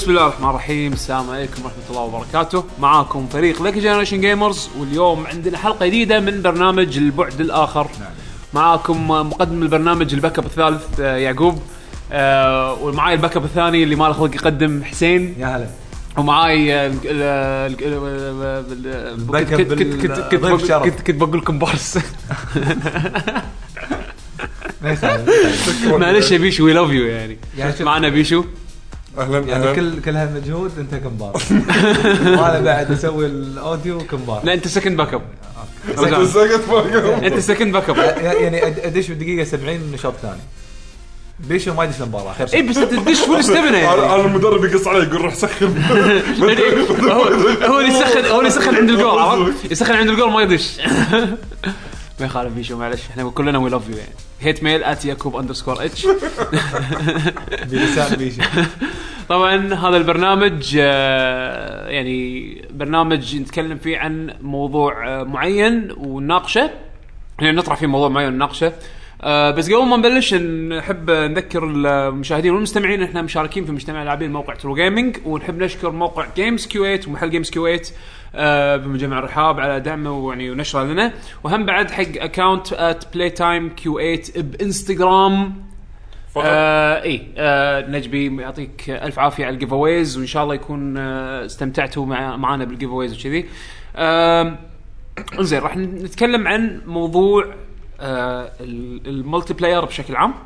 بسم الله الرحمن الرحيم. السلام عليكم ورحمة الله وبركاته. معاكم فريق لك جنريشن جيمرز، واليوم عندنا حلقة جديدة من برنامج البعد الآخر. معاكم مقدم البرنامج الباك اب الثالث يعقوب، ومعاي الباك اب الثاني اللي ما له خلق يقدم حسين. يا هلا. ومعاي كنت بقول لكم بارس. معلش يا بيشو، وي لاف يو يعني معنا بيشو. اهلا يعني كل هالمجهود انت كمبار. وانا بعد اسوي الاوديو كمبار. لا انت سكند باك اب. انت سكند باك اب يعني ادش بدقيقه 70 نشاط ثاني. بيشو ما يدش المباراه اخر شيء. اي بس تدش فول استمنه يعني. انا المدرب يقص علي يقول روح سخن. هو اللي يسخن عند الجول، عرفت؟ يسخن عند الجول ما يدش. ما يخالف بيشو، معلش احنا كلنا وي لاف يو يعني. هيت ميل @yakub_h. بلسان بيشو. طبعا هذا البرنامج يعني برنامج نتكلم فيه عن موضوع معين ونناقشه، يعني نطرح فيه موضوع معين ونناقشه. بس قبل ما نبلش نحب نذكر المشاهدين والمستمعين احنا مشاركين في مجتمع لاعبين موقع ترو جيمنج، ونحب نشكر موقع جيمز كويت ومحل جيمز كويت بمجمع الرحاب على دعمه يعني ونشره لنا، وهم بعد حق اكاونت @playtimeq8 بانستغرام. نجبي يعطيك الف عافيه على الجيفاويز، وان شاء الله يكون استمتعتوا معنا بالجيفاويز وكذي. زين، راح نتكلم عن موضوع الملتي بلاير بشكل عام.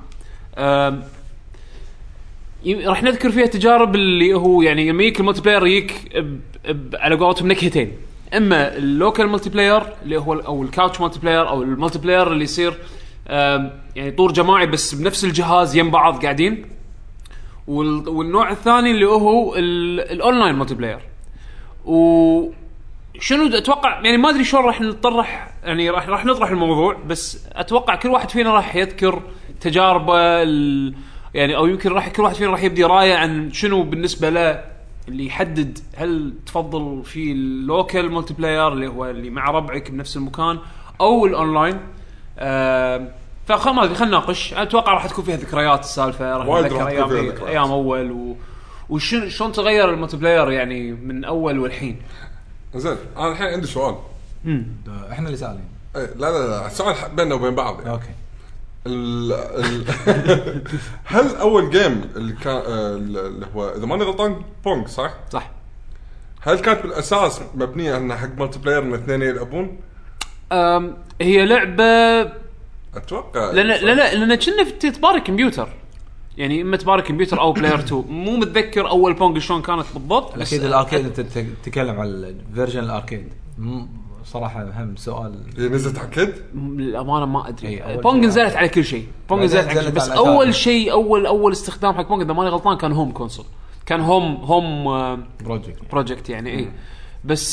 راح نذكر فيها تجارب اللي هو يعني لما يجيك الملتي بلاير يجيك على قولتهم نكهتين، اما اللوكال ملتي بلاير اللي هو او الكاوتش ملتي بلاير، او الملتي بلاير اللي يصير يعني طور جماعي بس بنفس الجهاز يم بعض قاعدين، والنوع الثاني اللي هو الاونلاين ملتي بلاير. وشنو اتوقع يعني ما ادري شلون راح نطرح يعني راح نطرح الموضوع، بس اتوقع كل واحد فينا راح يذكر تجاربه يعني، او يمكن كل واحد فينا راح يبدي رايه عن شنو بالنسبه له اللي يحدد هل تفضل في اللوكال ملتي بلاير اللي هو اللي مع ربعك بنفس المكان او الاونلاين. فخلنا نناقش. اتوقع راح تكون فيها ذكريات السالفه، راح نذكر ايام اول وشلون تغير الملتي بلاير يعني من اول والحين. زين، انا الحين عندي سؤال. احنا اللي سالين. لا السؤال بيننا وبين بعض يعني. اوكي. هل اول جيم اللي كان اللي هو اذا ماني غلطان بونج صح؟ هل كانت بالاساس مبنيه انها حق ملتي بلاير من اثنين يلعبون؟ هي لعبه اتوقع لان كنا في تبارك كمبيوتر، يعني اما تبارك كمبيوتر او بلاير 2. مو متذكر اول بونج شلون كانت بالضبط. اكيد الاركيد انت تتكلم على الفيرجن الاركيد. صراحه اهم سؤال. نزلت على كد الامانه ما ادري. بونج نزلت على كل شيء، بونج نزلت على كل شيء، بس اول شيء اول استخدام حق بونج اذا ماني غلطان كان هوم كونسول، كان هوم بروجكت يعني. اي بس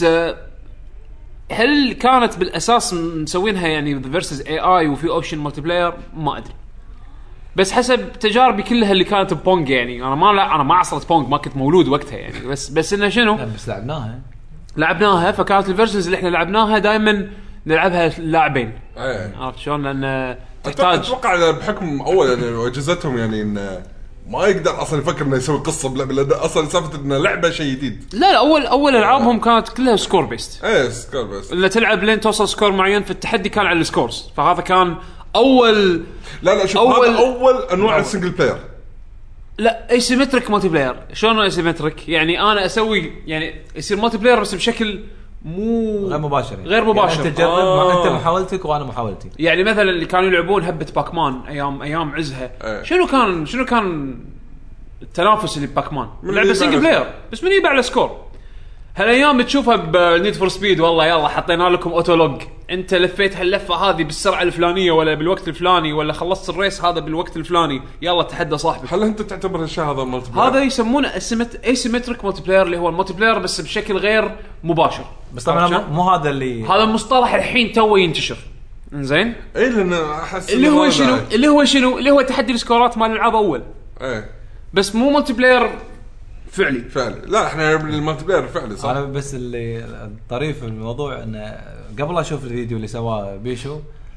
هل كانت بالاساس مسوينها يعني فيرسز اي اي وفي اوبشن ملتي بلاير؟ ما ادري، بس حسب تجاربي كلها اللي كانت ببونج يعني. انا ما عصرت بونج، ما كنت مولود وقتها يعني. بس انه شنو، بس لعبناها فكانت الفيرجنز اللي احنا لعبناها دائما نلعبها لاعبين. عرفت شلون؟ لان تحتاج اتوقع بحكم اول يعني اجهزتهم يعني إن ما يقدر اصلا يفكر انه يسوي قصه بلعبه، لان اصلا سالفه انه لعبه شيء لا اول العابهم كانت كلها سكور بيست. سكور بيست، اللي تلعب لين توصل سكور معين في التحدي كان على السكورز. فهذا كان اول شوف هذا اول انواع السنجل بلاير. لا ايسيمتريك مالتي بلاير. شلون ايسيمتريك؟ يعني انا اسوي يعني يصير مالتي بلاير بس بشكل مو غير مباشر يعني انت تجرب انت محاولتك وانا محاولتي. يعني مثلا اللي كانوا يلعبون هبه باكمان ايام عزها، شنو كان التنافس اللي باكمان لعبه سنجل بلاير بس من يبيع على سكور. هالايام تشوفها بنيد فور سبيد، والله يلا حطينا لكم اوتولوج، انت لفيت هاللفه هذه بالسرعه الفلانيه ولا بالوقت الفلاني، ولا خلصت الريس هذا بالوقت الفلاني، يلا تحدى صاحبك. هل انت تعتبر الشيء هذا ملتي بلاير؟ هذا يسمونه اسيمتريك ملتي بلاير، اللي هو الملتي بلاير بس بشكل غير مباشر. بس طبعا مو هذا هذا المصطلح الحين توه ينتشر. انزين، اي لان احس اللي هو تحدي السكورات مال الالعاب اول. بس مو ملتي بلاير فعلي. لا احنا الملتي بلاير فعلي صح. انا بس اللي الطريف في الموضوع انه قبل اشوف الفيديو اللي سواه بيشو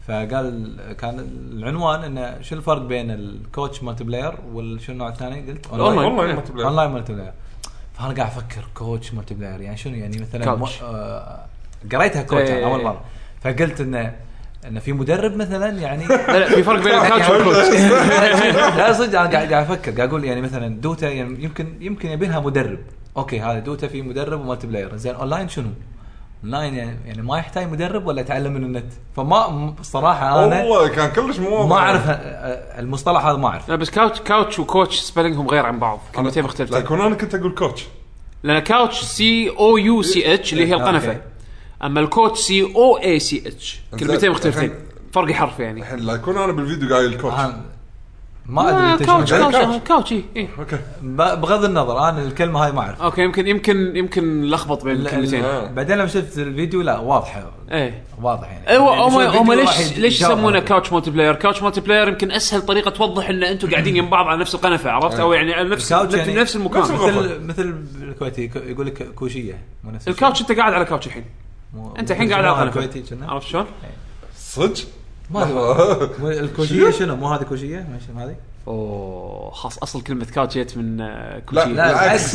فقال كان العنوان انه شو الفرق بين الكوتش مالتي بلاير والشو النوع الثاني؟ قلت اونلاين مالتي بلاير. اونلاين مالتي بلاير. فانا قاعد افكر كوتش مالتي بلاير يعني شنو يعني مثلا قريتها كوتش اول مره فقلت انه في مدرب مثلا يعني لا في فرق بين الكوتش والكوتش. لا صدق انا قاعد افكر قاعد اقول يعني مثلا دوتا يعني يمكن يبينها مدرب اوكي هذا دوتا في مدرب ومالتي بلاير زين اونلاين شنو اونلاين يعني ما يحتاج مدرب ولا يتعلم من النت فما صراحه انا والله كان كلش مو ما اعرف المصطلح هذا ما اعرف. لا بس كاوتش وكوتش سبيلينغهم غير عن بعض كلمتين مختلفتين. لا كون انا كنت اقول كوتش لان كاوتش COUCH اللي هي القنفه اما الكوتش COACH كلمتين مختلفتين فرق حرف يعني. الحين لا يكون انا بالفيديو قايل الكوتش ما ادري كاوتش ايه اوكي بغض النظر انا الكلمه هاي ما اعرف اوكي يمكن لخبط بين الكلمتين. بعدين لما شفت الفيديو لا واضحه ايه واضح يعني ايوه هم ليش يسمونه كاوتش مالتي بلاير؟ كاوتش مالتي بلاير يمكن اسهل طريقه توضح ان انتم قاعدين جنب بعض على نفس القنفه عرفت او يعني على نفس يعني نفس المكان مثل الكويتي يقول لك كوشيه الكاوتش انت قاعد على كاوتش الحين انت الحين قاعد على الكويتي عرفت شلون صدق ما الكوشيه شنو مو هذه كوشيه ماشي هذه اوه خاص اصل كلمه كاوتش جت من كوشيه لا العكس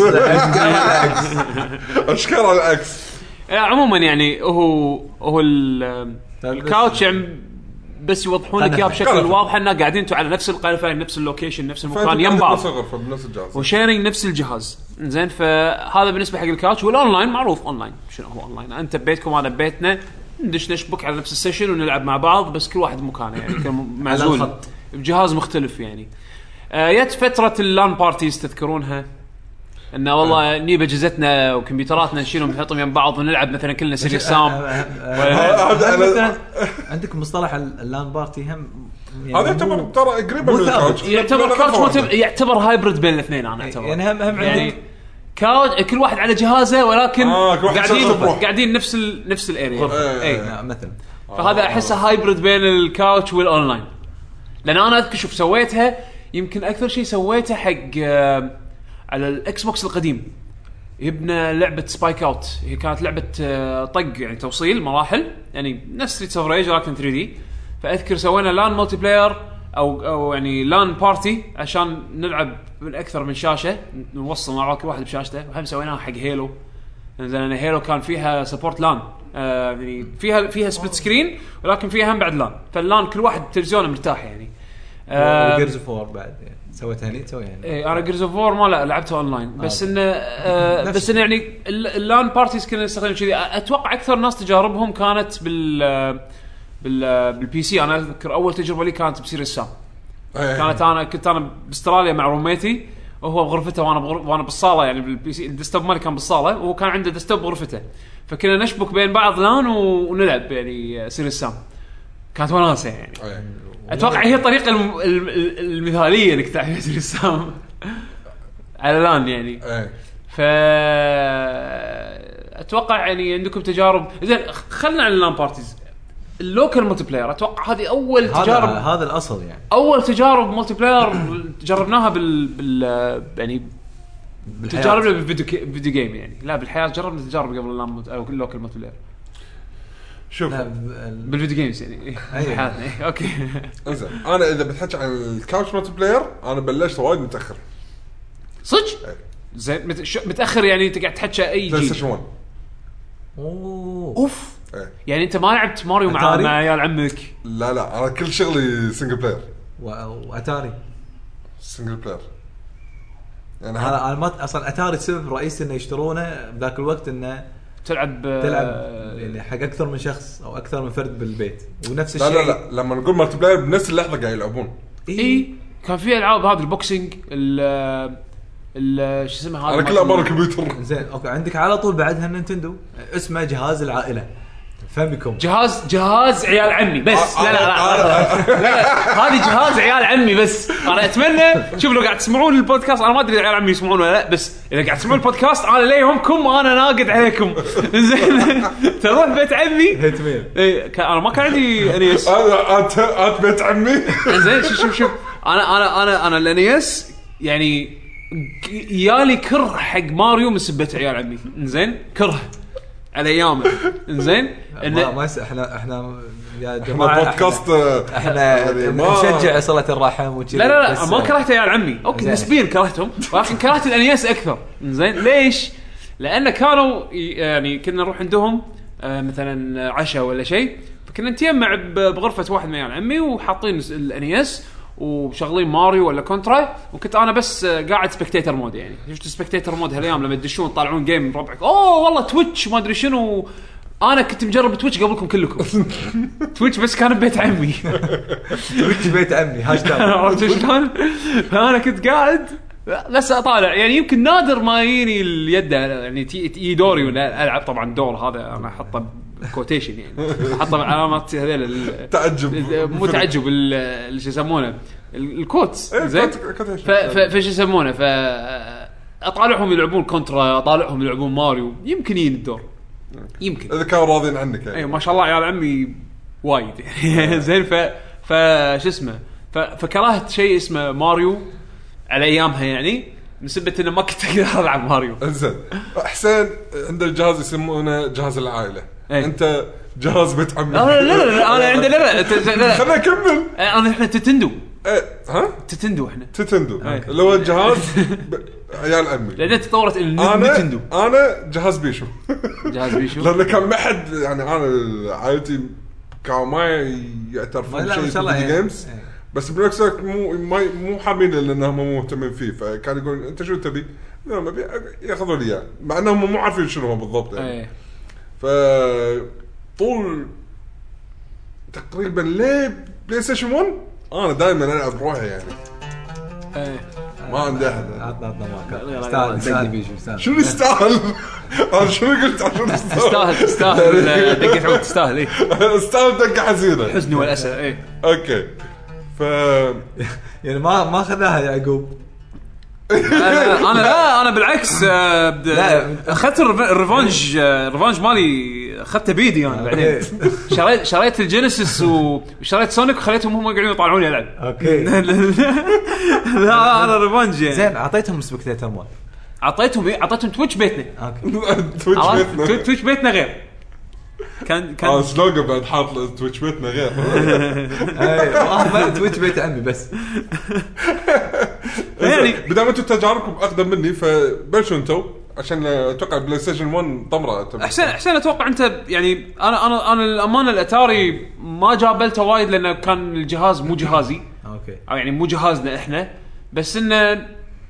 اشكال على العكس. عموما يعني هو الكاوتش يعني بس يوضحون لك اياه بشكل واضح اننا قاعدين انتم على نفس القنفه نفس اللوكيشن نفس المكان يم بعض وشيرينج نفس الجهاز زين. فهذا بالنسبه حق الكاوتش. والاونلاين معروف اونلاين شنو هو اونلاين انت ببيتكم انا ببيتنا ندش نشبك على نفس السيشن ونلعب مع بعض بس كل واحد بمكانه يعني كان معزول بجهاز مختلف يعني. جت فتره اللان بارتيز تذكرونها انه والله نجيب اجهزتنا وكمبيوتراتنا نشيلهم نحطهم يم بعض ونلعب مثلا كلنا سيريس سام. عندك مصطلح اللان بارتي هم يعني هذا يعتبر ترى قريب من الكاوتش يعتبر كاوتش يعتبر هايبرد بين الاثنين انا اعتبر يعني هم يعني كاوتش كل واحد على جهازه ولكن قاعدين نفس الاريا اي مثلا. فهذا احسه هايبرد بين الكاوتش والاونلاين. لان انا اذكر شوف سويتها يمكن اكثر شيء سويته حق على الاكس بوكس القديم يبنى لعبه سبايك اوت. هي كانت لعبه طق يعني توصيل مراحل يعني نفس ستريت اوف ريج لكن 3D. فاذكر سوينا لان مالتي بلاير او يعني لان بارتي عشان نلعب من اكثر من شاشه نوصل مع كل واحد بشاشته. وهم سويناها حق هيلو لان هيلو كان فيها سبورت لان يعني فيها سبليت سكرين ولكن فيها هم بعد لان. فاللان كل واحد تلفزيونه مرتاح يعني. جيرز اوف وور بعد يعني سويتها هني تسوي يعني اي انا جيرز اوف وور ما لا لعبتها اونلاين بس انه بس انه يعني اللان بارتيز كنا نستخدم كذي. اتوقع اكثر ناس تجاربهم كانت بالبي سي. انا اذكر اول تجربه لي كانت بسيريس سام. كنت انا باستراليا مع روميتي وهو بغرفته وانا بالصاله يعني بالبي سي. الديسكتوب مالي كان بالصاله وهو كان عنده ديسكتوب بغرفته فكنا نشبك بين بعض لان ونلعب يعني سيريس سام. كانت وناسه يعني. اتوقع هي الطريقه المثاليه انك تلعب سيريس سام على لان يعني. ف اتوقع يعني عندكم تجارب زين. خلنا عن اللان بارتيز. اللوكال مالتي بلاير اتوقع هذه اول تجارب. هذا الاصل يعني اول تجارب مالتي بلاير جربناها بال يعني تجاربنا بالفيديو جيم يعني. لا بالحياه جربنا تجارب قبل اللان او اللوكال مالتي بلاير. شوف بالفيديو جيمز يعني حياتنا اوكي. زين انا اذا بتحكي عن الكاوتش مالتي بلاير انا بلشت وايد متاخر صدق. زين متاخر يعني انت قاعد تحكي اي بلاي ستيشن 1. اوف يعني انت ما لعبت ماريو مع عيال عمك؟ لا انا كل شغلي سنجل بلاير واتاري سنجل بلاير يعني انا ما اصلا اتاري السبب الرئيسي انه يشترونه بذاك الوقت انه تلعب يعني حق اكثر من شخص او اكثر من فرد بالبيت ونفس الشيء. لا لما نقول مالتي بلاير بنفس اللحظه قاعد يلعبون. اي كان في العاب هذا البوكسينج شو اسمه هذا على كل اعمار الكمبيوتر. زين اوكي عندك على طول بعدها النينتندو اسمه جهاز العائله فهمكم جهاز عيال عمي بس. لا هذه جهاز عيال عمي بس. انا اتمنى شوف لو قاعد تسمعون البودكاست انا ما ادري عيال عمي يسمعون ولا لا بس اذا قاعد تسمعون البودكاست انا ليهمكم وانا ناقد عليكم. زين تروح بيت عمي انا ما كان عندي انيس. انت بيت عمي. زين شوف انا الانيس يعني يالي كره حق ماريو من سبة عيال عمي. زين كره على ايامه انزين ما احنا يا جماعه بودكاست احنا نشجع صله الرحم وكذا. لا ما كرهته يا عمي، اوكي نسبيا كرهتهم، ولكن كرهت الانياس اكثر انزين. ليش؟ لان كانوا يعني كنا نروح عندهم مثلا عشاء ولا شيء، فكنا نتجمع بغرفه واحد من عمي وحاطين الانياس وشغلين ماريو ولا كونترا، وكنت انا بس قاعد سبكتيتر مود. يعني شفت سبكتيتر مود هالايام لما تدشون تطلعون جيم ربعك اوه والله تويتش ما ادري شنو. انا كنت مجرب تويتش قبلكم كلكم تويتش بس كان ببيت عمي تويتش بيت عمي هاشتاج عرفت شلون؟ فانا كنت قاعد بس اطالع، يعني يمكن نادر ما يجيني اليد يعني تي دوري ولا العب. طبعا الدور هذا انا احطه كوتيشن، يعني احطه علامات هذول تعجب مو تعجب شو يسمونه الكوتس زين. فش يسمونه اطالعهم يلعبون كونترا، اطالعهم يلعبون ماريو، يمكن يجي الدور يمكن اذا كانوا راضين عنك يعني. اي ما شاء الله يا عمي وايد زين. شو اسمه فكرهت شيء اسمه ماريو على ايامها، يعني نسبة انه ما كنت اقدر العب ماريو. انزين حسين عنده الجهاز يسمونه جهاز العائله، انت جهاز بيت عمي. لا انا عندي لا خلينا نكمل. احنا تتندو ها تتندو احنا تتندو اللي هو الجهاز عيال عمي. لان تطورت النينتندو. انا جهاز بيشو لان كان ما حد يعني انا عائلتي كانوا ما يعترفون شيء في جيمز، بس بالعكس مو حابين لانهم مو مهتمين فيه، فكان يقول انت شو تبي؟ لا ما ياخذوا لي اياه مع انهم مو عارفين شنو هو بالضبط يعني. طول تقريبا ليه بلاي ستيشن 1 انا دائما العب بروحي يعني. ما عندي احد. استاهل بيشو شنو يستاهل؟ انا شنو قلت عشان تستاهل دقة عود تستاهل ايه استاهل دقة حزينة الحزن والاسى ايه اوكي. يعني ما اخذها يعقوب. انا بالعكس اخذت الريفانج مالي اخذته بيدي انا بعدين. شريت الجينيسيس وشريت سونيك وخليتهم هم يقعدون يطالعون يلعب. اوكي لا انا ريفانج يعني. زين اعطيتهم سبكتيتر مال، اعطيتهم تويتش بيتنا. اوكي تويتش بيتنا غير كان سلوغن بعد حاط تويتش بيتنا غير. اي تويتش بيت عمي بس. يعني بدام انتم تجاربكم اقدم مني فبلشوا انتم عشان اتوقع بلاي ستيشن 1 طمره. احسن اتوقع انت يعني انا الامانه الاتاري ما جابلته وايد لانه كان الجهاز مو جهازي. اوكي او يعني مو جهازنا احنا، بس انه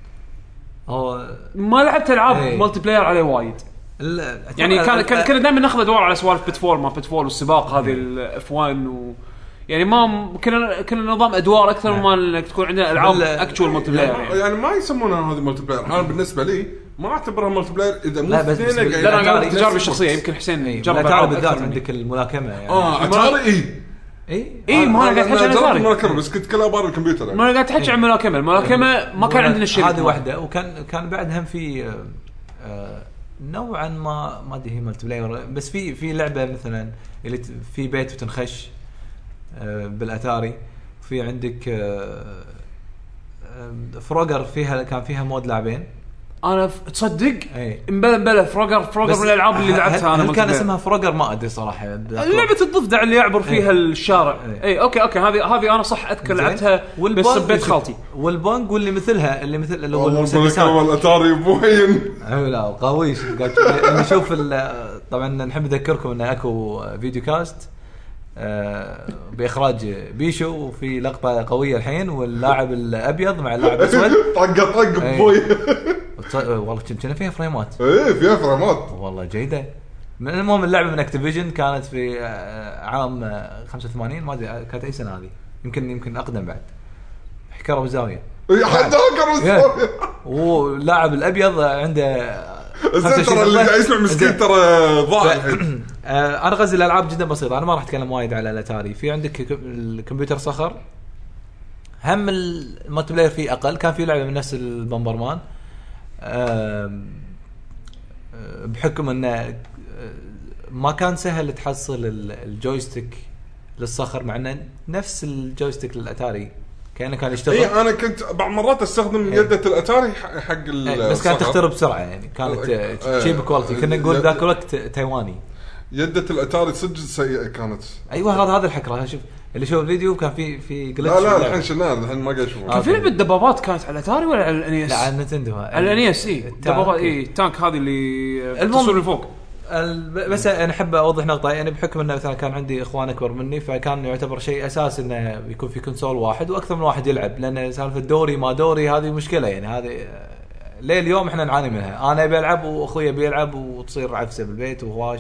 ما لعبت العاب مالتي بلاير عليه وايد. يعني كان دائما ناخذ ادوار على سوالف بتفور ما بتفور والسباق هذه الاف 1 يعني ما كنا نظام ادوار اكثر ما انك تكون عندنا العاب اكتوال مالتي بلاير يعني ما يسمونها هذه مالتي بلاير. انا بالنسبه لي ما اعتبرها مالتي بلاير اذا مو اثنين. لا انا تجاربي الشخصيه يمكن حسين جرب بالذات عندك الملاكمه يعني اتاري اي ما انا قاعد احكي عن الملاكمه بس كنت كلها بار الكمبيوتر يعني. ما انا قاعد احكي عن الملاكمه ما كان عندنا شيء هذه واحده. وكان بعدها في نوعا ما ادري هي مالتي بلاير، بس في لعبه مثلا اللي في بيت وتنخش بالاتاري. في عندك فروجر فيها كان فيها مود لاعبين. انا تصدق امبلا فروجر من الالعاب اللي لعبتها انا. كان اسمها فروجر ما ادري صراحه. لعبه الضفدع اللي يعبر فيها الشارع. اي اوكي هذه انا صح اذكر لعبتها بس بيت خالتي. والبانج واللي مثلها اللي هو المسدسات الاتاري بوين. لا قويش نشوف. طبعا نحب نذكركم ان اكو فيديو كاست باخراج بيشو وفي لقطه قويه الحين واللاعب الابيض مع اللاعب الاسود طق بوي. والله كنا فيها فريمات. فيها فريمات والله جيده. المهم اللعبه من اكتيفيجن كانت في عام 85 ما ادري كانت اي سنه هذه. يمكن اقدم بعد. حكروا زاويه حتى حكروا زاويه. واللاعب الابيض عنده السنتر اللي قاعد يسمع مسكين ترى ضاع. انا غزل الالعاب جدا بسيطه. انا ما راح اتكلم وايد على الاتاري. في عندك الكمبيوتر صخر هم المالتي بلاير فيه اقل. كان في لعبه من نفس البمبرمان بحكم انه ما كان سهل تحصل الجويستيك للصخر مع انه نفس الجويستيك للاتاري كان يشتغل. اي انا كنت بعض مرات استخدم يده الاتاري حق بس كانت تخترب بسرعه يعني كانت تشيب كواليتي. كنا نقول ذاك الوقت تايواني. يده الاتاري صدق سيئه كانت. ايوه هذا الحكره. شوف اللي شوف الفيديو كان في جلتش. لا الحين شنو الحين ما قاعد اشوفه. كان في لعبه دبابات كانت على الاتاري ولا على الانيس؟ لا على النينتندو. على الانيس. اي دبابات. اي التانك هذه اللي تصور لفوق. بس انا احب اوضح نقطه يعني بحكم انه مثلا كان عندي اخوان اكبر مني فكان يعتبر شيء اساس انه يكون في كونسول واحد واكثر من واحد يلعب لان سالفه دوري ما دوري هذه مشكله يعني. هذه ليه اليوم احنا نعاني منها. انا ابي العب واخويا بيلعب وتصير عفسه بالبيت وهواش.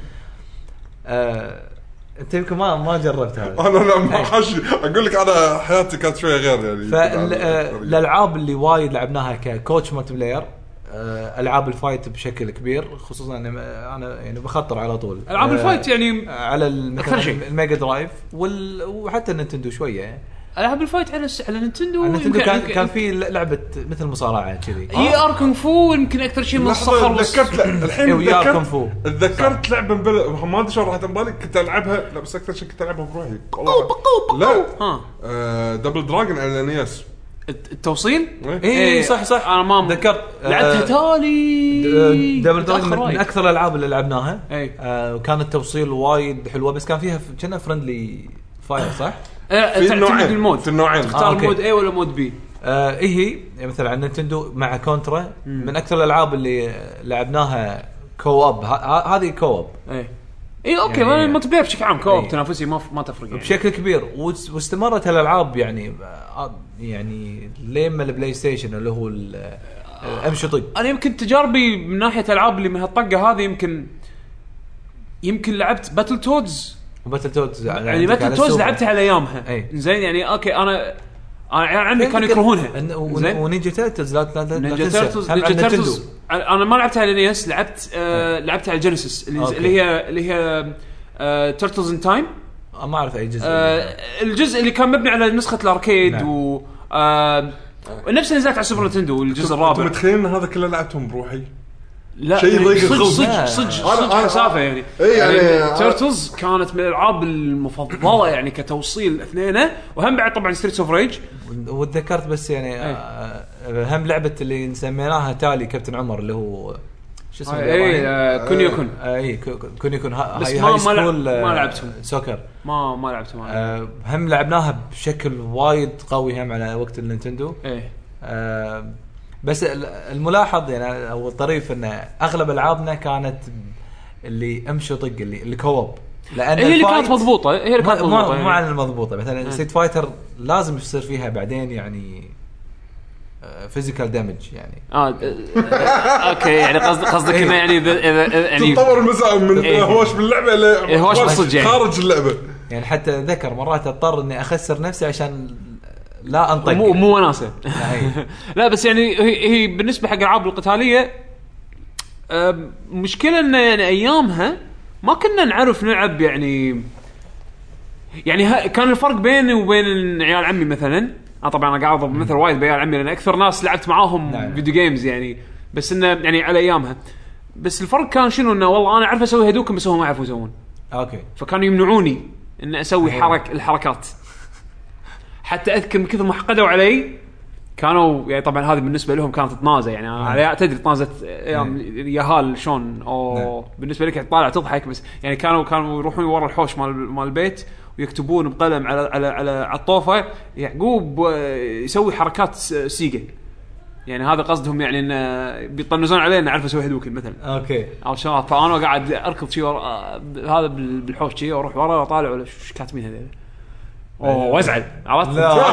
انت يمكن ما جربت هذا. انا لا ما حش اقول لك انا حياتي كانت شويه غير يعني. فالالعاب اللي وايد لعبناها ككوتش مالتي بلاير العاب الفايت بشكل كبير خصوصا انا يعني بخطر على طول العاب الفايت يعني على اكثر شيء الميجا درايف وحتى النينتندو شويه يعني. العاب الفايت على نينتندو كان في لعبه مثل مصارعه كذي هي اركن فو يمكن اكثر شيء من الصخر. ذكرت الحين ذكرت لعبه ما ادري شو راح تنبالي كنت العبها. لا بس اكثر شيء كنت العبها بروحي لا دبل دراجون على الانيس التوصيل. اي صح انا ما ذكرت لعبتها تالي. دبل دراجون من اكثر الالعاب اللي لعبناها. وكان التوصيل وايد حلوه بس كان فيها كنا فرندلي فاير صح. في النوعين اختار مود A ولا مود B. هي مثلا على نينتندو مع كونترا من اكثر الالعاب اللي لعبناها كواب. هذه كواب. اي اوكي يعني ما تبيع بشكل عام كواب تنافسي ما تفرق يعني. بشكل كبير واستمرت هالالعاب يعني لما البلاي ستيشن اللي هو امشي طق. انا يمكن تجاربي من ناحيه العاب اللي من هالطقه هذه يمكن لعبت باتل تودز يعني باتل تودز لعبتها على ايامها زين يعني اوكي انا عندي كانوا يكرهونها زين. ونينجا تيرتلز نينجا تيرتلز انا ما لعبتها على نيس لعبتها على جينيسيس اللي هي تيرتلز ان تايم. ما اعرف اي جزء. الجزء اللي كان مبني على نسخه الاركيد. نعم. نفس اللي نزلت على سوبر نينتندو الجزء الرابع. انتم متخيلين هذا كله لعبتهم بروحي؟ لا شيء صدق حسافه يعني. يعني تيرتلز كانت من الالعاب المفضله يعني كتوصيل اثنينه وهم بعد طبعا ستريتس اوف ريج. وتذكرت بس يعني هم لعبه اللي نسميناها تالي كابتن عمر اللي هو شو اسمه كونيوكون. كونيوكون هاي ما لعبتهم سوكر ما لعبتهم. هم لعبناها بشكل وايد قوي هم على وقت النينتندو. بس الملاحظ يعني او الطريف ان اغلب العابنا كانت اللي امشي طق اللي كوب لان هي اللي كانت مضبوطه. هي اللي كانت مضبوطه مو على المضبوطه. مثلا ستريت فايتر لازم يصير فيها بعدين يعني فيزيكال دامج يعني. اوكي يعني قصدك انه يعني يعني تطور المساء من هوش باللعبه لهوش بالصج يعني خارج اللعبه يعني. حتى ذكر مرات اضطر اني اخسر نفسي عشان لا انطق مو وناسه. لا بس يعني هي بالنسبه حق الالعاب القتاليه مشكله انه يعني ايامها ما كنا نعرف نلعب يعني كان الفرق بيني وبين عيال عمي مثلا. طبعا انا قاعد اضرب مثل وايد بعيال عمي لان اكثر ناس لعبت معاهم فيديو جيمز يعني. بس انه يعني على ايامها بس الفرق كان شنو انه والله انا اعرف اسوي هدوكم بس هم ما يعرفوا يسوون. اوكي فكانوا يمنعوني ان اسوي الحركات. حتى اذكر من كثر ما حقدوا علي كانوا يعني طبعا هذه بالنسبه لهم كانت طنازه يعني. انا تدري طنازه ياهال شلون او بالنسبه لك طالع تضحك بس يعني كانوا يروحون ورا الحوش مال البيت ويكتبون بقلم على الطوفه يعقوب يسوي حركات سيجا يعني. هذا قصدهم يعني ان بيطنزون علينا نعرف اسوي هدوكن مثلا. اوكي او شباب فانا قاعد اركض شي هذا بالحوش شي واروح ورا واطالع ولا شو كاتبين هذول وازعل عرفت.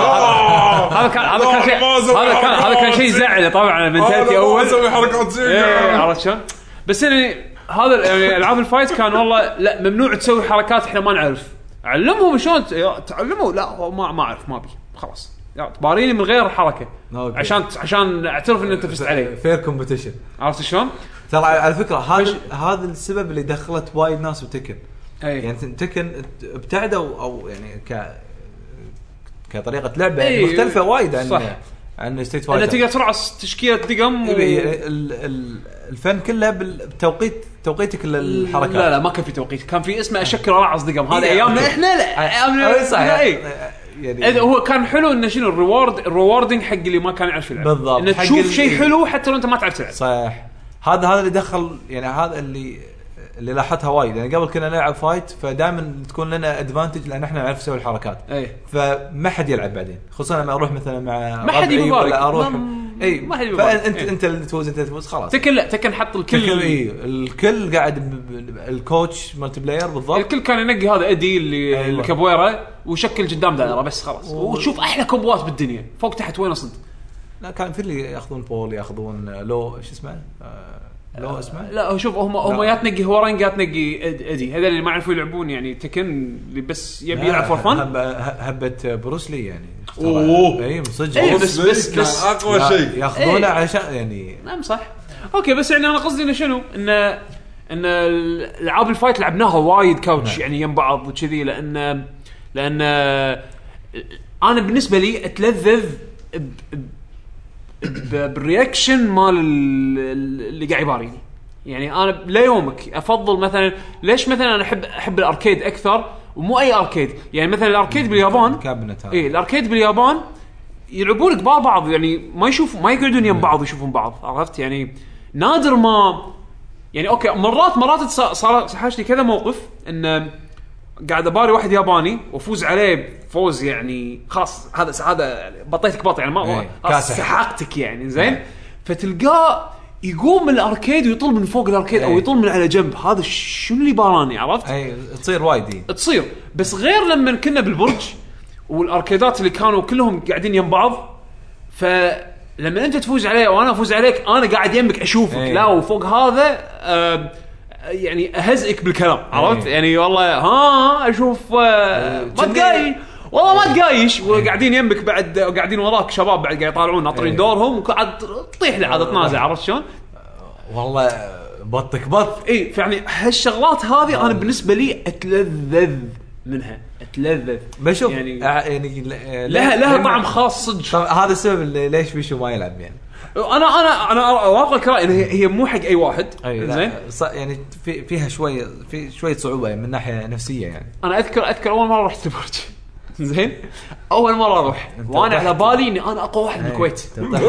هذا كان شيء يزعل طبعا من تالتي اول اسوي حركات سيجا عرفت شلون. بس يعني هذا يعني العاب الفايت كان والله لا ممنوع تسوي حركات احنا ما نعرف. علمهم شلون تعلموا. لا ما اعرف ما بي خلاص تباريني من غير حركه عشان اعترف ان انت فزت علي. فير كومبيتيشن عرفت شلون. ترى على فكره هذا السبب اللي دخلت وايد ناس بتكن. يعني تكن ابتعدوا او يعني كطريقه لعبه يعني مختلفه وايد عن ستريت فايتر. انت تقدر ترعص تشكيله دقم الفن كله توقيتك للحركات. لا ما كان في توقيت. كان في اسمه اشكل ارعص دقم. هذا ايامنا احنا لا صح يعني هو كان حلو انه شنو الريوردنج حق اللي ما كان يعرف يلعب بالضبط انه تشوف شيء حلو حتى لو انت ما تعرف تلعب صح. هذا اللي دخل يعني هذا اللي لاحظتها وايد يعني قبل كنا نلعب فايت فدائما تكون لنا ادفانتج لان احنا نعرف نسوي الحركات فما حد يلعب بعدين خصوصا لما اروح مثلا مع ربعي ولا اروح فانت اللي تفوز خلاص تكن حط الكل الكل قاعد الكوتش مالتي بلاير بالضبط الكل كان ينقي هذا ادي اللي الكابويرا وشكل قدام دائره بس خلاص وشوف احلى كومبوات بالدنيا فوق تحت وين صد. لا كان في اللي ياخذون بول ياخذون لو ايش اسمه لو اسمه لا شوف هم يا تنقي هورنج يا تنقي ادي هذا اللي ما يعرفوا يلعبون يعني تكن اللي بس يبي يلعب فور فن هبه بروسلي يعني اي مصدق بس كان اقوى شيء ياخذونه عشان يعني نعم صح اوكي بس يعني انا قصدي انه شنو ان العاب الفايت لعبناها وايد كاوتش يعني يم بعض وكذي لان انا بالنسبه لي اتلذذ بالرياكشن مال اللي قاعد يباريني يعني انا لا يومك افضل مثلا ليش مثلا انا احب الاركيد اكثر ومو اي اركيد يعني مثلا الاركيد باليابان الاركيد باليابان يلعبون كبار بعض يعني ما يقعدون يم بعض يشوفون بعض عرفت يعني نادر ما يعني اوكي مرات صار حاجتي كذا موقف ان قاعد اباري واحد ياباني وفوز عليه فوز يعني خلاص هذا بطيتك بط يعني ما سحقتك يعني زين فتلقاه يقوم من الاركيد ويطل من فوق الاركيد او يطل من على جنب هذا شو اللي باراني عرفت تصير وايد تصير بس غير لما كنا بالبرج والاركيدات اللي كانوا كلهم قاعدين يم بعض فلما انت تفوز عليه وانا افوز عليك انا قاعد يمك اشوفك لا وفوق هذا يعني اهزئك بالكلام عرفت يعني والله اشوف ما تقايش والله ما تقايش وقاعدين يمك بعد قاعدين وراك شباب بعد قاعد يطالعون ناطرين دورهم وقاعد تطيح لي عاد تنازع عرفت شلون والله بطك بط فيعني هالشغلات هذه انا بالنسبه لي اتلذذ منها بشوف يعني لها طعم خاص صدق هذا السبب اللي ليش بيشو ما يلعب يعني انا واقع كرا يعني هي مو حق اي واحد زين يعني فيها شويه صعوبه من ناحيه نفسيه يعني انا اذكر اول مره رحت البرج زين اول مره اروح وانا على بالي اني انا اقوى واحد بالكويت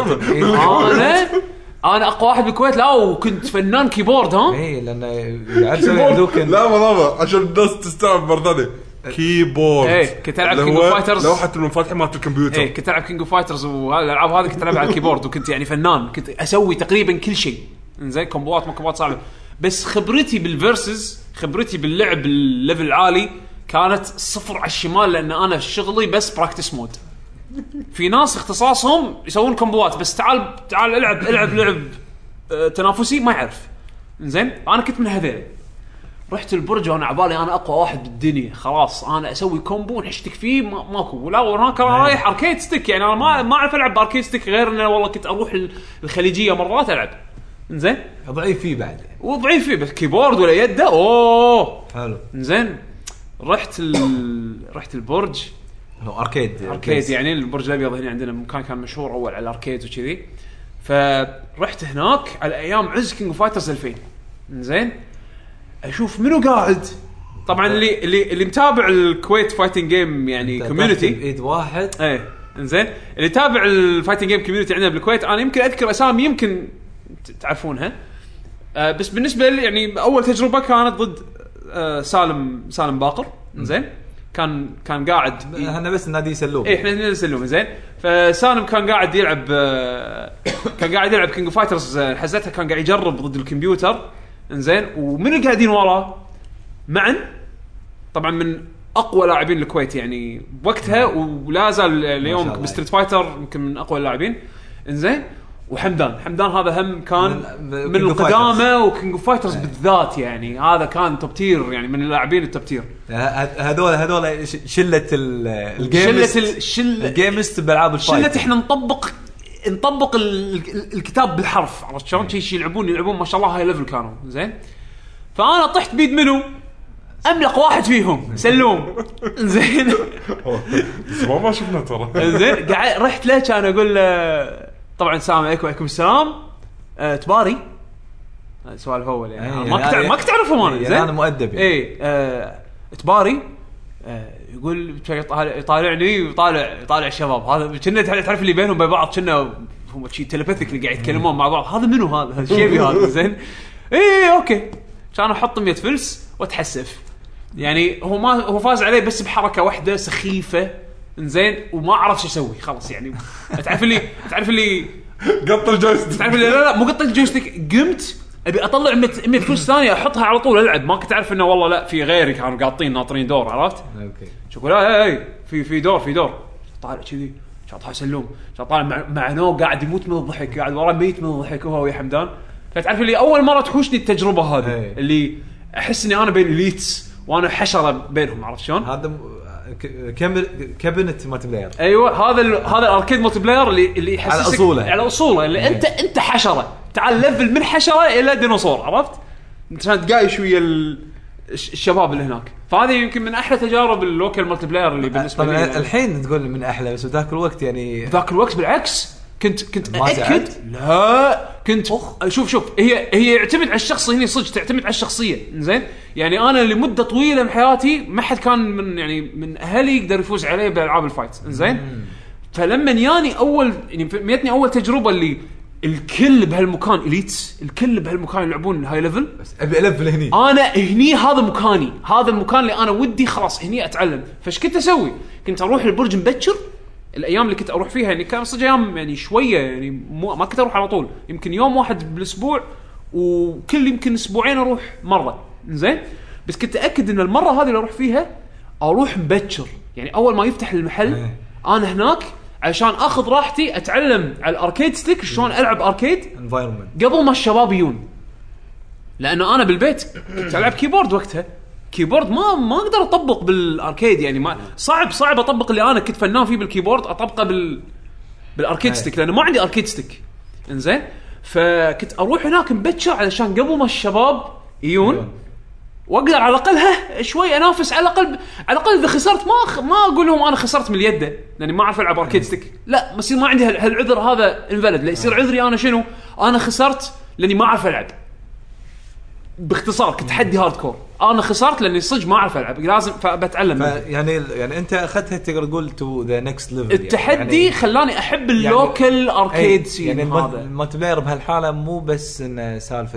انا اقوى واحد بالكويت لا وكنت فنان كيبورد لان يعرفوا لا ما عشان الناس تستوعب برضه كيبورد كنت العب كينج اوف فايترز لوحه المفاتيح مالت الكمبيوتر كنت العب كينج اوف فايترز والالعاب هذه كنت العب على الكيبورد وكنت يعني فنان كنت اسوي تقريبا كل شيء زين كومبوات مكبات صعبه بس خبرتي بالفيرسز خبرتي باللعب الليفل العالي كانت صفر على الشمال لان انا شغلي بس براكتس مود في ناس اختصاصهم يسوون كومبوات بس تعال العب تنافسي ما يعرف زين انا كنت من هذول رحت البرج وانا عبالي انا اقوى واحد بالدنيا خلاص انا اسوي كومبو ونحشتك فيه ماكو ولا هناك رايح اركيد ستيك يعني انا ما اعرف العب باركيد ستيك غير انه والله كنت اروح الخليجيه مرات العب زين ضعيف فيه بعد وضعيف فيه بس كيبورد ولا يده حلو زين رحت البرج هو اركيد يعني البرج الابيض هنا عندنا مكان كان مشهور اول على الاركيد وكذي فرحت هناك على ايام عز كينج اوف فايترز 2000 زين اشوف منو قاعد طبعا اللي متابع الكويت فايتنج جيم يعني كوميونتي بايد واحد انزين اللي تابع الفايتنج جيم كوميونتي عندنا بالكويت انا يمكن اذكر اسامي يمكن تعرفونها بس بالنسبه لي يعني اول تجربه كانت ضد سالم باقر انزين كان قاعد احنا بس نادي سلوم احنا نادي سلوم زين فسالم كان قاعد يلعب كينج اوف فايترز حزتها كان قاعد يجرب ضد الكمبيوتر انزين ومن اللي قاعدين وراه معا طبعا من اقوى لاعبين الكويت يعني بوقتها ولا زال اليوم بستريت فايتر يمكن من اقوى اللاعبين انزين وحمدان هذا هم كان من القدامى وكينج اوف فايترز بالذات يعني هذا كان توب تير يعني من اللاعبين التوب تير هذول شله الجيمست بالعاب الفايت شله احنا نطبق الكتاب بالحرف عرفت شلون شيء يلعبون ما شاء الله هاي ليفل كانوا زين فانا طحت بيد منو املق واحد فيهم سلوم زين بس ما شفنا ترى زين قاعد رحت له كان اقول طبعا السلام عليكم وعليكم السلام تباري سؤال اول يعني ما كنت اعرفه انا زين انا مؤدب تباري يقول يطالعني ويطالع الشباب هذا كنا تعرف اللي بينهم وبين بعض كنا هم شيء تليباثيك اللي قاعد يتكلمون مع بعض هذا منو هذا الشيبي هذا زين اوكي كان احط 100 فلس واتحسف يعني هو فاز عليه بس بحركه واحده سخيفه زين وما اعرف شو اسوي خلاص يعني تعرف اللي قط الجويستيك تعرف اللي لا مو قط الجويستيك قمت ابي اطلع 100 فلوس ثانيه احطها على طول العب ما كنت اعرف انه والله لا في غيري كانوا قاطين ناطرين دور عرفت اوكي شوف لا في دور طالع كذي شاطها سلوم طالع مع نو قاعد يموت من الضحك قاعد ورا ميت من الضحك وهو يا حمدان فتعرف اللي اول مره تحوشني التجربه هذه اللي احس اني انا بين اليتس وانا حشره بينهم عرفت شلون هذا كابينت مالتي بلاير ايوه هذا الاركيد مالتي بلاير اللي يحسسك على اصوله اللي انت حشره تعال ليفل من حشره الى ديناصور عرفت عشان تقايش ويا الشباب اللي هناك فهذه يمكن من احلى تجارب اللوكال مالتي بلاير اللي بالنسبه لي الحين تقول من احلى بس ذاك الوقت يعني ذاك الوقت بالعكس كنت أأكد لا كنت شوف هي يعتمد على الشخص هنا صدق تعتمد على الشخصيه زين يعني انا لمده طويله من حياتي ما حد كان من اهلي يقدر يفوز علي بالالعاب الفايت زين فلما ميتني اول تجربه اللي الكل بهالمكان إليتس الكل بهالمكان يلعبون هاي ليفل بس ابي الفل هني انا هني هذا مكاني هذا المكان اللي انا ودي خلاص هني اتعلم فايش كنت اسوي كنت اروح البرج مبكر الايام اللي كنت اروح فيها يعني كان صدق ايام يعني شويه يعني ما كنت اروح على طول يمكن يوم واحد بالاسبوع وكل يمكن اسبوعين اروح مره زين بس كنت اكد ان المره هذه اللي اروح فيها اروح مبكر يعني اول ما يفتح المحل انا هناك عشان اخذ راحتي اتعلم على الاركيد ستيك شلون العب اركيد انفايرمنت قبل ما الشباب يجون لانه انا بالبيت كنت العب كيبورد وقتها كيبورد ما اقدر اطبق بالاركيد يعني ما صعب اطبق اللي انا كنت فنان فيه بالكيبورد اطبقه بالاركيد ستيك لانه ما عندي اركيد ستيك انزين فكنت اروح هناك مبكر علشان قبل ما الشباب يجون واقدر على الاقل شوي انافس على الاقل اذا خسرت ما اقول لهم انا خسرت من اليد لاني ما اعرف العب اركيد ستيك لا بس ما عندي هالعذر هذا انفلد لا يصير عذري انا شنو انا خسرت لاني ما اعرف العب باختصار كتحدي هاردكور انا خسرت لاني صدق ما اعرف العب لازم فبتعلم يعني انت اخذتها تقدر تقول تو ذا نكست ليفل التحدي يعني خلاني احب اللوكال اركيد سين يعني هذا المالتي بلاير بهالحاله مو بس ان سالفه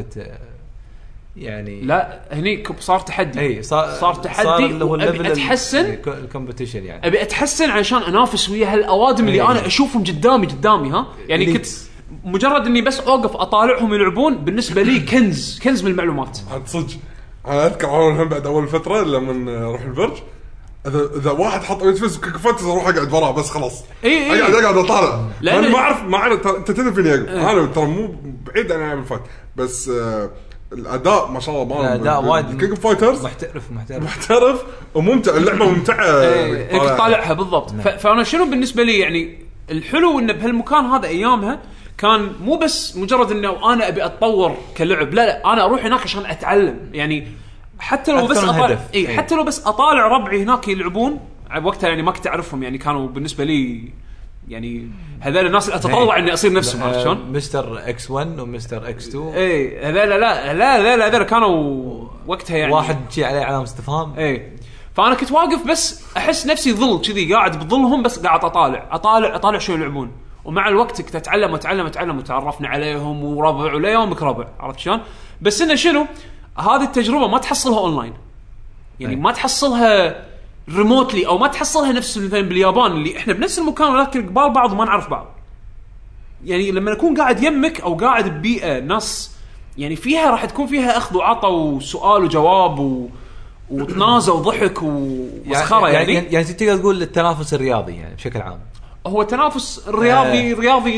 يعني لا هني صار تحدي اي صار تحدي ابي اتحسن الكومبيتيشن يعني ابي اتحسن عشان انافس ويا هالاوادم اللي انا اشوفهم قدامي ها يعني كنت مجرد اني بس اوقف اطالعهم يلعبون بالنسبه لي كنز من المعلومات صدق انا اذكر هم بعد اول فتره لما اروح البرج اذا واحد حط فيس كفت اروح اقعد وراه بس خلاص اقعد اطالع ما اعرف انت تدري فيني انا ترى مو بعيد انا العب الفايت بس الاداء ما شاء الله الاداء وايد كينج فايترز محترف وممتع اللعبه ممتعه طالعها بالضبط فانا شنو بالنسبه لي يعني الحلو انه بهالمكان هذا ايامها كان مو بس مجرد انه انا ابي اتطور كلعب لا انا اروح هناك عشان اتعلم يعني حتى لو بس اطالع حتى لو بس اطالع ربعي هناك يلعبون وقتها يعني ما كنت اعرفهم يعني كانوا بالنسبه لي يعني هذول الناس اللي اتطلع اني اصير نفسهم عرفت شلون مستر اكس 1 ومستر اكس 2 هذول لا هذول كانوا وقتها يعني واحد شيء عليه علامه استفهام فانا كنت واقف بس احس نفسي ظل كذي قاعد بظلهم بس قاعد اطالع شو يلعبون ومع الوقت كنت اتعلم وتعرفنا عليهم وربع ولا يومك ربع عرفت شلون بس انه شنو هذه التجربه ما تحصلها اونلاين يعني ما تحصلها ريموتلي او ما تحصلها نفس مثلا باليابان اللي احنا بنفس المكان ولكن قبال بعض وما نعرف بعض يعني لما نكون قاعد يمك او قاعد ببيئه ناس يعني فيها راح تكون فيها اخذ وعطى وسؤال وجواب وتنازع وضحك ومسخره يعني تقدر تقول التنافس الرياضي يعني بشكل عام هو التنافس الرياضي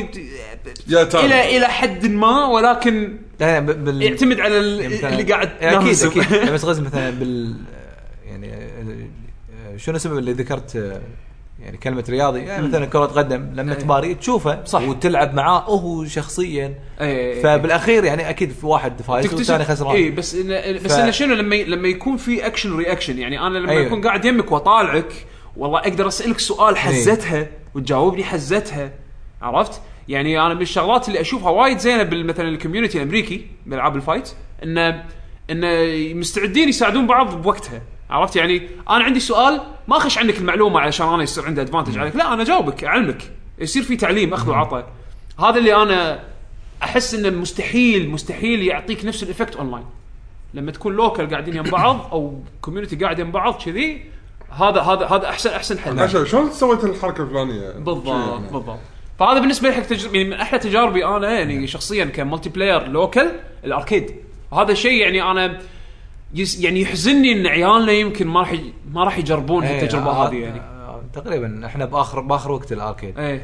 الى حد ما ولكن يعتمد على اللي قاعد اكيد بس غزل مثلا يعني شنو السبب اللي ذكرت يعني كلمه رياضي يعني مثلا كره قدم لما تباري تشوفه وتلعب معاه هو شخصيا فبالاخير يعني اكيد في واحد فايز والثاني خسران بس إن شنو لما يكون في اكشن رياكشن يعني انا لما اكون قاعد يمك واطالعك والله اقدر اسالك سؤال حزتها وتجاوبني حزتها عرفت يعني انا من الشغلات اللي اشوفها وايد زينه مثلا الكوميونتي الامريكي بالعاب الفايت انه مستعدين يساعدون بعض بوقتها عرفت يعني انا عندي سؤال ما اخش عندك المعلومه علشان انا يصير عندي ادفانتج عليك، لا انا اجاوبك اعلمك، يصير في تعليم اخذ وعطاء. هذا اللي انا احس انه مستحيل يعطيك نفس الافكت اونلاين لما تكون لوكال قاعدين يم بعض او كوميونتي قاعد يم بعض كذي. هذا احسن حل. عشان شلون سويت الحركه الفلانيه بالضبط. فهذا بالنسبه لي حق يعني من احلى تجاربي انا يعني شخصيا كمالتي بلاير لوكال الاركيد. وهذا الشيء يعني انا يعني يحزنني ان عيالنا يمكن ما راح يجربون التجربه هذه يعني. تقريبا احنا باخر وقت الاركيد.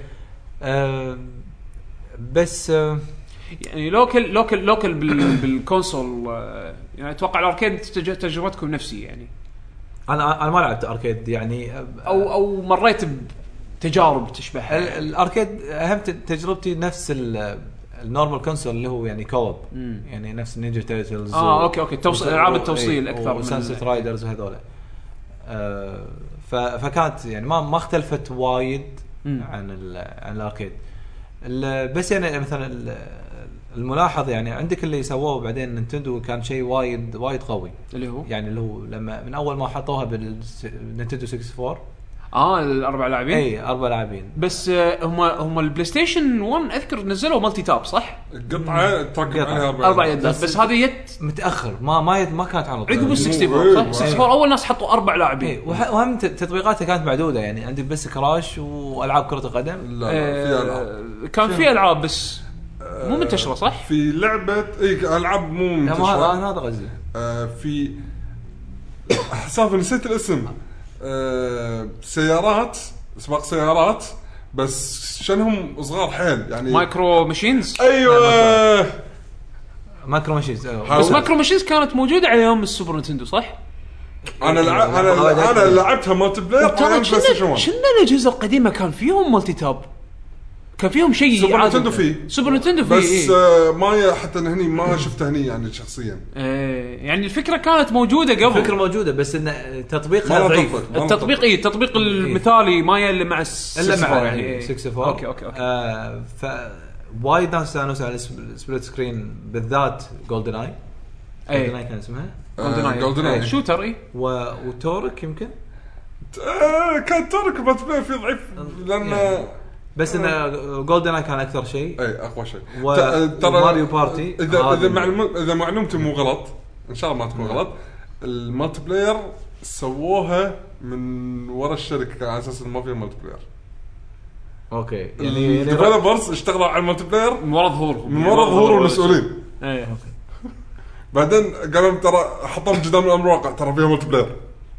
بس يعني لوكال بالكونسول يعني اتوقع الاركيد تجربتكم نفسي يعني. انا ما لعبت اركيد يعني او مريت بتجارب تشبه الاركيد. اهم تجربتي نفس النورمال كونسول اللي هو يعني كوب يعني نفس نينجا تيرتلز اوكي العاب التوصيل اكثر من سانست رايدرز وهذول. فكانت يعني ما اختلفت وايد عن الاركيد. بس يعني مثلا الملاحظ يعني عندك اللي سووه بعدين نينتندو كان شيء وايد قوي اللي هو لما من اول ما حطوها بالنينتندو 64 الاربع لاعبين. اي 4 لاعبين بس هم البلاي ستيشن 1 اذكر نزلوا مالتي تاب صح؟ قطعه تركب عليها 4 يدات بس هذه متاخر ما كانت على عقب 64 صح؟ 64 اول ناس حطوا 4 لاعبين. وهم تطبيقاتها كانت معدوده يعني عندك بس كراش والعاب كره القدم. لا في العاب كان في العاب بس مو منتشره صح؟ في لعبه العاب مو منتشره. هذا قصدي. في حساب نسيت الاسم. سيارات سباق سيارات بس شنهم صغار حيل يعني مايكرو ماشينز. ايوه مايكرو ماشينز. بس مايكرو ماشينز كانت موجوده على يوم السوبر نينتندو صح؟ انا لعبتها مالتي بلاير. شنو الاجهزه القديمه كان فيهم مالتي تاب، كان فيهم شيء سوبر نينتندو فيه بس ما حتى هني ما شفته هني يعني شخصيا. يعني الفكره كانت موجوده قبل. الفكره موجوده بس ان تطبيقها ضعيف. التطبيق المثالي ما يلي مع يعني 64. اوكي ف وايد ناس استانسوا على السبليت سكرين بالذات جولدن اي. جولدن اي كان اسمها جولدن اي شوتر. وتورك يمكن كان تورك بس فيه ضعيف لان بس ان جولدن اي كان اكثر شيء اقوى شيء. ماريو بارتي اذا معلومتي مو غلط ان شاء الله ما تكون غلط. المالتي بلاير سووها من وراء الشركه على اساس ما في مالتي بلاير. اوكي يعني الديفلوبرز اشتغلوا على المالتي بلاير من وراء ظهور المسؤولين. اوكي بعدين قالوا ترى حطهم قدام الامر الواقع ترى فيها مالتي بلاير.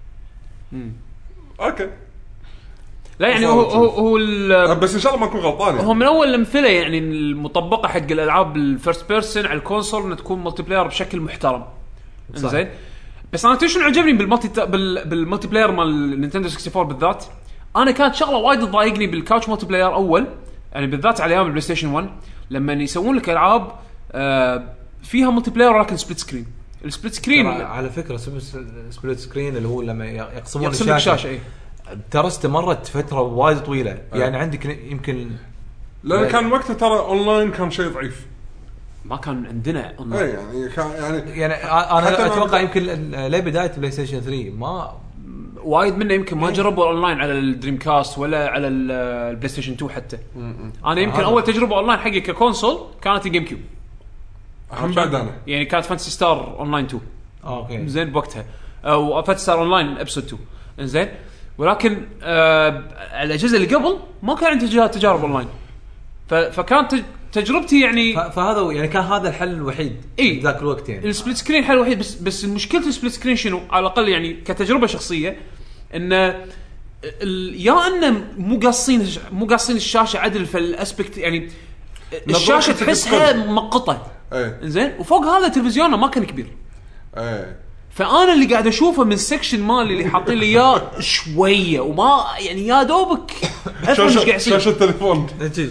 اوكي لا يعني هو بس ان شاء الله ما اكون غلطان يعني. هو من اول الامثله يعني المطبقه حق الالعاب الفيرست بيرسون على الكونسول ان تكون مالتي بلاير بشكل محترم زين. بس انا شنو عجبني بالمالتي بلاير مال نينتندو 64 بالذات، انا كانت شغله وايد تضايقني بالكاوتش مالتي بلاير اول يعني بالذات على ايام البلاي ستيشن 1 لما يسوون لك العاب فيها مالتي بلاير ولكن سبليت سكرين. السبليت سكرين على فكره سبليت سكرين اللي هو لما يقسمون الشاشه ترى استمرت فتره وايد طويله يعني عندك يمكن لان كان وقتها ترى اونلاين كان شيء ضعيف ما كان عندنا اونلاين يعني انا اتوقع يمكن لبدايه بلاي ستيشن 3 ما وايد منه يمكن ما جربوا اونلاين على الدريم كاست ولا على البلاي ستيشن 2 حتى. انا يمكن اول تجربه اونلاين حقي ككونسول كانت الجيم كيوب اهم بعد انا يعني كانت فانتسي ستار اونلاين 2 اوكي زين بوقتها او فانتسي ستار اونلاين ابسود 2 انزين. ولكن الاجهزه اللي قبل ما كان عندي تجارب اونلاين فكانت تجربتي يعني فهذا يعني كان هذا الحل الوحيد ذاك الوقت يعني السبليت سكرين حل وحيد. بس المشكله السبليت سكرين شنو على الاقل يعني كتجربه شخصيه ان يا انه مو قاصين الشاشه عدل في الاسبكت يعني الشاشه تحسها مقطه زين. وفوق هذا التلفزيون ما كان كبير فانا اللي قاعد اشوفه من السكشن مالي اللي حاطين لي اياه شويه وما يعني يا دوبك شاشه التليفون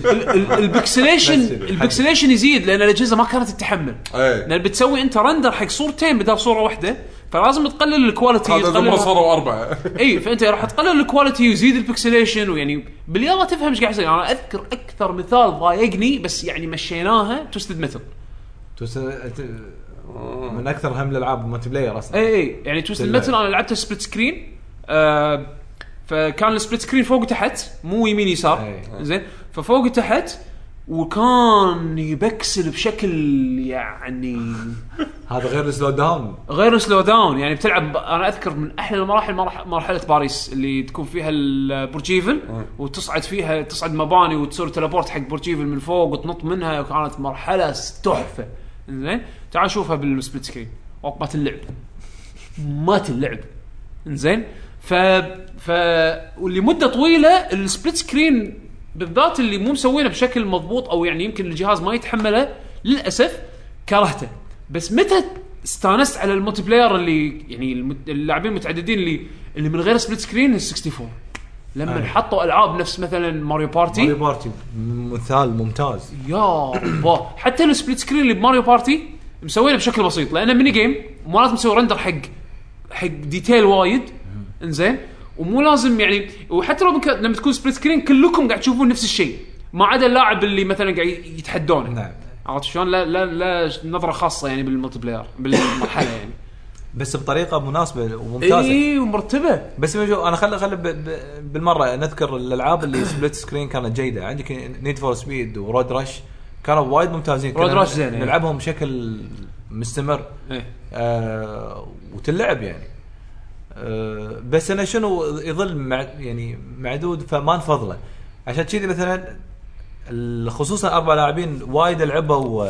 البكسليشن يزيد لان الاجهزه ما كانت تتحمل لان بتسوي انت رندر حق صورتين بدل صوره واحده فلازم تقلل الكواليتي. هذا صوره 4 فانت راح تقلل الكواليتي ويزيد البكسليشن ويعني باليلا تفهم ايش قاعد يصير. انا اذكر اكثر مثال ضايقني بس يعني مشيناها توستد ميتل من اكثر هم الالعاب مالتي بلاير اصلا. اي يعني تويستد ميتل انا لعبتها سبليت سكرين، فكان السبليت سكرين فوق وتحت مو يمين يسار، زين فوق وتحت وكان يبكسل بشكل يعني هذا غير سلو داون يعني بتلعب. انا اذكر من احلى المراحل مرحله باريس اللي تكون فيها البرج ايفل وتصعد فيها تصعد مباني وتصير تليبورت حق برج ايفل من فوق وتنط منها، وكانت مرحله تحفه. زين تعال شوفها بالسبليت سكرين وقت اللعب زين. واللي مده طويله السبليت سكرين بالذات اللي مو مسوينه بشكل مضبوط او يعني يمكن الجهاز ما يتحمله للاسف كرهته. بس متى استانست على الملتي بلاير اللي يعني اللاعبين المتعددين اللي من غير سبليت سكرين ال64 لما حطوا العاب نفس مثلا ماريو بارتي مثال ممتاز. يا الله حتى السبليت سكرين اللي بماريو بارتي مسوينه بشكل بسيط لانه ميني جيم مو لازم تسوي رندر حق ديتيل وايد انزين، ومو لازم يعني. وحتى لما تكون سبليت سكرين كلكم قاعد تشوفون نفس الشيء ما عدا اللاعب اللي مثلا قاعد يتحدونه. نعم عرفت شلون؟ لا نظره خاصه يعني بالملتي بلاير بالمرحله يعني بس بطريقه مناسبه وممتازه اي ومرتبه. بس انا خلي بالمره نذكر الالعاب اللي سبليت سكرين كانت جيده. عندك نيد فور سبيد ورود راش كانوا وايد ممتازين، رود راش زين نلعبهم بشكل مستمر وتلعب يعني. بس انا شنو يظل يعني معدود فما نفضله عشان كذي مثلا خصوصا 4 لاعبين وايد لعبوا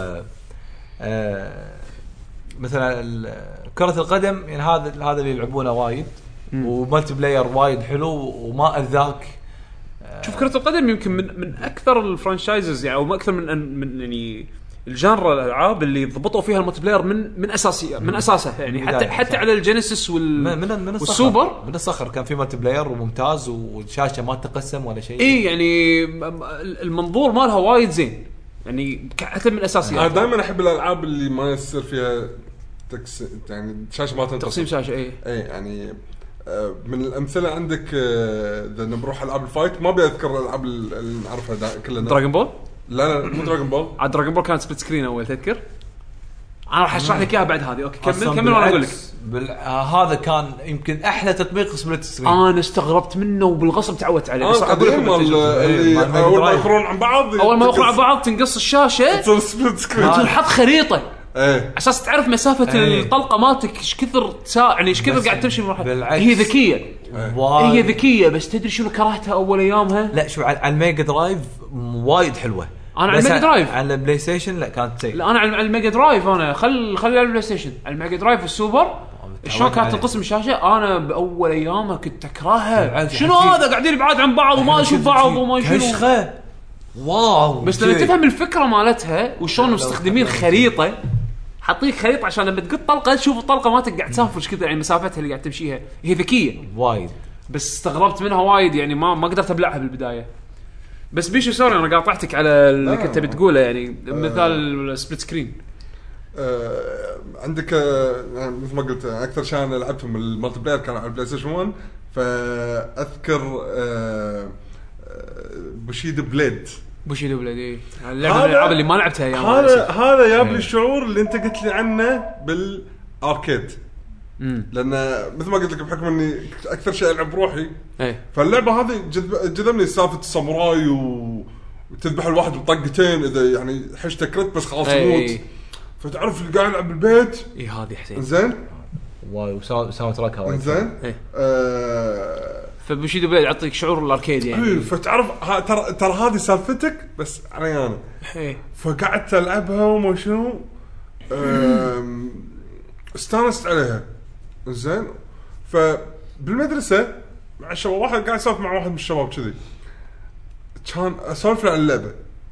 مثلا كرة القدم يعني هذا اللي يلعبونه وايد ومالتي بلاير وايد حلو وما اذاك. شوف كرة القدم يمكن من اكثر الفرانشايزز يعني او اكثر من يعني الجانرا الالعاب اللي ضبطوا فيها الملتي بلاير من اساسه يعني حتى على الجينيسيس والسوبر من الصخر كان في ملتي بلاير وممتاز والشاشه ما تقسم ولا شيء. اي يعني المنظور مالها وايد زين يعني حتى من اساسيات. انا دائما احب الالعاب اللي ما يصير فيها يعني شاشه ما تنقسم تقسيم شاشه. اي يعني من الامثله عندك اذا نروح العاب الفايت ما بيذكر الالعاب اللي نعرفها كلنا. دراغون بول لا مو دراغون بول. دراغون بول كانت سبليت سكرين اول تذكر. انا راح اشرح لك اياها بعد هذه. اوكي كمل وانا اقول لك. هذا كان يمكن احلى تطبيق سبليت سكرين. انا استغربت منه وبالغصب تعودت عليه. بس اقول لكم اول ما يخرون عن بعض تنقص الشاشه تصير سبليت سكرين تنحط خريطه اساس تعرف مسافه الطلقه مالتك ايش كثر يعني ايش كثر قاعد تمشي بالمرحله. هي ذكيه هي ذكيه بس تدري شنو كرهتها اول ايامها. لا شو على الميجا درايف وايد حلوه. انا على الميجا درايف على البلاي ستيشن لا كانت سيئه. لا انا على الميجا درايف انا خلي على البلاي ستيشن على الميجا درايف والسوبر شلون كانت تنقسم الشاشه. انا باول ايامها كنت اكرهها. شنو هذا قاعدين بعاد عن بعض وما اشوف بعض وما شنو واو. بس لما تفهم الفكره مالتها وشلون مستخدمين خريطه حطيك خريطه عشان لما تقط طلقه تشوف الطلقه مالتك قاعد تسافر ايش كذا يعني مسافتها اللي قاعد تمشيها. هي ذكيه وايد بس استغربت منها وايد يعني ما قدرت ابلعها بالبدايه. بس بيشو سوري انا قاطعتك على اللي كنت بتقوله يعني مثال السبليت سكرين. عندك يعني مثل ما قلت اكثر شيء انا لعبتهم الملتي بلاير كان على البلاي ستيشن 1. فاذكر بوشيدو بليد ايه اللعبه من الالعاب اللي ما لعبتها ايام. هذا جاب لي الشعور اللي انت قلت لي عنه بالاركيد. لان مثل ما قلت لك بحكم اني اكثر شيء العب بروحي فاللعبه هذه جذبني سالفه الساموراي وتذبح الواحد بطقتين اذا يعني حشته كرت بس خلاص يموت. فتعرف اللي قاعد يلعب بالبيت هذه حسين زين واو ساوند تراك وايد زين. فبشيدو بليد يعطيك شعور الاركيد يعني. فتعرف ترى هذه سالفتك بس انا فقعدت العبها وما شنو استانست عليها زين. فبالمدرسه مع الشباب واحد قاعد يسولف مع واحد من الشباب كذي كان اسولف عن اللعبه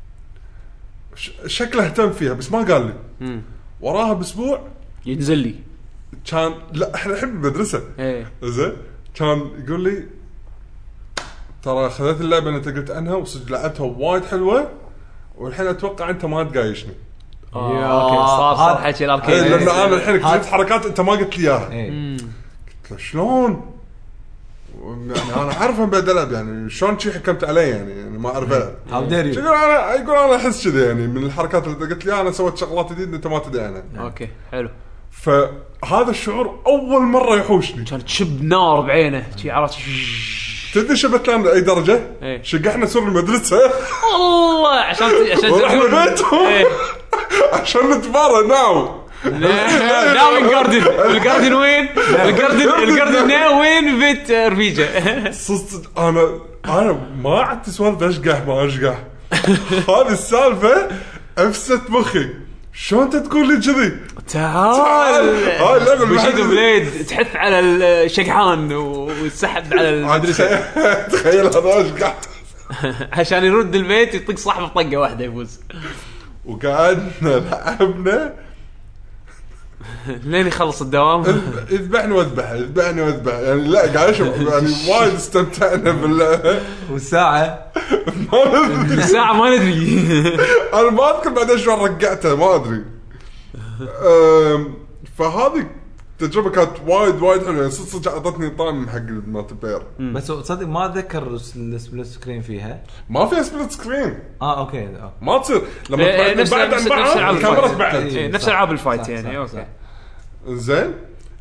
شكله اهتم فيها بس ما قال لي. وراها باسبوع ينزل لي كان لا احنا نحب المدرسه زين كان يقول لي ترى اخذت اللعبه اللي انت قلت عنها وصدق لعبتها وايد حلوه والحين اتوقع انت ما تقايشني. اوكي صار حكي الاركيد لان انا الحين كنت حركات انت ما قلت لي اياها. قلت له شلون يعني انا اعرفهم بعد العب يعني شلون شي حكمت عليه يعني ما اعرف العب يقول انا احس كذا يعني من الحركات اللي قلت لي انا سويت شغلات جديده انت ما تدري عنها. اوكي حلو. فهذا الشعور اول مره يحوشني كان تشب نار بعينه شي عرفت. تدري شبتنا لاي درجه؟ شقحنا سور المدرسه والله عشان ورحنا بيتهم عشان نتبارى ناو الجاردن الجاردن وين الجاردن ناو وين بيت رفيجه. صدق انا ما عدت سوالف اشقح ما اشقح هذه السالفه افسد مخي. شلون انت تقول لي كذي؟ تعال وشيد بليد تحث على الشقحان والسحب على المدرسه. تخيل هذا اشقح عشان يرد البيت يطق صاحبه طقه واحده يفوز. وقعدنا لعبنا لين يخلص الدوام. يذبحني واذبح يعني لا قاعد اشوف يعني وايد استمتعنا باللعبه. والساعه الساعه ما ندري انا ما اذكر بعدين شلون رجعتها ما ادري. فهذه التجربه كانت وايد حلوه يعني صدق اعطتني طعم حق المالتي بلاير. بس صدق ما اتذكر السبليت سكرين فيها. ما فيها سبليت سكرين. اوكي ما تصير لما نفس الكاميرا بعد نفس العاب الفايت يعني. اوكي زين.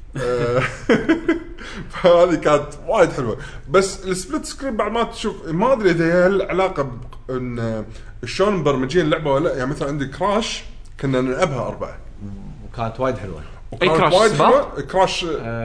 فهذه كانت وايد حلوه. بس السبليت سكرين بعد ما تشوف ما ادري اذا هي العلاقه ان شلون مبرمجين اللعبه ولا يعني مثلا عندي كراش كنا نلعبها 4 وكانت وايد حلوه. اي كراش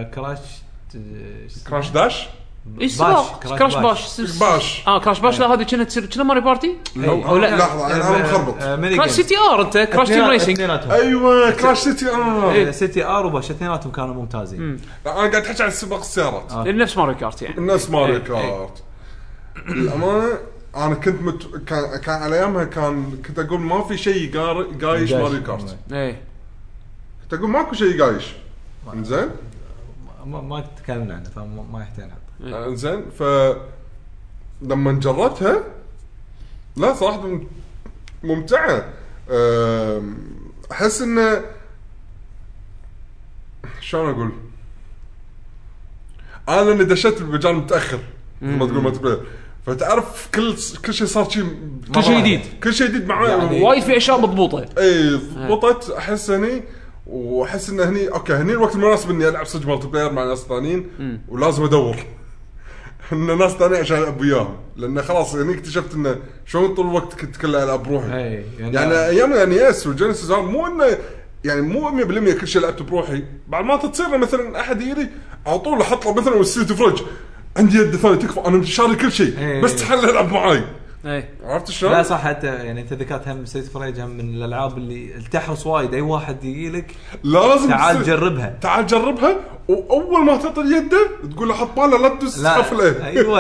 كراش داش كراش باش كراش باش. لا هذه كانت تصير كنا ماري بارتي او لا لحظه انا مخربط. كراش سيتي ار انت كراش تيم ريسنج. ايوه كراش سيتي ار. سيتي ار وباش اثنيناتهم كانوا ممتازين. لا انا قاعد احكي عن سباق السيارات نفس ماري كارت يعني الناس ماري كارت. الامانه انا كنت كان على ايامها كنت اقول ما في شيء قايش ماري كارت. كنت اقول ماكو شيء قايش. زين ما تكلمنا عنه فما يحتاج نحط. زين لما جربتها لا صراحه ممتعه. احس انه شلون اقول انا اللي دشيت المجال متاخر ما تقول ما تبلي فتعرف كل شيء صار شيء كل شيء جديد معايا يعني وايد في اشياء مضبوطه. اي ضبطت احس هني واحس ان هني اوكي هني الوقت المناسب اني العب صدق مالتي بلاير مع ناس ثانيين ولازم ادور ان ناس ثانيه عشان العب وياهم لان خلاص هني اكتشفت انه شلون طول الوقت كنت كله العب بروحي. يعني ايام الانيس والجينيسيس مو انه يعني مو 100% كل شيء لعبت بروحي. بعد ما تصير مثلا احد يجي على طول احط له مثلا والسيت فرج عندي يد ثانيه تكفى انا شاري كل شيء بس تحل العب معاي. عرفت شلون؟ لا صح حتى يعني انت ذكرت هم سيت فريج هم من الالعاب اللي تحرص وايد اي واحد يجي لك لازم تعال جربها واول ما تعطي يده تقول له حط باله لا تدوس حفله. ايوه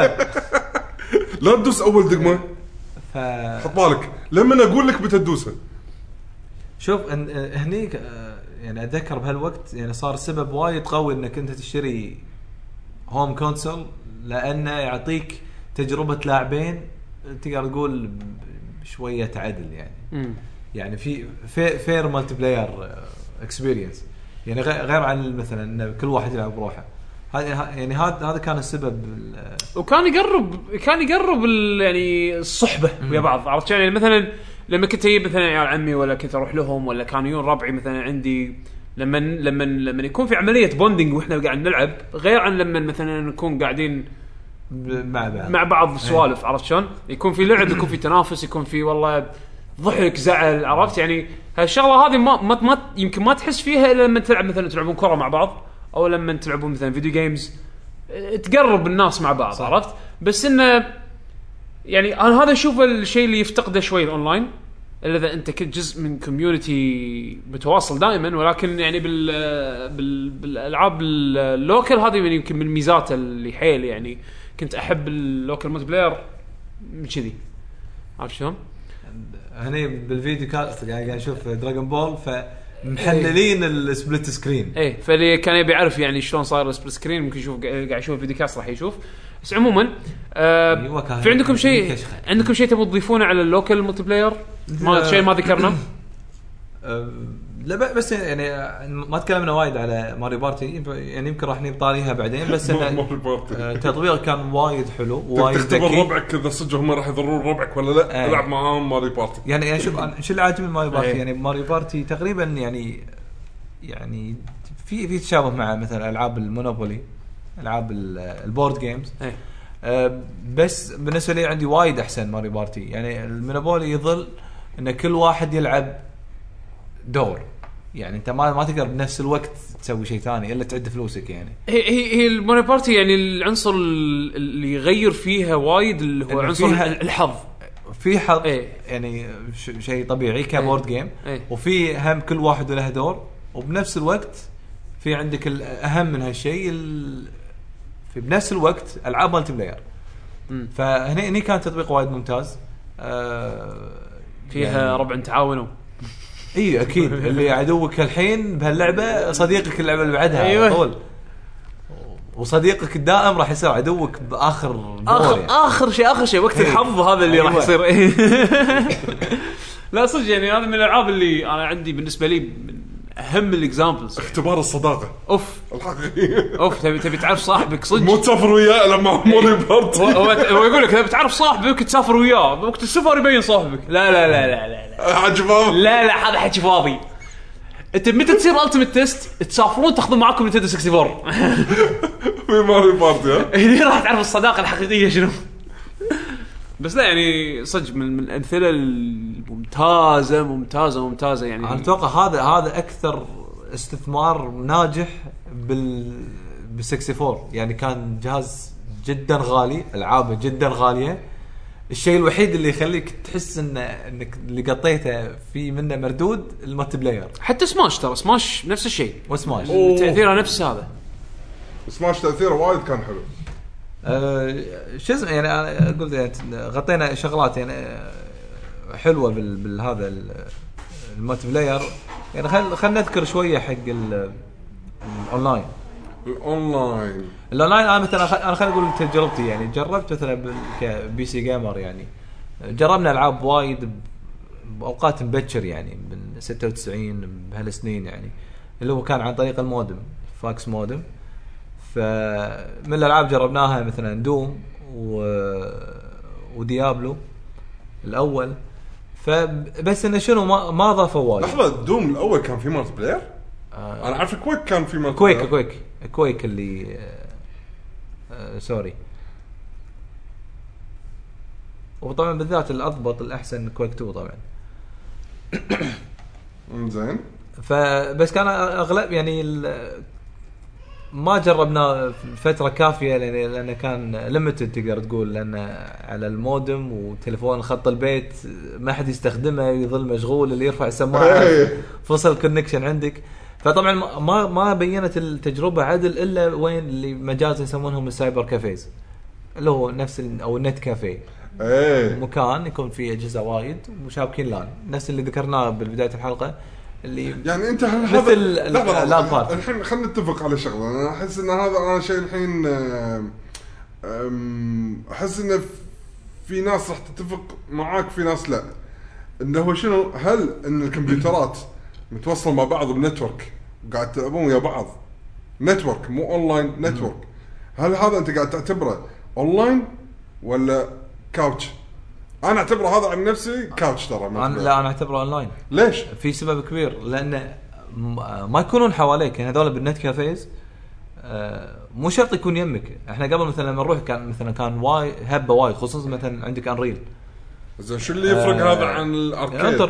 لا تدوس اول دقمه حط بالك لما اقول لك بتدوسها. شوف هنيك يعني اتذكر بهالوقت يعني صار سبب وايد قوي انك انت تشتري هوم كونسول لانه يعطيك تجربه لاعبين تقدر تقول شويه عدل يعني. يعني في فير مالتي بلاير اكسبيرينس يعني غير عن مثلا ان كل واحد يلعب بروحه. يعني هذا كان السبب. وكان يقرب يعني الصحبه ويا بعض. عرفت يعني مثلا لما كنت اجيب مثلا عيال عمي ولا كنت اروح لهم ولا كانوا يجون ربعي مثلا عندي لما يكون في عمليه بوندينج واحنا قاعد نلعب غير عن لما مثلا نكون قاعدين مع بعض سوالف. عرفت شلون يكون في لعب يكون في تنافس يكون في والله ضحك زعل. عرفت يعني هالشغله هذه ما يمكن ما تحس فيها الا لما تلعب مثلا تلعبون كره مع بعض او لما تلعبون مثلا فيديو جيمز تقرب الناس مع بعض. عرفت بس انه يعني انا هذا اشوف الشيء اللي يفتقده شوي الاونلاين الا اذا انت كنت جزء من كوميونتي متواصل دائما. ولكن يعني بالالعاب اللوكل هذه يعني يمكن من ميزاته اللي حيل يعني كنت احب اللوكل مالتي بلاير من كذي. عارف شلون هني بالفيديو كاست قاعد اشوف دراغون بول فمحللين السبليت سكرين فاللي كان يبي يعرف يعني شلون صاير السبليت سكرين ممكن يشوف قاعد يشوف الفيديو كاست راح يشوف. بس عموما في عندكم شيء تبغوا تضيفونه على اللوكل مالتي بلاير شيء ما ذكرنا؟ لا بس يعني ما تكلمنا وايد على ماريو بارتي يعني يمكن راح نبطاليها بعدين بس التطبيق كان وايد حلو وايد ذكي. تختبر ربعك اذا صدق هم راح يضرون ربعك ولا لا. العب معاهم ماريو بارتي. يعني شوف شو اللي عاجبني ماريو بارتي يعني ماريو بارتي تقريبا يعني في تشابه مع مثلا العاب المونوبولي العاب البورد جيمز. بس بالنسبه لي عندي وايد احسن ماريو بارتي. يعني المونوبولي يظل ان كل واحد يلعب دور يعني انت ما تقدر بنفس الوقت تسوي شيء ثاني الا تعد فلوسك. يعني هي الموني بارتي يعني العنصر اللي يغير فيها وايد اللي هو عنصر الحظ. في حظ يعني شيء طبيعي كبورد جيم. وفي هم كل واحد له دور وبنفس الوقت في عندك الاهم من هالشيء في بنفس الوقت العاب مالتي بلاير. فهني كان تطبيق وايد ممتاز. فيها يعني ربع تعاونوا. اي اكيد اللي عدوك الحين بهاللعبه صديقك اللعبه اللي بعدها. أيوة. طول وصديقك الدائم راح يصير عدوك باخر دور يعني. اخر شيء وقت الحظ هذا اللي راح يصير. لا صدق يعني هذا من الالعاب اللي انا عندي بالنسبه لي من اهم الاكزامبلز. اختبار الصداقه الحقيقي. تبي تعرف صاحبك صدق مو تسافر وياه لما موري بارت. هو يقول لك تبي تعرف صاحبك تسافر وياه وقت السفر يبين صاحبك. لا عجبه. لا هذا حكي فاضي. انت متى تصير التيمت تيست تسافرون تاخذون معكم نينتندو 64 في ماري بارتي. هني راح تعرف الصداقه الحقيقيه شنو. بس لا يعني صدق من الامثله الممتازه يعني. انا اتوقع هذا اكثر استثمار ناجح بال 64. يعني كان جهاز جدا غالي العابه جدا غاليه. الشيء الوحيد اللي يخليك تحس انك اللي قطيته في منه مردود المالتي بلاير. حتى سماش ترى سماش نفس الشيء. وسماش تاثيره نفس هذا. سماش تاثيره وايد كان حلو. شو اسمه يعني انا قلت يعني غطينا شغلات يعني حلوه بالهذا المالتي بلاير. يعني خلينا نذكر شويه حق الاونلاين. انا مثلا خلينا نقول تجربتي. يعني جربت مثلا كبي سي جيمر يعني جربنا العاب وايد باوقات مبكر يعني من 96 بهالسنين يعني اللي هو كان عن طريق المودم فاكس مودم. فمن الالعاب جربناها مثلا دوم وديابلو الاول. فبس انه شنو ما ضافوا وايد. لحظه دوم الاول كان في مالتي بلاير. انا عارف كويك كان في مالتي بلاير. كويك اللي سوري. وطبعا بالذات الاضبط الاحسن كويك 2 طبعا. زين. فبس كان اغلب يعني ما جربنا فتره كافيه لان كان ليميتد تقدر تقول لان على المودم وتليفون خط البيت ما حد يستخدمه يظل مشغول اللي يرفع السماعه فصل كونكشن عندك. فطبعا ما بينت التجربه عدل الا وين اللي مجازا يسمونهم السايبر كافيز اللي هو نفس او النت كافيه. مكان يكون فيه اجهزه وايد وشابكين لان نفس اللي ذكرناه بالبدايه الحلقه اللي يعني انت مثل اللاب. الحين خلينا نتفق على شغله. انا احس ان هذا انا شيء الحين احس ان في ناس راح تتفق معاك في ناس لا. انه هو شنو هل ان الكمبيوترات متوصل مع بعض بنتورك قاعد تلعبون ويا بعض نتورك مو اونلاين نتورك. هل هذا انت قاعد تعتبره اونلاين ولا كاوتش؟ انا اعتبره هذا عن نفسي كاوتش ترى. لا انا اعتبره اونلاين. ليش؟ في سبب كبير لان ما يكونون حواليك. يعني هذول بالنت كافيز مو شرط يكون يمك. احنا قبل مثلا لما نروح كان واي هبه وايد خصوصا مثلا عندك انريل. زين شو اللي يفرق هذا عن الاركيد؟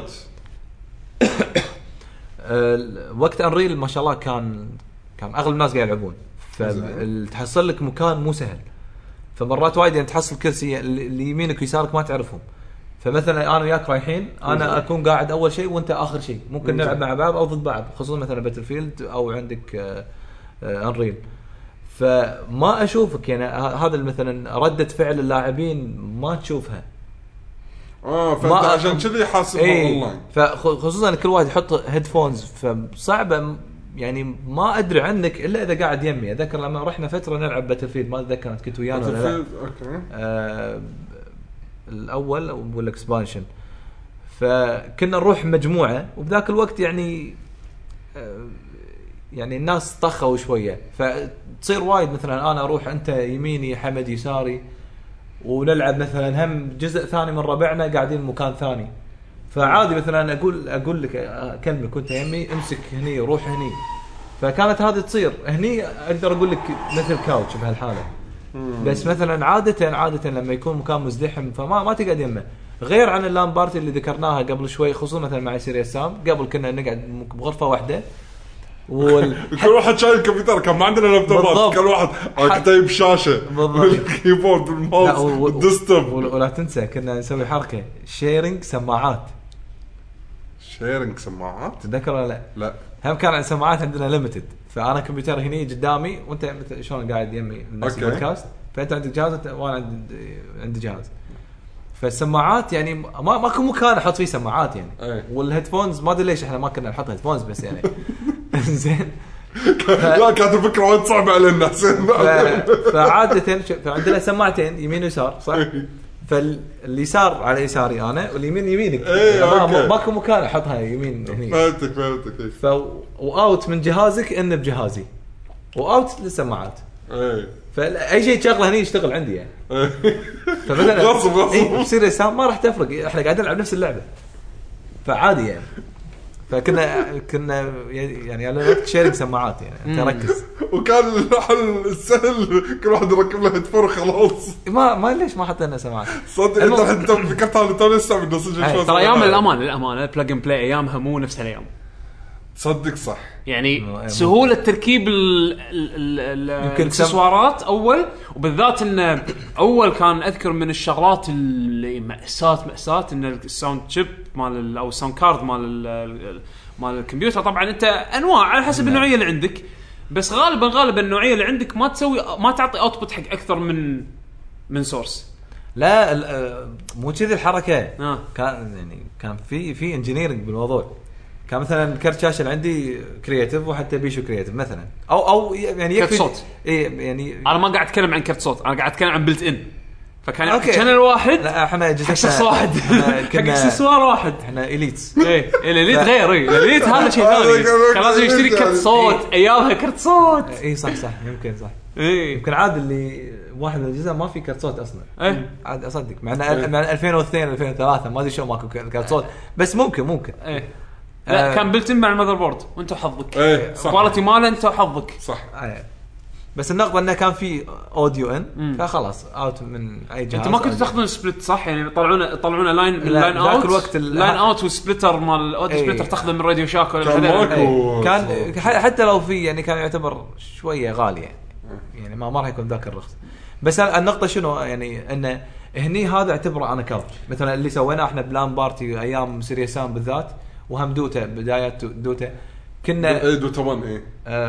وقت انريل ما شاء الله كان اغلب الناس قاعد يلعبون. فتحصل لك مكان مو سهل. فمرات وايد يعني تحصل كرسي اللي يمينك ويسارك ما تعرفهم. فمثلا انا وياك رايحين انا اكون قاعد اول شيء وانت اخر شيء. ممكن نلعب مع بعض او ضد بعض خصوصا مثلا باتل فيلد او عندك انريل. فما اشوفك يعني هذا مثلا ردة فعل اللاعبين ما تشوفها. فانت عشان كذي حاسبها اونلاين. فخصوصا كل واحد يحط هيدفونز فصعبه يعني ما ادري عنك الا اذا قاعد يمي. اذكر لما رحنا فتره نلعب باتل فيلد ما اتذكر انت كنت ويانا ولا لا. اوكي. الاول والاكسبانشن. فكنا نروح مجموعه وبذاك الوقت يعني يعني الناس طخوا شويه، فتصير وايد مثلا انا اروح انت يميني حمد يساري ونلعب مثلا هم جزء ثاني من ربعنا قاعدين مكان ثاني، فعادي مثلا اقول لك اكلمك كنت يمي امسك هني روح هني، فكانت هذه تصير هني اقدر اقول لك مثل كاوتش بهالحاله. بس مثلا عاده لما يكون مكان مزدحم فما تقعد يمه، غير عن اللان بارتي اللي ذكرناها قبل شوي، خصوصا مثلا مع سيريس سام قبل كنا نقعد بغرفه واحده كل واحد شايل الكمبيوتر، كان ما عندنا لابتوبات، كل واحد كتايب شاشه والكيبورد والماوس والديسكتوب. ولا تنسى كنا نسوي حركه شيرنج سماعات تذكر ولا لا؟ هم كان عن سماعات عندنا ليميتد، فانا كمبيوتر هني قدامي وانت شلون قاعد يمي الناس البودكاست، فانت عندك جهاز وانا عندي جهاز، فالسماعات يعني ماكو مكان احط فيه سماعات يعني والهيدفونز ما ادري ليش احنا ما كنا نحط هيدفونز بس يعني زين لا كانت الفكره وايد صعبه على الناس. فعاده عندنا سماعتين يمين ويسار صح، فاليسار على يساري انا واليمين يمينك، ماكو مكان احطها يمين هني. فهمتك. واوت من جهازك ان بجهازي واوت للسماعات، فاي شيء شغله هني يشتغل عندي يعني. فمثلا غصب بصير سام ما راح تفرق، احنا قاعدين نلعب نفس اللعبه فعادي يعني. فكنا يعني على وقت شيرنج سماعات يعني انت ركز. وكان الحل السهل كل واحد يركب له هيدفون خلاص. ما ليش ما حطينا سماعات صدق انت ذكرت هذا تو لسه من نص ترى ايام الامانه بلاج اند بلاي ايامها مو نفس الايام صدق صح يعني سهوله تركيب الاكسسوارات اول، وبالذات ان اول كان اذكر من الشغلات اللي مأساة ان الساوند شيب مال او الساوند كارد مال الكمبيوتر. طبعا انت انواع على حسب النوعيه اللي عندك، بس غالبا النوعيه اللي عندك ما تعطي اوتبوت حق اكثر من سورس. لا مو كذي الحركه. كان في انجينيرنج بالموضوع. كان مثلا كرت شاشه اللي عندي كرياتيف وحتى بيشو كرياتيف مثلا او يعني يكفي صوت. يعني انا ما قاعد اتكلم عن كرت صوت، انا قاعد اتكلم عن بلت ان. فكان شانل واحد، لا احنا شخص واحد حق اكسسوار واحد. احنا اليت الاليت غير الاليت هذا شيء ثاني. كان لازم يشتري كرت صوت ايامها كرت صوت. صح يمكن صح يمكن عاد اللي واحد من الجزء ما في كرت صوت اصلا. عاد اصدق مع 2002 2003 ما ادري شو ماكو كرت صوت، بس ممكن لا كان بلتن مع المذر بورد وانت حظك كواليتي ماله انت حظك صح. بس النقطه انه كان في اوديو ان فخلاص اوت من اي جهاز. انت ما كنتوا تاخذون سبليت صح يعني يطلعون لاين اوت الوقت لاين اوت والسبليتر مال الاوديو سبليتر تاخذه من راديو شاك ولا كان حتى لو في يعني كان يعتبر شويه غالي يعني ما راح يكون ذاك الرخص. بس النقطه شنو يعني انه هني هذا اعتبره انا كاوتش مثلا اللي سويناه احنا بلان بارتي ايام سيريس سام بالذات وهم دوتا بدايات دوتا كنا دوتا 1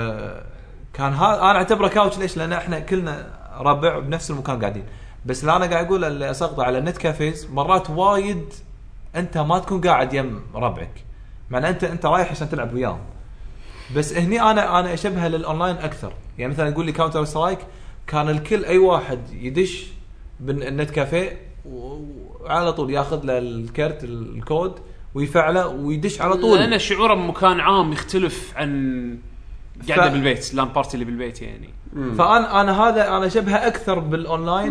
كان هذا انا اعتبره كاوتش. ليش؟ لان احنا كلنا ربع بنفس المكان قاعدين. بس اللي انا قاعد اقول اللي اسقط على النت كافيز مرات وايد انت ما تكون قاعد يم ربعك، معناه انت رايح عشان تلعب وياهم. بس هني انا اشبهها للاونلاين اكثر. يعني مثلا يقول لي كاونتر سترايك كان الكل اي واحد يدش بالنت كافيه وعلى طول ياخذ له الكرت الكود ويفعله ويدش على طول. لأن شعوره بمكان عام يختلف عن قاعدة بالبيت لان بارتي اللي بالبيت يعني. فأنا هذا أنا شبهه أكثر بالأونلاين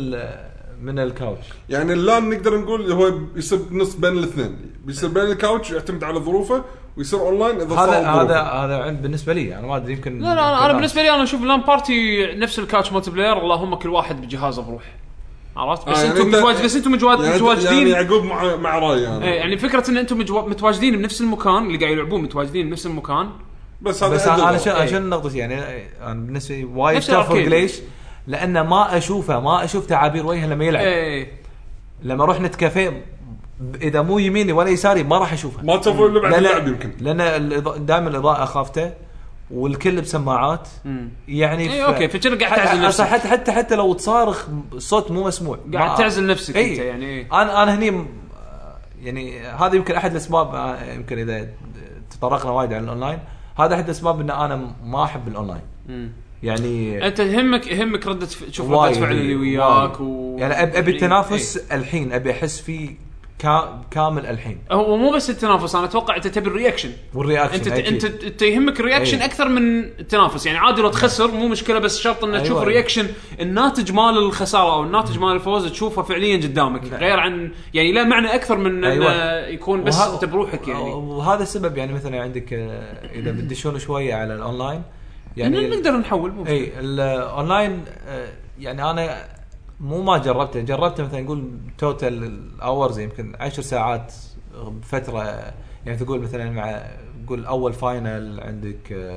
من الكاوتش. يعني اللان نقدر نقول هو يصير نص بين الاثنين، بيصير بين الكاوتش يعتمد على ظروفه ويصير أونلاين إذا هذا بالنسبة لي أنا ما أدري يمكن. لا أنا بالنسبة لي أنا أشوف اللان بارتي نفس الكاوتش مالتي بلاير، اللهم كل واحد بجهازه بروح. عرفت؟ بس انتم متواجدين يعني يعقوب مع راي يعني فكره ان انتم متواجدين بنفس المكان اللي قاعد يلعبون، متواجدين بنفس المكان. بس انا عشان نقطتي يعني انا بالنسبه لي وايد تفرق. ليش؟ لان ما اشوف تعابير وجهه لما يلعب. لما اروح نت كافيه اذا مو يميني ولا يساري ما راح اشوفها، ما تشوفه الا بعد اللعب يمكن، لان دائما الاضاءه خافته والكل بسماعات يعني اوكي فكر قاعد تعزل نفسك. حتى لو تصارخ الصوت مو مسموع قاعد تعزل نفسك انت يعني. انا هني يعني هذا يمكن احد الاسباب، يمكن اذا تطرقنا وايد على الاونلاين هذا احد الاسباب ان انا ما احب الاونلاين. يعني انت يهمك تشوف ردة فعل اللي وياك يعني ابي التنافس الحين، ابي احس كامل الحين. هو مو بس التنافس، انا اتوقع انت تبي الرياكشن والرياكشن. انت يهمك الرياكشن اكثر من التنافس. يعني عادي لو تخسر مو مشكله، بس شرط ان تشوف الرياكشن، الناتج مال الخساره او الناتج مال الفوز تشوفه فعليا قدامك. غير عن يعني لا معنى اكثر من يكون بس انت بروحك يعني. وهذا السبب يعني مثلا عندك اذا بدشون شويه على الاونلاين يعني نقدر نحول اي الاونلاين. يعني انا مو ما جربته مثلا نقول توتال اورز يمكن 10 ساعات بفتره. يعني تقول مثلا مع نقول اول فاينل عندك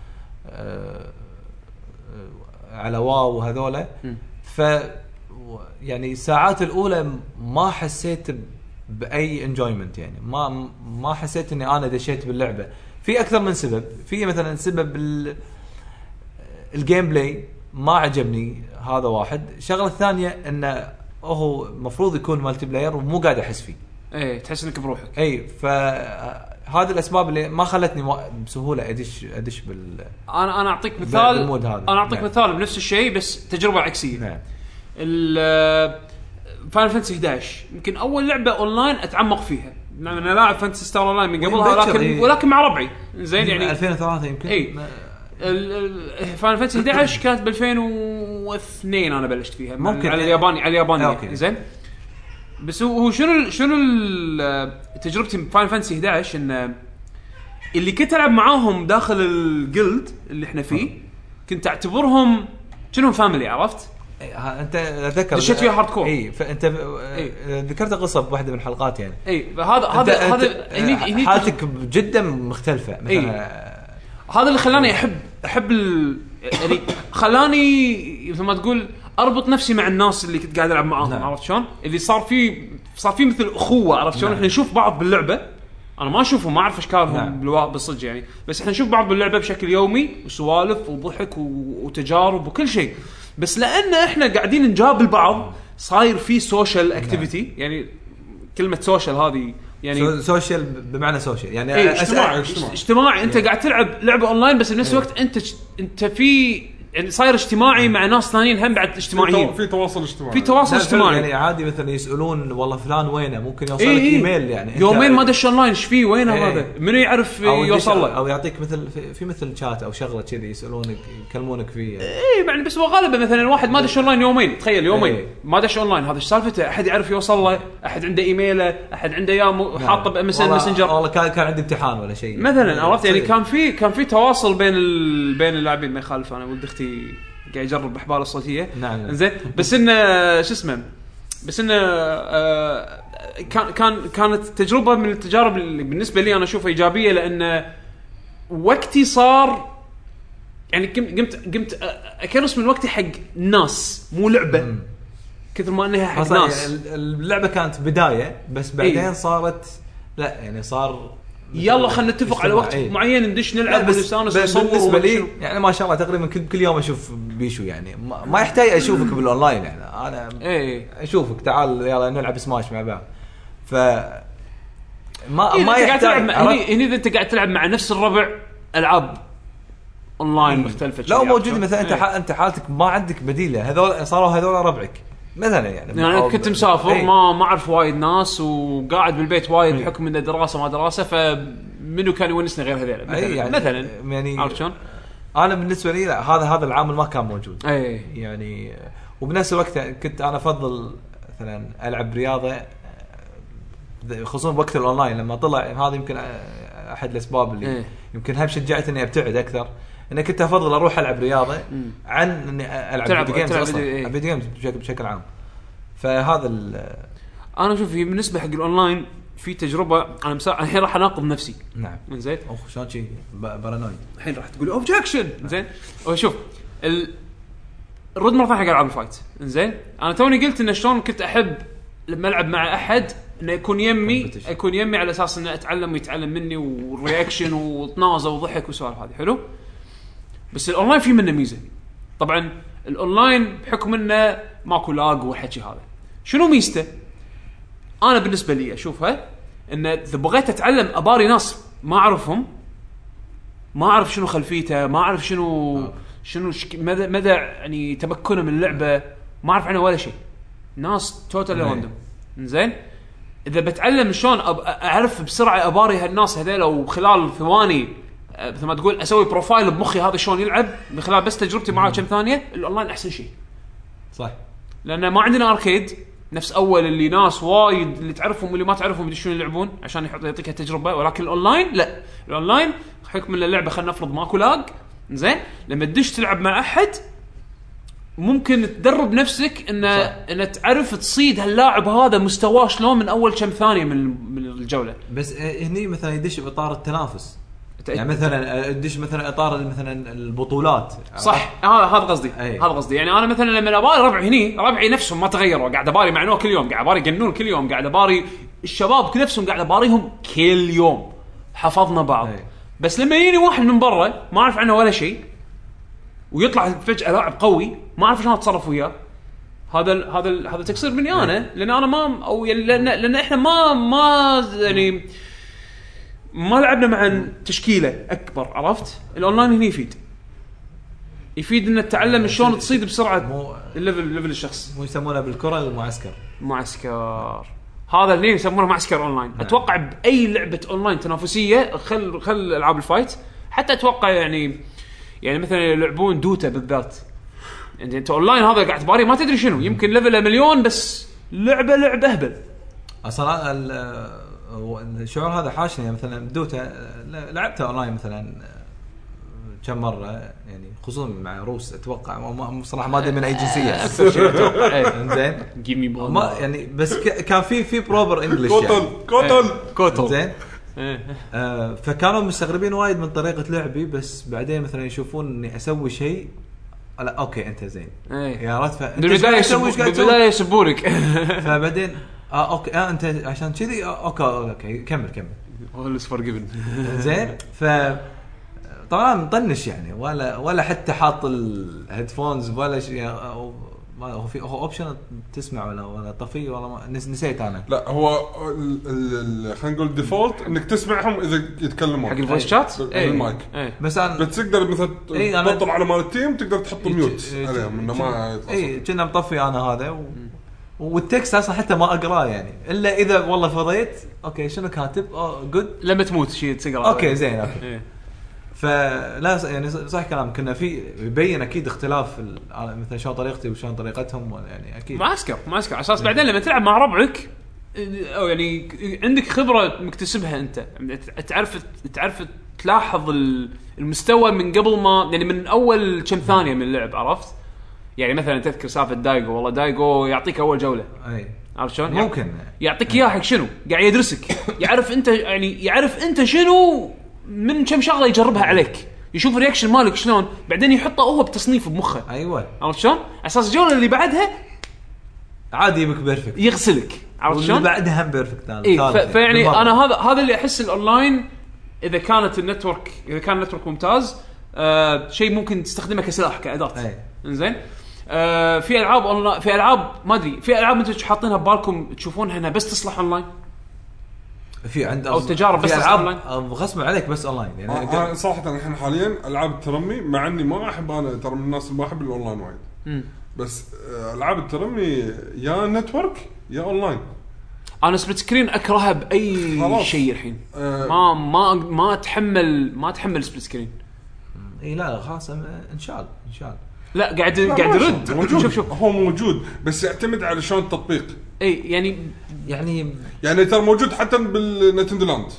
على واو وهذولا، ف يعني الساعات الاولى ما حسيت باي انجويمنت. يعني ما حسيت اني انا دشيت باللعبه. في اكثر من سبب. في مثلا سبب الجيم بلاي ما عجبني، هذا واحد. شغله الثانيه انه هو مفروض يكون مالتي بلاير ومو قاعد احس فيه. اي تحس انك بروحك. اي فهذه الاسباب اللي ما خلتني بسهوله ادش بال. انا اعطيك مثال. انا اعطيك مثال بنفس الشيء بس تجربه عكسيه. نعم. فاينل فانتسي 11 يمكن اول لعبه اونلاين اتعمق فيها. انا لاعب فانتسي ستار اونلاين من قبلها، ولكن مع ربعي زين يعني 2003 يمكن. اي فاينل فانتسي 11 كانت ب 2002 انا بلشت فيها ممكن على الياباني زين. بس هو شنو تجربتي بفاينل فانتسي 11 ان اللي كنت العب معاهم داخل الجلد اللي احنا فيه كنت اعتبرهم شنو فاميلي. عرفت انت ذكر دشيت فيها هارد كور. اي فانت ذكرت قصه بواحده من الحلقات يعني. اي هذا حالتك جدا مختلفه مثلا. هذا اللي خلاني احب يعني خلاني مثل ما تقول اربط نفسي مع الناس اللي كنت قاعد العب معاهم. نعم. عرفت شلون اللي صار في مثل اخوه. عرفت شلون احنا نشوف بعض باللعبه. انا ما اشوفهم ما اعرف اشكالهم. نعم. بالصدق يعني. بس احنا نشوف بعض باللعبه بشكل يومي وسوالف وضحك وتجارب وكل شيء. بس لان احنا قاعدين نجابل بعض صاير في سوشيال اكتيفيتي. نعم. يعني كلمه سوشيال هذه يعني سوشيال بمعنى سوشيال يعني اجتماعي. انت قاعد تلعب لعبه اونلاين بس بنفس الوقت انت في يعني صاير اجتماعي مع ناس ثانيين هم بعد اجتماعيين. في تواصل اجتماعي يعني عادي مثلا يسالون والله فلان وينه ممكن يوصل لك ايميل يعني يومين ما دش اونلاين ايش فيه وينه هذا منو يعرف يوصل له او يعطيك مثل في مثل شات او شغله كذي يسالونك يكلمونك فيه يعني. بس غالبا مثلا واحد ما دش اونلاين يومين تخيل يومين ما دش اونلاين هذا ايش سالفته. احد يعرف يوصل له احد عنده ايميله احد عنده يا حاطه بمسنجر والله كان عندي امتحان ولا شيء مثلا. عرفت يعني كان في تواصل بين اللاعبين. ما يخالف انا ولد اختي قاعد يجرب بحبال الصوتيه. نعم. زين بس انه شو اسمه بس انه كانت تجربه من التجارب اللي بالنسبه لي انا اشوفها ايجابيه. لان وقتي صار يعني قمت اكرس من وقتي حق ناس مو لعبه كثر ما انها حق ناس. اللعبه كانت بدايه بس بعدين صارت لا يعني صار يلا خلينا نتفق على وقت معين ندش نلعب ونستانس ونصور. بالنسبه لي يعني ما شاء الله تقريبا كل يوم اشوف بيشو يعني ما يحتاج اشوفك بالاونلاين يعني انا اشوفك تعال يلا نلعب سماش مع بعض. ف ما يحتاج هني اذا انت قاعد تلعب مع نفس الربع العاب اونلاين مختلفه. لو موجود مثلا انت حالتك ما عندك بديله هذول ربعك مثلا يعني كنت مسافر ما اعرف وايد ناس وقاعد بالبيت وايد بحكم انه دراسه ما دراسه. فمنو كان يونسني غير هذول مثلا يعني عرفت شلون. انا بالنسبه لي لا هذا العامل ما كان موجود. يعني وبنفس الوقت كنت انا افضل مثلا العب رياضه خصوصا بوقت الاونلاين لما طلع. هذا يمكن احد الاسباب اللي يمكن هم شجعت اني ابتعد اكثر. انا كنت افضل اروح العب رياضه عن اني العب فيديو جيمز اصلا. فيديو جيمز بشكل عام. فهذا انا اشوف بالنسبه حق الاونلاين في تجربه. انا الحين راح اناقض نفسي. نعم زين شلون شيء بارانوي الحين راح تقول اوبجكشن. زين شوف الرد مره ثانيه حق العاب الفايت. زين انا توني قلت ان شلون كنت احب لما العب مع احد انه يكون يمي على اساس انه اتعلم ويتعلم مني والرياكشن وطنازه وضحك وسوالف هذه حلو. بس الاونلاين في منه ميزه. طبعا الاونلاين بحكم انه ماكو لاج والحكي هذا شنو ميزته. انا بالنسبه لي اشوفها ان اذا بغيت اتعلم اباري ناس ما اعرفهم ما اعرف شنو خلفيته ما اعرف شنو مدى يعني تمكنه من اللعبه ما اعرف عنه ولا شيء. ناس توتال راندوم. زين اذا بتعلم شلون اعرف بسرعه اباري هالناس هذول وخلال ثواني مثل ما تقول اسوي بروفايل بمخي هذا شلون يلعب من خلال بس تجربتي معاه كم ثانيه. الاونلاين احسن شيء صح، لان ما عندنا اركيد نفس اول اللي ناس وايد اللي تعرفهم واللي ما تعرفهم يدشون يلعبون عشان يعطيك تجربه. ولكن الاونلاين لا، الاونلاين حكم ان اللعبه خلينا نفرض ماكو لاج زين، لما تدش تلعب مع احد ممكن تدرب نفسك ان تعرف تصيد هاللاعب هذا مستواه شلون من اول كم ثانيه من الجوله. بس هني مثلا يدش باطار التنافس، يعني مثلا يدش مثلا اطار مثلا البطولات. صح، هذا قصدي يعني انا مثلا لما اباري ربعي هني، ربعي نفسهم ما تغيروا، قاعد اباري مع انه كل يوم قاعد اباري جنون، كل يوم قاعد اباري الشباب نفسهم قاعد اباريهم كل يوم، حفظنا بعض. بس لما يجيني واحد من برا ما اعرف عنه ولا شيء ويطلع فجأة لاعب قوي ما اعرف شلون اتصرف وياه، هذا تقصير مني انا، لان انا ما او يعني لان احنا ما يعني ما لعبنا مع تشكيله اكبر، عرفت؟ الاونلاين هنا يفيد ان تتعلم شلون تصيد بسرعه الليفل الشخص. مو يسمونه بالكره المعسكر هذا اللي يسمونه معسكر اونلاين. اتوقع باي لعبه اونلاين تنافسيه خل العاب الفايت حتى اتوقع يعني مثلا يلعبون دوتا بالذات، يعني انت اونلاين هذا قاعد تباري ما تدري شنو، يمكن ليفله مليون بس لعبه اهبل اصلا. الشعور هذا حاشني يعني مثلا دوتا لعبتها اونلاين مثلا كم مره يعني، خصوصا مع روس اتوقع صراحه ما ادري من اي جنسيه اكثر شيء اتوقع. زين جيمي بول ما يعني، بس كان في بروبر انجلش كوتل زين. فكانوا مستغربين وايد من طريقه لعبي، بس بعدين مثلا يشوفون اني اسوي شيء لا اوكي انت زين يا رات، بالبدايه يسبونك فبعدين اوكي انت عشان كذي اوكي كمل هو فور جيفن زين. ف طبعا مطنش يعني ولا حتى حاط الهيدفونز ولا شيء، ما هو في اوبشن تسمع ولا طفي ولا نسيت انا. لا هو خلينا نقول ديفولت انك تسمعهم اذا يتكلمون حق الفويس شات المايك. بس انا تقدر مثلا تطلب على مال التيم تقدر تحط ميوت عليهم انه ما كنا مطفي انا هذا والتكست اصلا حتى ما اقراه يعني، الا اذا والله فضيت اوكي شنو كاتب جود لما تموت شيء تقرا اوكي زين اوكي. فلا يعني صح كلام، كنا في يبين اكيد اختلاف مثلا شلون طريقتي وشلون طريقتهم يعني اكيد معسكر على اساس بعدين لما تلعب مع ربعك او يعني عندك خبره مكتسبها انت، تعرف تلاحظ المستوى من قبل ما يعني من اول كم ثانيه من اللعب، عرفت؟ يعني مثلا تذكر سالفه دايجو، والله دايجو يعطيك اول جوله عارف شلون ممكن يعطيك اياها حق شنو قاعد يدرسك، يعرف انت شنو من كم شغله يجربها عليك، يشوف الرياكشن مالك شلون، بعدين يحطه هو بتصنيف بمخه. ايوه عرفت شلون؟ اساس الجوله اللي بعدها عادي يبك بيرفكت يغسلك، عرفت شلون؟ اللي بعدها هم بيرفكت فيعني انا هذا اللي احس الاونلاين اذا كان النتورك ممتاز شيء ممكن تستخدمه كسلاح كاداه. انزين في العاب اونلاين، في العاب ما ادري، في العاب انتم حاطينها ببالكم تشوفونها انها بس تصلح اونلاين، في عند او تجارب بس اونلاين غصب عليك بس اونلاين يعني. صراحه الحين حاليا العاب الترمي مع اني ما احب، انا ترى من الناس اللي ما احب الاونلاين وايد بس العاب الترمي يا نتورك يا اونلاين. انا سبليت سكرين اكرهها باي شيء الحين. ما اتحمل سبليت سكرين. اي لا خلاص ان شاء الله لا قاعد يرد. شوف هو موجود بس يعتمد على شلون التطبيق. اي يعني ترى موجود حتى بالنينتندو لاند.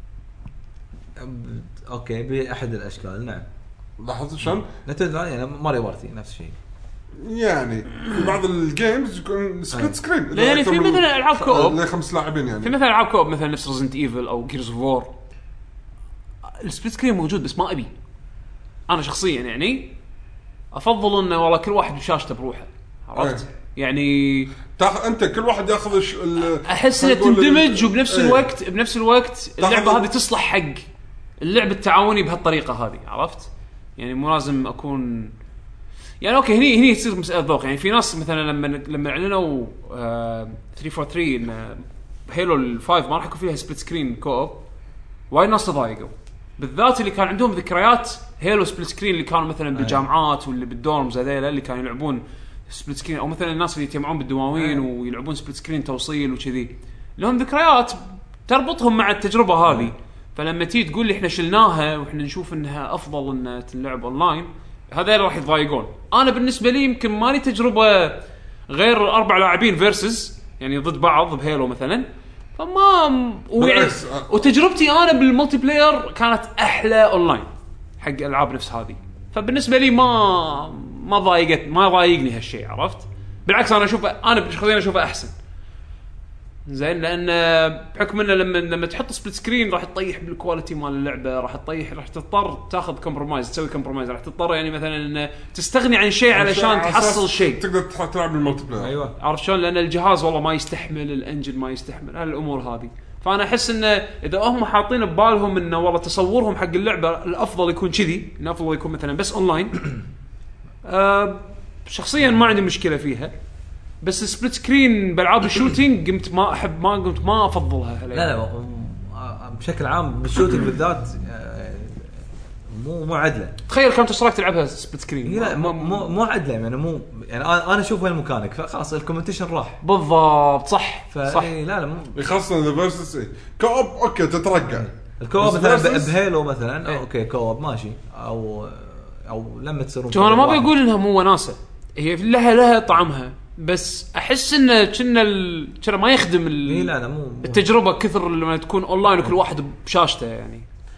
اوكي باحد الاشكال نعم. لاحظت شلون نينتندو يعني ماريو بارتي نفس الشيء يعني في بعض الجيمز يكون سبليت سكرين يعني في مثلا العاب كوب ل5 لاعبين يعني، في مثلا العاب كوب مثلا نفس ريزنت ايفل او جيرز اوف وور السبليت سكرين موجود، بس ما ابي انا شخصيا يعني افضل انه والله كل واحد بشاشته بروحه، عرفت؟ يعني انت كل واحد ياخذ احس انه تندمج وبنفس الوقت اللعبه هذه تصلح حق اللعب التعاوني بهالطريقه هذه، عرفت؟ يعني مو لازم اكون يعني اوكي هني يصير مساله ذوق. يعني في ناس مثلا لما اعلنوا 343 ان هيلو 5 ما راح يكون فيها سبليت سكرين كوب، وايد ناس تضايقوا، بالذات اللي كان عندهم ذكريات هيلو سبليت سكرين اللي كانوا مثلا بالجامعات واللي بالدورمز هذول اللي كانوا يلعبون سبليت سكرين، او مثلا الناس اللي يتجمعون بالدواوين ويلعبون سبليت سكرين توصيل وكذي. لهم ذكريات تربطهم مع التجربه هذه. فلما تيجي تقول لي احنا شلناها واحنا نشوف انها افضل ان تلعب اونلاين، هذا راح يضايقون. انا بالنسبه لي يمكن مالي تجربه غير 4 لاعبين فيرسز يعني ضد بعض بهيلو مثلا، فما وتجربتي انا بالملتي بلاير كانت احلى اونلاين حق العاب نفس هذه. فبالنسبه لي ما ضايقني هالشيء، عرفت؟ بالعكس انا اشوفه احسن زين، لان بحكم انه لما تحط سبليت سكرين راح تطيح بالكواليتي مال اللعبه، راح تضطر تاخذ كومبرومايز، تسوي كومبرومايز، راح تضطر يعني مثلا ان تستغني عن شيء علشان تحصل شيء تقدر تلعب بالملتي بلاير. ايوه عرفت شلون؟ لان الجهاز والله ما يستحمل، الانجن ما يستحمل هالامور هذه. فانا احس انه اذا هم حاطين ببالهم انه والله تصورهم حق اللعبه الافضل يكون كذي، الافضل يكون مثلا بس اونلاين، شخصيا ما عندي مشكله فيها. بس سبليت سكرين بالعاب الشوتينج قمت ما افضلها. لا بشكل عام بالشوتينج بالذات مو عدله. تخيل كم تصرك تلعبها سبليت سكرين. لا مو عدله يعني، مو يعني انا اشوف وين مكانك، فخلاص الكومنتيشن راح بالضبط صح. لا مو خاصه ذا فيرسس كوب اوكي تترقع الكوب مثلا بهيلو مثلا اوكي كوب ماشي، او لما تصيرون شوف انا ما بقول انها مو وناسه، هي لها طعمها، بس احس انه كنا ما يخدم لا مو التجربه كثر لما تكون اونلاين وكل واحد بشاشته يعني.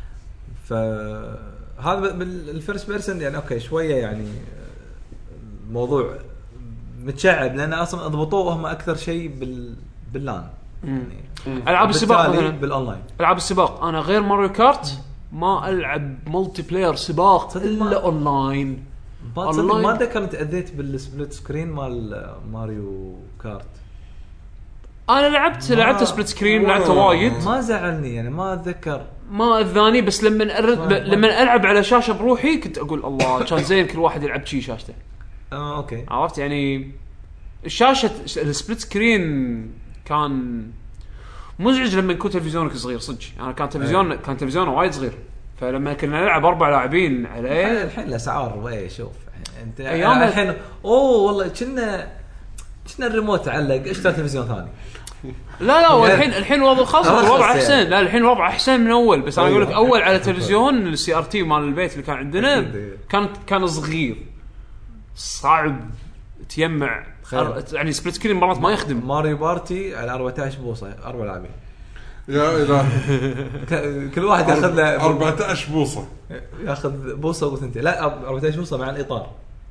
فهذا بالفيرست بيرسون يعني اوكي شويه يعني الموضوع متشعب، لان اصلا ضبطوه هم اكثر شيء باللان يعني. العاب السباق مثلا بالاونلاين، العاب السباق انا غير ماريو كارت ما العب ملتي بلاير سباق الا اونلاين. ما ذكرت اذيت بالسبليت سكرين مال ماريو كارت. انا لعبت سبليت سكرين، لعبت وايد ما زعلني يعني، ما اتذكر ما اذاني، بس لما العب على شاشه بروحي كنت اقول الله كان زين كل واحد يلعب شي شاشته. اوكي عرفت يعني الشاشه السبليت سكرين كان مزعج لما يكون تلفزيونك صغير صدق. انا كان تلفزيون وايد صغير، فلما كنا نلعب 4 لاعبين عليه الحين الاسعار وين شوف انت الحين والله كنا الريموت علق اشتري تلفزيون ثاني. لا والحين الوضع خاص، الوضع احسن يعني. لا الحين الوضع احسن من اول، بس انا اقول لك اول على تلفزيون السي ار تي مال البيت اللي كان عندنا كان صغير صعب تجمع يعني سبليت سكرين مرات ما يخدم. ماريو بارتي على 14 بوصه 4 لاعبين يا إله كل واحد ياخذ له 14 بوصه، ياخذ بوصه وثنتين، لا 14 بوصه مع الاطار.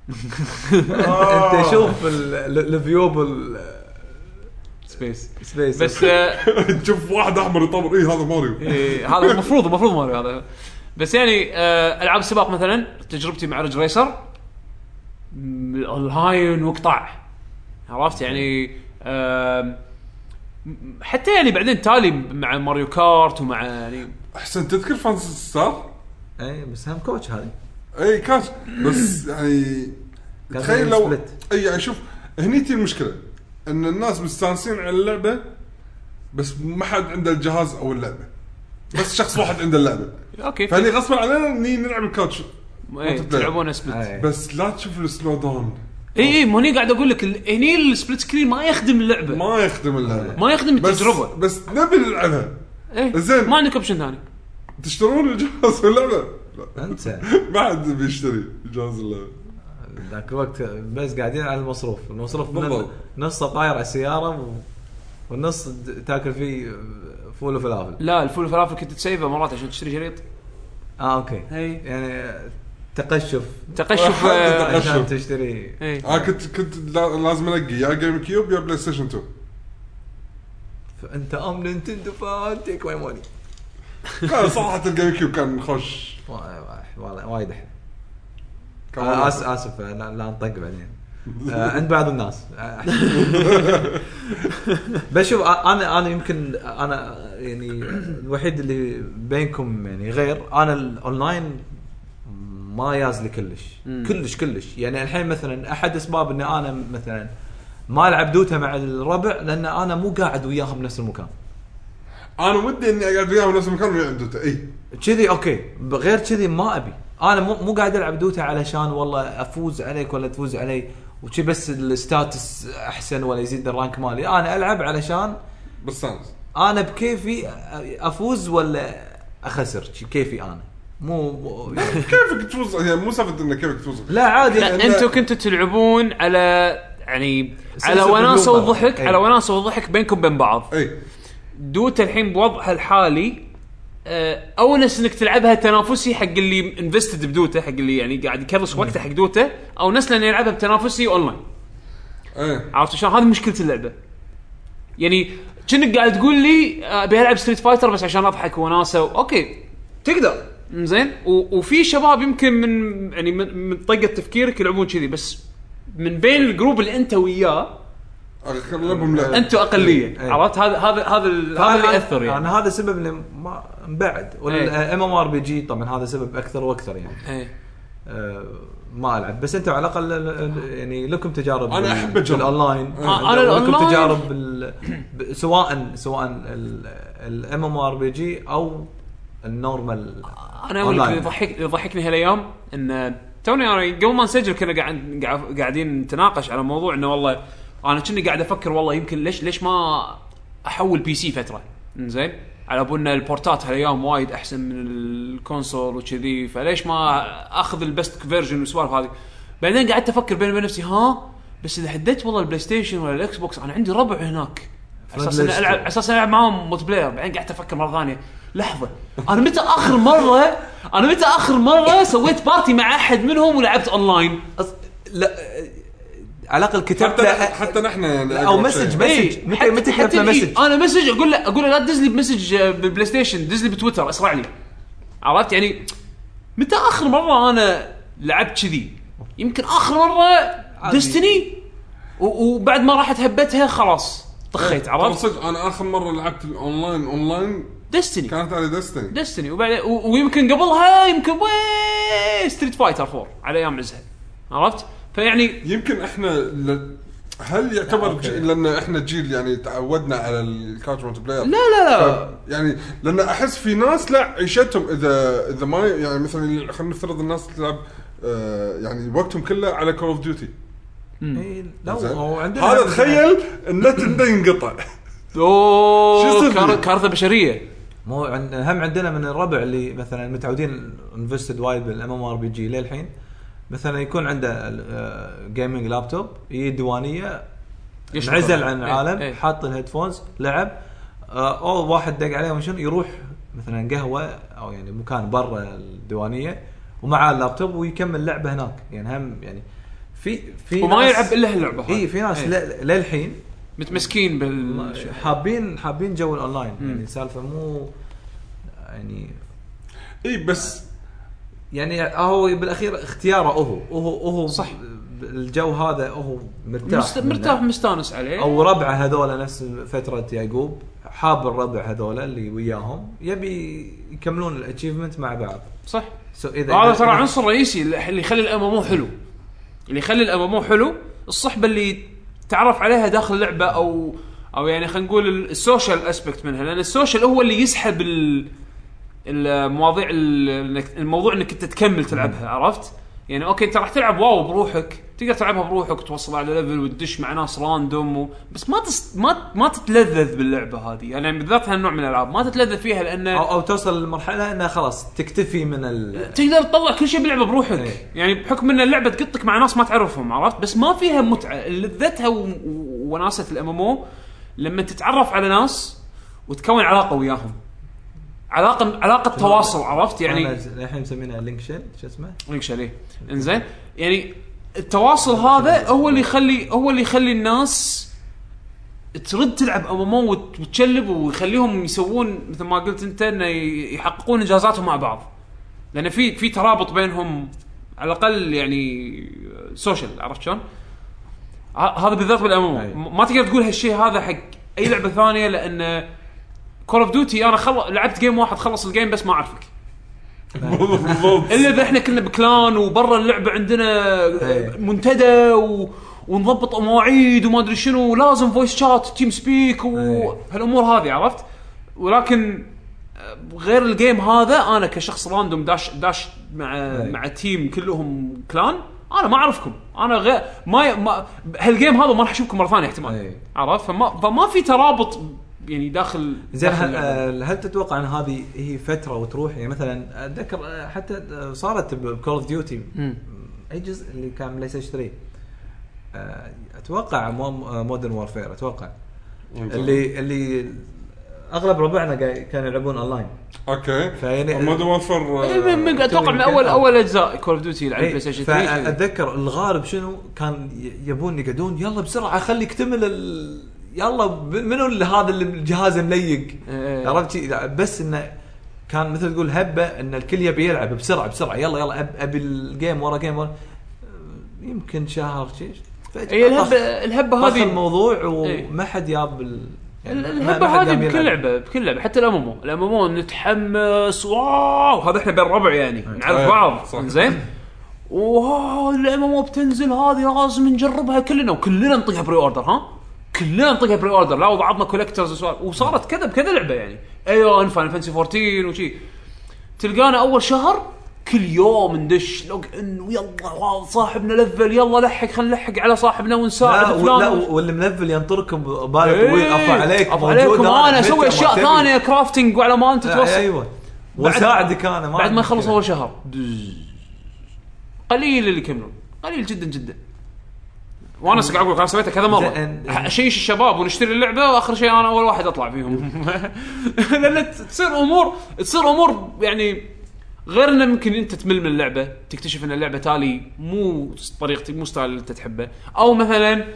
انت شوف الفيو سبيس بس تشوف واحد احمر يطور هذا ماريو. هذا المفروض ماريو هذا. بس يعني العاب السباق مثلا تجربتي مع ريج ريسر الهاين وقطع، عرفت يعني. حتى يعني بعدين تالي مع ماريو كارت ومع يعني احسن. تذكر فانتسي ستار؟ اي بس هم كوتش هذه اي كاش بس يعني تخيل لو يعني شوف هنيتي المشكله ان الناس مستانسين على اللعبه بس ما حد عنده الجهاز او اللعبه، بس شخص واحد عنده اللعبه اوكي، فاني غصبا علينا نلعب الكاوتش تلعبون سبليت. بس لا تشوف السلو داون. اي مو قاعد اقول لك هني السبليت سكرين ما يخدم اللعبه، ما يخدم التجربه، بس نبي نلعبها. زين ما عندك اوبشن ثاني تشترون الجهاز واللعبه؟ انت ما حد بيشتري الجهاز اللعبه ذاك الوقت، بس قاعدين على المصروف نص طاير على السياره والنص تاكل فيه فول وفلافل. لا الفول والفلافل كنت تسيفه مرات عشان تشتري شريط. اوكي يعني تقشف عشان تشتري. كنت لازم انقي يا جيم كيوب يا بلاي ستيشن 2. فانت نينتندو فانتك وين موني. لا صراحه الجيم كيوب كان خوش والله وايد حلو. اسف لا نطق بعدين عند بعض الناس. بشوف انا يمكن انا يعني الوحيد اللي بينكم يعني غير انا الاونلاين ما يازلي كلش يعني. الحين مثلا احد اسباب ان انا مثلا ما العب دوتا مع الربع لان انا مو قاعد وياهم بنفس المكان. انا ودي اني اقعد وياهم بنفس المكان ويلعب دوتا كذي اوكي، غير كذي ما ابي. انا مو قاعد العب دوتا علشان والله افوز عليك ولا تفوز علي وشي بس الستاتس احسن ولا يزيد الرانك مالي. انا العب علشان بس انا بكيفي افوز ولا اخسر كيفي انا مو يعني كيفك تفوز يعني مو سالفه انك كيفك تفوز لا عادي لا انتوا كنتوا تلعبون على يعني على وناسه وضحك على وناسه وضحك بينكم بين بعض دوتا الحين بوضعها الحالي اونس انك تلعبها تنافسي حق اللي انفستد بدوتا حق اللي يعني قاعد يكرس وقته حق دوتا او نسل انه يلعبها بتنافسي اونلاين عرفت شلون هذه مشكله اللعبه يعني كأنك قاعد تقول لي ابي العب ستريت فايتر بس عشان اضحك وناسه اوكي تقدر زين وفي شباب يمكن من يعني من طقه تفكيرك يلعبون كذي بس من بين الجروب اللي انت وياه انتوا اقليه عرفت هذا اللي ياثر يعني هذا سبب اللي ما بعد والام ام ار بي جي طبعا هذا سبب اكثر واكثر يعني ما العب بس انتوا على الاقل يعني لكم تجارب انا احب الاونلاين لكم تجارب سواء الام ام ار بي جي او النورمال انا اقول لك يضحكني هالايام ان توني انا قبل ما نسجل كنا قاعدين نتناقش على موضوع انه والله انا كني قاعد افكر والله يمكن ليش ما احول بي سي فتره زين على ابونا البورتات هالايام وايد احسن من الكونسول وكذي فليش ما اخذ البست فيرجن والسوالف هذه بعدين قعدت افكر بيني وبين نفسي بس اذا حديت والله البلاي ستيشن ولا الاكس بوكس انا عندي ربع هناك اساسا العب معهم ملتي بلاير بعدين قعدت افكر مره ثانيه لحظه انا متى اخر مره سويت بارتي مع احد منهم ولعبت اونلاين لا على الاقل كتبت حتى نحن او مسج متى كتبت مسج انا مسج اقول له لا تدز لي بمسج بالبلاي ستيشن دز لي بتويتر اسرع لي عرفت يعني متى اخر مره انا لعبت كذي يمكن اخر مره ديستني وبعد ما راحت هبتها خلاص طخيت عرفت صدق انا اخر مره لعبت اونلاين ديستني كانت على ديستني وبعد ويمكن قبلها يمكن ستريت فايتر 4 على ايام عزها عرفت فيعني يمكن احنا هل يعتبر لان احنا جيل يعني تعودنا على الكاوتش مالتي بلاير لا يعني لان احس في ناس لا عيشتهم اذا ما يعني مثلا خلينا نفترض الناس تلعب يعني وقتهم كله على كول اوف ديوتي هذا تخيل النت ينقطع كارثه بشريه مو هم عندنا من الربع اللي مثلا متعودين انفستد وايد بالام ام ار بي جي للحين مثلا يكون عنده جيمنج لابتوب ديوانيه انعزل عن العالم حاط الهيدفونز لعب او واحد دق عليه وشنو يروح مثلا قهوه او يعني مكان برا الديوانيه ومعاه اللابتوب ويكمل لعبه هناك يعني هم يعني في وما يلعب الا هاللعبه في ناس للحين متمسكين حابين جو الاونلاين يعني سالفه مو يعني بس يعني هو بالاخير اختياره هو صح الجو هذا هو مرتاح مستانس عليه او ربعه هذول نفس فتره يعقوب حاب الربع هذول اللي وياهم يبي يكملون الاتشيفمنت مع بعض صح هذا ترى عنصر رئيسي اللي يخلي الامامو حلو الصحبه اللي تعرف عليها داخل اللعبه او يعني خلينا نقول السوشيال اسبكت منها لان السوشيال هو اللي يسحب المواضيع الموضوع انك انت تكمل تلعبها عرفت يعني اوكي انت راح تلعب واو بروحك تقدر تلعبها بروحك وتوصل على ليفل وتدش مع ناس راندوم بس ما تتلذذ باللعبه هذه يعني بالذات هالنوع من الالعاب ما تتلذذ فيها لان او توصل لمرحله انها خلاص تكتفي من تقدر تطلع كل شيء باللعبه بروحك يعني بحكم ان اللعبه تقطك مع ناس ما تعرفهم عرفت بس ما فيها متعه لذتها وناسه الامامو لما تتعرف على ناس وتكون علاقه وياهم علاقه تواصل عرفت يعني الحين مسمينها لينك شيل شو اسمه لينك شيل انزين يعني التواصل هذا هو اللي يخلي الناس ترد تلعب امامو وتشلب ويخليهم يسوون مثل ما قلت انت انه يحققون انجازاتهم مع بعض لان في ترابط بينهم على الاقل يعني سوشيال عرفت شلون هذا بالذات بالامامو ما تقدر تقول هالشيء هذا حق اي لعبه ثانيه لان كول اوف ديوتي انا لعبت جيم واحد خلص الجيم بس ما اعرفك الا اذا احنا كنا بكلان وبرا اللعبه عندنا منتدى ونضبط مواعيد وما ادري شنو لازم فويس شات تيم سبيك وهالامور هذه عرفت ولكن غير الجيم هذا انا كشخص راندوم داش مع تيم كلهم كلان انا ما اعرفكم انا غير ما هالجيم هذا ما راح اشوفكم مره ثانيه احتمال عرفت فما في ترابط يعني داخل زين. هل تتوقع ان هذه هي فتره وتروح؟ يعني مثلا اتذكر حتى صارت بكول اوف ديوتي اي جزء اللي كان بلاي ستيشن 3 اتوقع مودرن وارفير اتوقع اللي اغلب ربعنا كانوا يلعبون اونلاين. اوكي فيعني مودرن وارفير اتوقع من اول اجزاء كول اوف ديوتي على البلاي ستيشن 3. اتذكر الغالب شنو كان يبون يقعدون يلا بسرعه خلي يكتمل يلا منو هذا الجهاز مليق عرفت. بس انه كان مثل تقول هبه ان الكل يبي يلعب بسرعه يلا ابي الجيم ورا جيم يمكن شهر شيء هي الهبه هذه الموضوع وما حد ياب الهبه هذه بكل لعبه حتى الامامو نتحمس واو هذا احنا بين ربع يعني نعرف بعض زين الامامو بتنزل هذه لازم نجربها كلنا نطيها بري اوردر كلنا نطيها بري اوردر لا وبعضنا كولكترز وصارت كذا بكذا لعبه يعني ايوه فاينل فانتسي 14 وشي تلقانا اول شهر كل يوم ندش لوج ان ويلا صاحبنا لفل يلا لحق خلينا نلحق على صاحبنا ونساعد فلان لا واللي ملفل ينطركم بالك طويل افا عليكم انا اسوي اشياء ثانيه كرافتنج وعلى ما انت توصل ايوه وساعدك انا بعد ما يخلص اول شهر قليل اللي يكملون قليل جدا جدا. وانا اقول انا سويتها كذا مره اشيش الشباب ونشتري اللعبه واخر شيء انا اول واحد اطلع فيهم لان تصير امور يعني غير انه ممكن انت تمل من اللعبه تكتشف ان اللعبه تالي مو طريقتك مو ستايل اللي انت تحبه او مثلا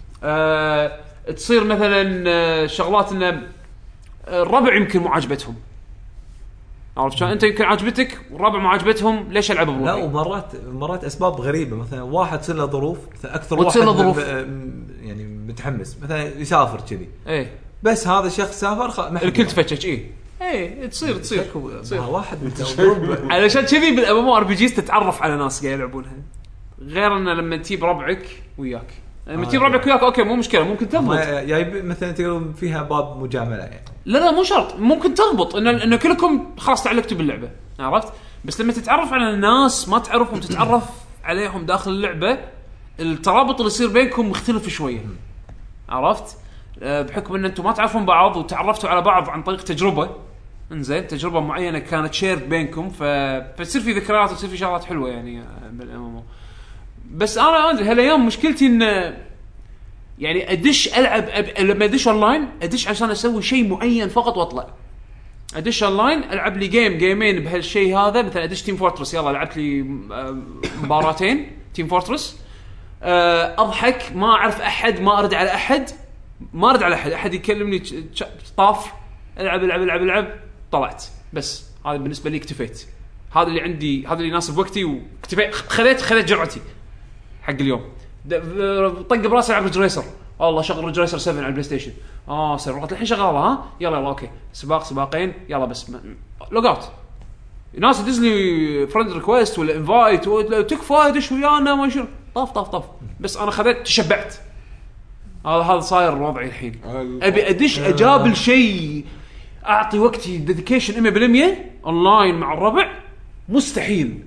تصير مثلا شغلات ان الربع يمكن مو عاجبتهم عرفت شلون انت يمكن عاجبتك والربع ما عاجبتهم ليش العب بروحي. لا ومرات اسباب غريبه مثلا واحد تصير له ظروف اكثر واحد يعني متحمس مثلا يسافر كذي بس هذا الشخص سافر الكل تفتش تصير واحد علشان كذي بالام ار بي جيز تتعرف على ناس قاعد يلعبونها غير ان لما تجيب ربعك وياك لما تجيب ربعك وياك اوكي مو مشكله ممكن تضبط يعني مثلا تقولون فيها باب مجامله يعني لا مو شرط ممكن تضبط ان كلكم خلاص تعلقتوا باللعبه عرفت. بس لما تتعرف على الناس ما تعرفهم تتعرف عليهم داخل اللعبه الترابط اللي يصير بينكم مختلف شويه عرفت بحكم ان انتم ما تعرفون بعض وتعرفتوا على بعض عن طريق تجربه انزين تجربه معينه كانت شيرد بينكم فتصير في ذكريات وتصير في شغلات حلوه يعني بالامامو. بس انا هالايام مشكلتي ان يعني ادش العب لما ادش اونلاين ادش عشان اسوي شيء معين فقط واطلع ادش اونلاين العب لي جيمين بهالشيء هذا مثلا ادش تيم فورترس يلا لعبت لي مباراتين تيم فورترس اضحك ما اعرف احد ما ارد على احد احد يكلمني طاف العب طلعت بس هذا بالنسبه لي اكتفيت هذا اللي عندي هذا اللي يناسب وقتي واكتفيت خذيت جرعتي حق اليوم طق براسي العب ريج ريسر والله شغل ريج ريسر 7 على البلاي ستيشن سيرفرات الحين شغاله يلا اوكي سباقين يلا بس لوج اوت ناس يدزلي فريند ريكويست ولا انفايت وتكفى دش ويانا ما شنو طاف بس انا خذيت تشبعت هذا صاير وضعي الحين ابي ادش اجابل شيء اعطي وقتي ديديكيشن 100% اونلاين مع الربع مستحيل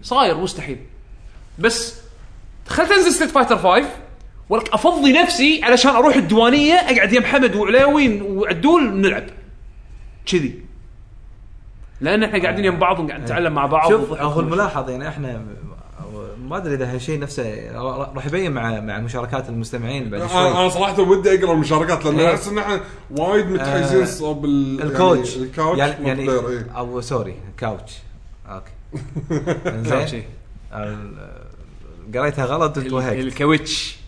بس دخلت انزل ستريت فايتر 5 ولك افضي نفسي علشان اروح الديوانيه اقعد يا محمد وعلاوي وعدول نلعب كذي لان احنا قاعدين يم بعض وقاعد نتعلم مع بعض. شوف هو الملاحظ يعني احنا ما ادري اذا هالشيء نفسه راح يبين مع مشاركات المستمعين بعد شوي. انا صراحه ودي اقرا المشاركات لان احس ان احنا وايد متحيزين صوب الكوتش يعني او سوري كاوتش اوكي زين قريتها غلط وتوهقت الكاوتش.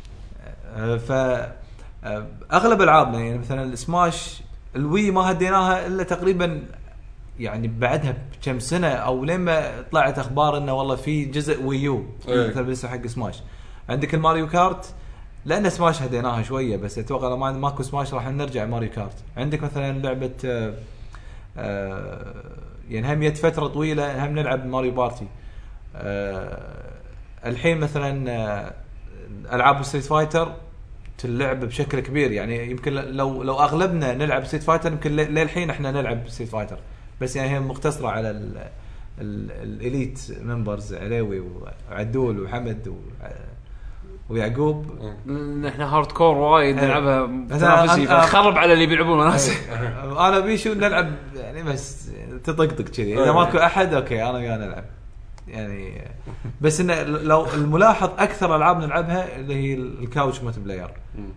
اغلب العابنا يعني مثلا السماش الوي ما هديناها الا تقريبا يعني بعدها بكم سنه او لما طلعت اخبار انه والله في جزء ويو مثلا بس حق سماش. عندك الماريو كارت لان سماش هديناها شويه بس اتوقع لو ماكو سماش راح نرجع ماريو كارت. عندك مثلا لعبه يعني هم يد فتره طويله هم نلعب ماريو بارتي. الحين مثلا العاب ستريت فايتر تلعب بشكل كبير يعني يمكن لو اغلبنا نلعب ستريت فايتر يمكن للحين احنا نلعب ستريت فايتر بس يعني هي مقتصره على الاليت ممبرز عليوي وعدول وحمد ويعقوب احنا هارد كور وايد نلعبها تنافسي فخرب على اللي بيلعبون ناس. انا بيشو نلعب يعني بس تطقطق كذي اذا ماكو احد اوكي انا وياه نلعب يعني. بس انه لو الملاحظ اكثر العاب نلعبها اللي هي الكاوتش مالتي بلاير.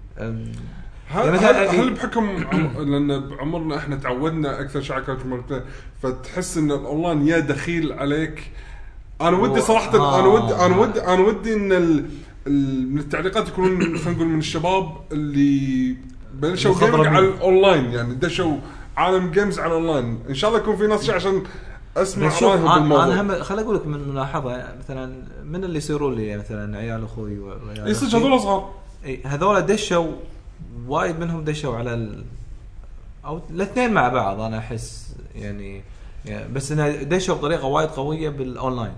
هل بحكم لان بعمرنا احنا تعودنا اكثر شيء على كاوتش مالتي بلاير فتحس ان الاونلاين يا دخيل عليك. انا ودي صراحه انا ودي ان من التعليقات يكونون خلينا نقول من الشباب اللي بلشوا جيمنج على الاونلاين يعني دشوا عالم جيمز على الاونلاين. ان شاء الله يكون في ناس شيء عشان اسمع رايهم بالموضوع. انا هم خليني اقول لك من ملاحظه مثلا من اللي يصيروا لي مثلا عيال اخوي وعيال يصير هذول صغار هذول دشوا وايد منهم دشوا على او الاثنين مع بعض انا احس يعني بس انه دشوا بطريقه وايد قويه بالاونلاين.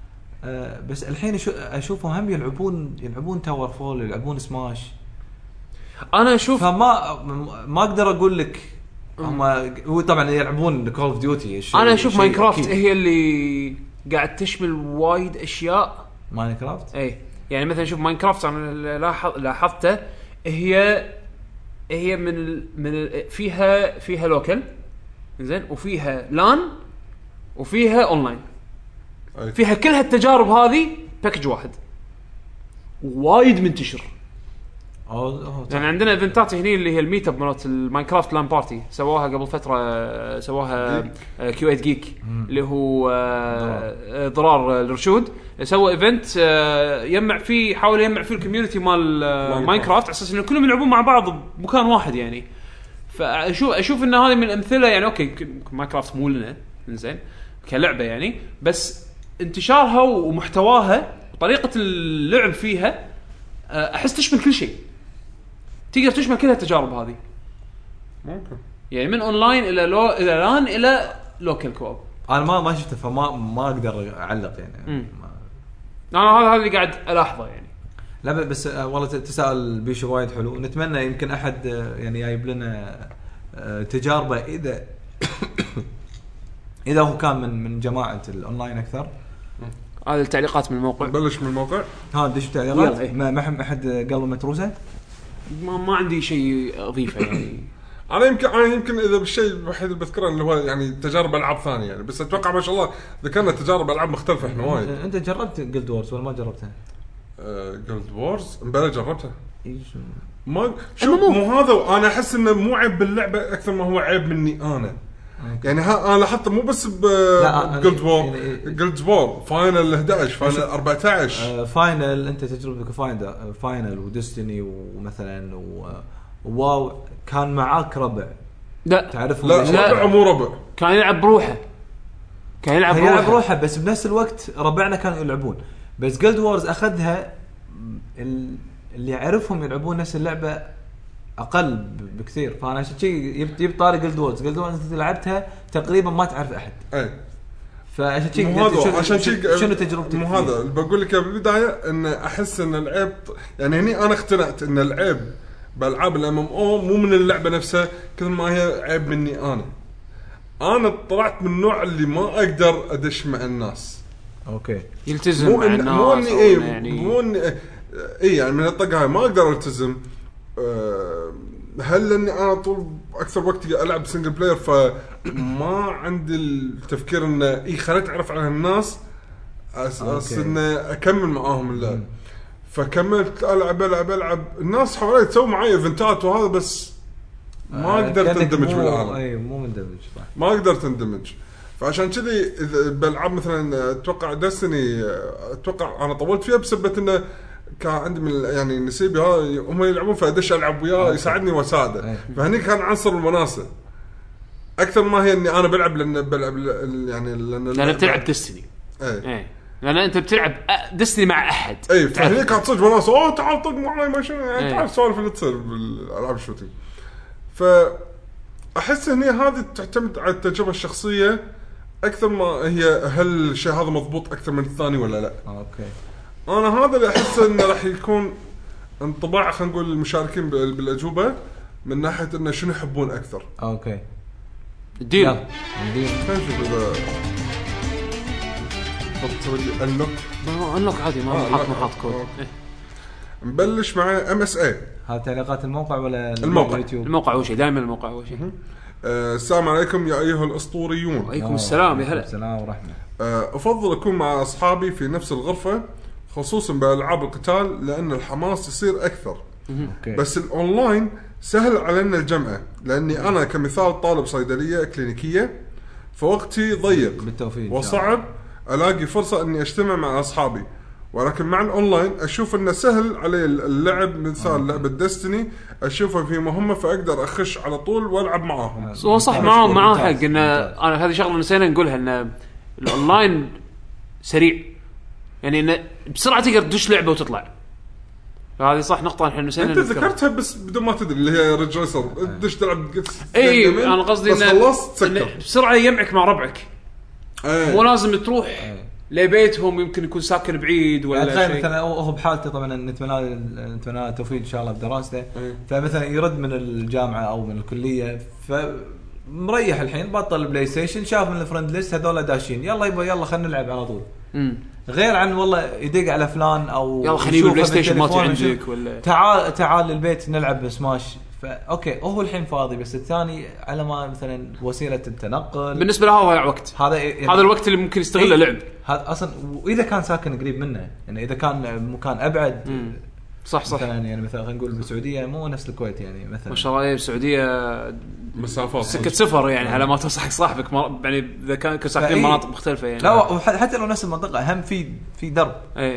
بس الحين اشوفهم هم يلعبون تاور فول يلعبون سماش. انا اشوف ما اقدر اقول لك هو طبعا يلعبون كول اوف ديوتي. انا اشوف ماينكرافت هي اللي قاعد تشمل وايد اشياء. ماينكرافت اي يعني مثلا شوف ماينكرافت انا لاحظته هي من فيها لوكال زين وفيها لان وفيها اونلاين فيها كل هالتجارب هذه باكج واحد وايد منتشر. يعني عندنا ايفنتات هني اللي هي الميت اب مالت الماينكرافت لان بارتي سواها قبل فتره سواها كيو 8 جيك اللي هو ضرار الرشود سوى ايفنت يجمع فيه حاول يجمع فيه الكوميونتي مال ماينكرافت على اساس انه كلهم يلعبون مع بعض بمكان واحد يعني. فاشوف ان هذه من الامثله يعني اوكي ماينكرافت مو لنا زين كلعبه يعني بس انتشارها ومحتواها وطريقه اللعب فيها احس تشمل كل شيء تقدر تشمل كل التجارب هذه ممكن يعني من اونلاين الى الى لان الى لوكال كوب. انا ما شفته فما اقدر اعلق يعني انا هذا اللي قاعد الاحظه يعني. لا بس والله تساؤل بيشو وايد حلو. نتمنى يمكن احد يعني جايب لنا تجاربه اذا هو كان من جماعه الاونلاين اكثر. هذه التعليقات من الموقع. بلش من الموقع. دش تعليقات ما احد قلبه متروسه. ما عندي شيء اضيفه يعني. انا يمكن اذا بالشيء الوحيد اللي بذكره اللي هو يعني تجارب العاب ثانيه يعني بس اتوقع ما شاء الله ذكرنا تجارب العاب مختلفه احنا وايد. انت جربت جلد وورز ولا ما جربتها؟ جلد وورز امبارح جربتها. ما شوف مو هذا انا احس انه مو عيب باللعبه اكثر ما هو عيب مني انا. يعني انا حتى مو بس بجلد وور جلد وور فاينل 11 فاينل 14 فاينل انت تجربتك فاينل وديستني ومثلا واو كان معاك ربع. لا تعرف لا ربع مو ربع كان يلعب بروحه بس بنفس الوقت ربعنا كانوا يلعبون. بس جلد وورز اخذها اللي يعرفهم يلعبون نفس اللعبه اقل بكثير. فانا عشان شيء جبت طاري جلد وورز انت لعبتها تقريبا ما تعرف احد. فعشان شيء شنو تجربتك؟ مو هذا اللي بقول لك بالبدايه ان احس ان العيب يعني هني انا اقتنعت ان العيب بالالعاب الام ام او مو من اللعبه نفسها كثر ما هي عيب مني انا طلعت من النوع اللي ما اقدر ادش مع الناس. اوكي يلتزم مع الناس مو اني يعني من الطقه ما اقدر التزم. هل لاني انا طول اكثر وقت العب سنجل بلاير فما عندي التفكير انه خليت اعرف على الناس اساس ان اكمل معاهم اللعب. فكملت العب الناس حوالي تسوي معي ايفنتات وهذا بس ما اقدر تندمج بالعالم. مو مندمج صح ما اقدر تندمج. فعشان كذي بالعاب مثلا اتوقع دستني اتوقع انا طولت فيها بسبب انه كان عندي من يعني نسيبي هم يلعبون فادش العب وياه يساعدني واساعده. فهني كان عنصر المناسب اكثر ما هي اني انا بلعب لان بلعب يعني لان بتلعب دستني. لان انت بتلعب دستني مع احد. فهني كانت صدق وناسه تعال طق معي ما شنو يعني تعال سوالف اللي تصير بالالعاب الشوتينج. فاحس هني هذه تعتمد على التجربه الشخصيه اكثر ما هي هل الشيء هذا مضبوط اكثر من الثاني ولا لا. اوكي انا هذا اللي احس انه راح يكون انطباع خلينا نقول المشاركين بالاجوبه من ناحيه انه شنو يحبون اكثر. اوكي الديل نشوف اذا تسوي لي انلوك عادي ما حاط كود. نبلش مع MSA. هذا تعليقات الموقع ولا الموقع؟ اليوتيوب. الموقع أول شيء، دائما الموقع أول شيء. السلام عليكم يا أيها الأسطوريون. وعليكم السلام، يا هلا. السلام ورحمة. أفضل أكون مع أصحابي في نفس الغرفة، خصوصا بألعاب القتال لأن الحماس يصير أكثر. بس الأونلاين سهل علينا الجمعة، لأني أنا كمثال طالب صيدلية كلينيكية فوقتي ضيق بالتوفيق وصعب ألاقي فرصة أني أجتمع مع أصحابي. ولكن مع الأونلاين أشوف أنه سهل علي اللعب، مثال لعبة ديستني أشوفها في مهمة فأقدر أخش على طول وألعب معاهم. هو صح معاه حق إن أنا هذه شغلة نسينا نقولها، إن الأونلاين سريع، يعني إنه بسرعة تقدر تدش لعبة وتطلع. هذه صح نقطة إحنا نسينا. أنت ذكرتها بس بدون ما تدري اللي هي ريجريسر تدش تلعب. إيه أنا قصدي إنه بسرعة يجمعك مع ربعك. مو لازم تروح لبيتهم، يمكن يكون ساكن بعيد ولا شيء. مثلا هو بحالته طبعا نتمنى التوفيق ان شاء الله بدراسته. فمثلا يرد من الجامعه او من الكليه فمريح الحين، بطل البلاي ستيشن، شاف من الفرند ليست هذول داشين، يلا خلينا نلعب على طول. غير عن والله يدق على فلان او يلا خلينا البلاي ستيشن مالتي عندك، ولا تعال للبيت نلعب سماش. اوكي هو الحين فاضي، بس الثاني على ما مثلا وسيله التنقل بالنسبه له ضيع وقت. هذا الوقت اللي ممكن يستغله لعب. هذا اصلا واذا كان ساكن قريب منه، يعني اذا كان مكان ابعد. صح مثلا يعني مثلا خلينا نقول بالسعوديه مو نفس الكويت، يعني مثلا ما شاء الله السعوديه مسافات سكه سفر، يعني على ما توصل صاحبك يعني اذا كان ساكنين مناطق مختلفه يعني. لا حتى لو نفس المنطقه هم في درب.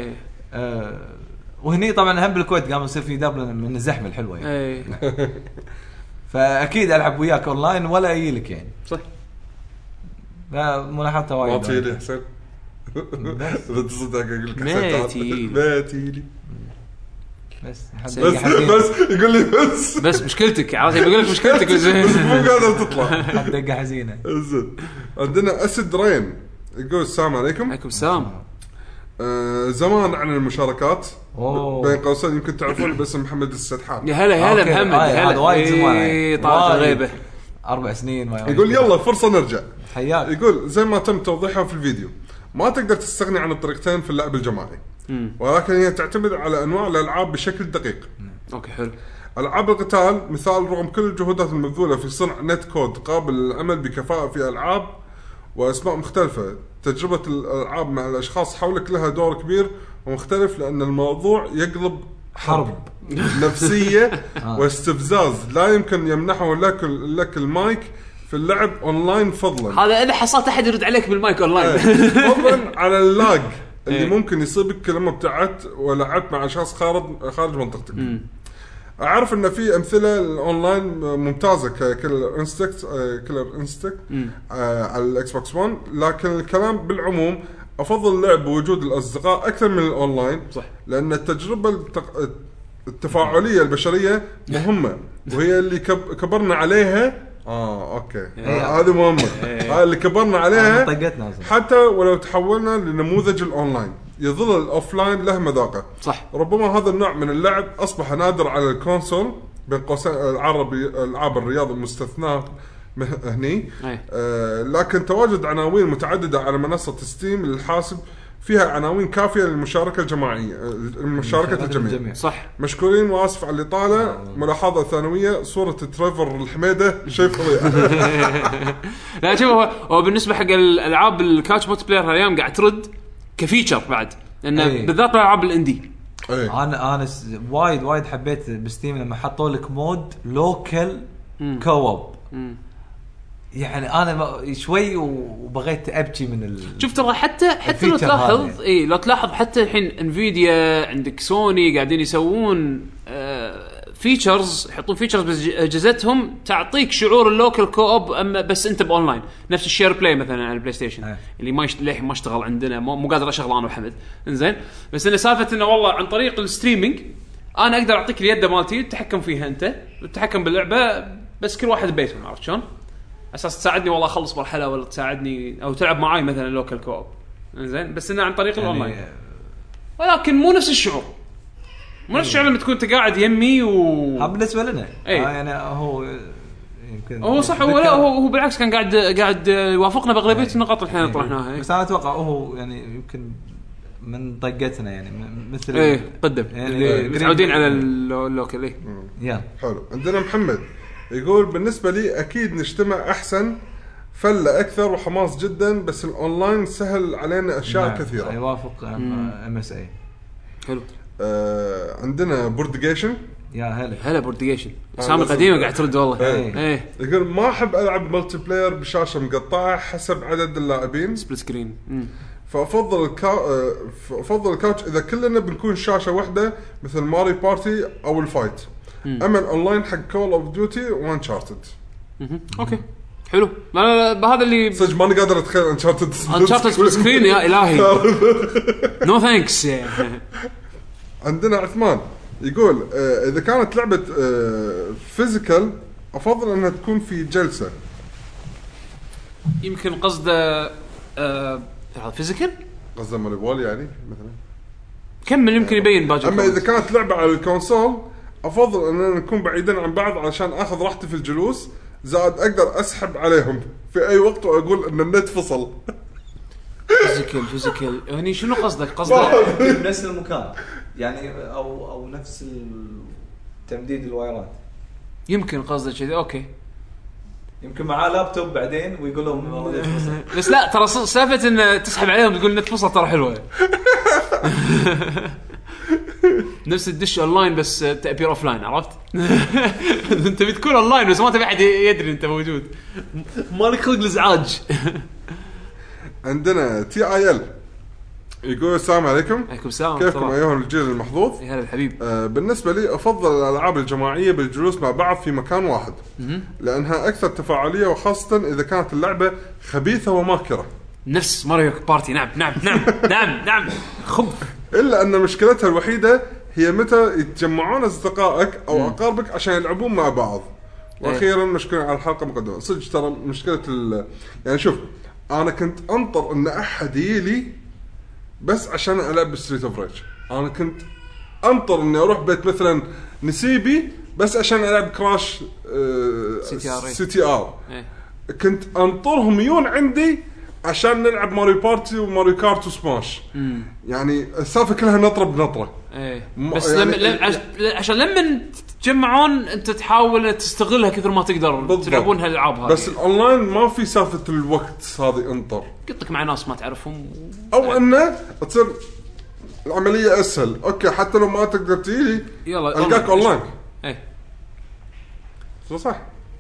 وهني طبعا هم بالكويت قام يصير في درب من الزحمه الحلوه يعني. فاكيد العب وياك اونلاين ولا اجيلك يعني. صح. لا ملاحظه وايد. ما تجيلي حسين اذا تصدق اقول لك ما تجيلي بس يقول لي بس مشكلتك عادي، بقول لك مشكلتك بس مو قادر تطلع. دقه حزينه. زين عندنا اسد رين يقول السلام عليكم. عليكم السلام. زمان عن المشاركات بين قوسين يمكن تعرفون باسم محمد السدحان. يا هلا محمد. هذا وايد زمان طال غيبه 4 سنين. يقول يلا فرصه نرجع. حياك. يقول زي ما تم توضيحها في الفيديو ما تقدر تستغني عن الطريقتين في اللعب الجماعي، ولكن هي تعتمد على انواع الالعاب بشكل دقيق. اوكي حلو. العاب القتال مثال رغم كل الجهودات المبذوله في صنع نت كود قابل للعمل بكفاءه في العاب واسماء مختلفه، تجربه الالعاب مع الاشخاص حولك لها دور كبير ومختلف، لان الموضوع يقلب حرب نفسيه واستفزاز لا يمكن يمنحه لك المايك في اللعب اونلاين فضلا. هذا اذا حصلت احد يرد عليك بالمايك اونلاين. فضلا على اللاج اللي ممكن يصيبك لما ابتعدت ولعبت مع اشخاص خارج منطقتك. اعرف ان في امثله الاونلاين ممتازه ككلر انستكت على الاكس بوكس 1، لكن الكلام بالعموم افضل اللعب بوجود الاصدقاء اكثر من الاونلاين. صح. لان التجربه التفاعليه البشريه مهمه وهي اللي كبرنا عليها. اوكي هذه مهمه. هذا اللي كبرنا عليها حتى ولو تحولنا لنموذج الاونلاين يظل الاوفلاين له مذاقه. صح. ربما هذا النوع من اللعب اصبح نادر على الكونسول بين قوسين العاب الرياض المستثناه هني. لكن تواجد عناوين متعدده على منصه ستيم للحاسب فيها عناوين كافيه للمشاركه الجماعيه مشاركه الجميع. صح. مشكورين واسف على الاطاله. ملاحظه ثانويه صوره تريفر الحميده شيء فظيع. لا شوف هو بالنسبه حق الالعاب الكاتش مولتي بلاير هاليوم قاعد ترد كفيتشر بعد، لانه بالذات الالعاب الاندي. انا وايد حبيت بستيم لما حطوا لك مود لوكال كواب. يعني انا شوي وبغيت ابكي من شوف ترى حتى لو تلاحظ لو تلاحظ حتى الحين انفيديا عندك سوني قاعدين يسوون فيتشرز، يحطون فيتشرز باجهزتهم تعطيك شعور اللوكال كوب، اما بس انت باونلاين نفس الشير بلاي مثلا على البلاي ستيشن اللي ما اشتغل عندنا، مو قادر اشغل انا وحمد. انزين بس انا سالفه انه والله عن طريق الستريمينج انا اقدر اعطيك اليد مالتي تتحكم فيها انت وتتحكم باللعبه، بس كل واحد ببيته. عرفت شلون؟ اساس تساعدني والله اخلص مرحله ولا تساعدني او تلعب معاي مثلا لوكال كوب. زين بس انه عن طريق يعني الاونلاين، ولكن مو نفس الشعور. مو نفس الشعور لما تكون انت قاعد يمي بالنسبه لنا يعني هو يمكن هو صح. هو بالعكس كان قاعد يوافقنا باغلبيه النقاط اللي احنا طرحناها. بس انا اتوقع هو يعني يمكن من طقتنا يعني مثل ايه قدم يعني اللي متعودين على اللوكل. ايه يا حلو. عندنا محمد يقول بالنسبه لي اكيد نجتمع احسن، فله اكثر وحماس جدا، بس الاونلاين سهل علينا اشياء كثيره. يوافق MSA. حلو. عندنا بوردجيشن. يا هلا بوردجيشن سامي قديمه قاعد ترد والله. ايه يقول ما احب العب ملتي بلاير بشاشه مقطعه حسب عدد اللاعبين سبليت سكرين. فافضل الكاوتش اذا كلنا بنكون شاشه واحده مثل ماري بارتي او الفايت. اما الاونلاين حق كول اوف ديوتي وانشارتد. اوكي حلو. لا بهذا اللي صدق ماني قادر اتخيل انشارتد سبليت سكرين يا الهي. نو ثانكس. عندنا عثمان يقول اذا كانت لعبه فيزيكال افضل انها تكون في جلسه. يمكن قصده فيزيكال، قصده مالبول يعني مثلا. كمل يمكن يبين باجي. اما اذا كانت لعبه على الكونسول افضل اننا نكون بعيدين عن بعض علشان اخذ راحتي في الجلوس، زائد اقدر اسحب عليهم في اي وقت واقول ان النت فصل. فيزيكال يعني شنو قصدك؟ نفس المكان يعني او نفس تمديد الوايرات. يمكن قصدك كذا. اوكي يمكن معاه لابتوب بعدين ويقول لهم بس لا ترى سالفه ان تسحب عليهم تقول نت فصل ترى حلوه. نفس الدش اونلاين بس تأبير اوفلاين. عرفت؟ انت بتكون اونلاين بس ما تبي احد يدري انت موجود، مالك خلق الازعاج. عندنا TIL يقول السلام عليكم. عليكم السلام. كيفكم ايها الجيل المحظوظ؟ يا هلا الحبيب. بالنسبه لي افضل الالعاب الجماعيه بالجلوس مع بعض في مكان واحد لانها اكثر تفاعليه، وخاصه اذا كانت اللعبه خبيثه وماكره نفس ماريو بارتي. نعم خب. الا ان مشكلتها الوحيده هي متى يتجمعون اصدقائك او اقاربك عشان يلعبون مع بعض. واخيرا مشكلة على الحلقه مقدمه. صدق ترى مشكله يعني شوف انا كنت انطر ان احد يجي بس عشان العب ستريت اوف ريج. انا كنت انطر اني اروح بيت مثلا نسيبي بس عشان العب كراش CTR. كنت انطرهم يون عندي عشان نلعب ماريو بارتي وماريو كارت وسماش. يعني السالفه كلها نطره بنطره. بس يعني عشان لما تجمعون انت تحاول تستغلها كثر ما تقدر تلعبون هالالعاب هذه. بس الاونلاين ما في سالفه الوقت هذه. انطر قطك مع ناس ما تعرفهم او انه تصير العمليه اسهل. اوكي حتى لو ما تقدر تيجي يلا القاك اونلاين. صح.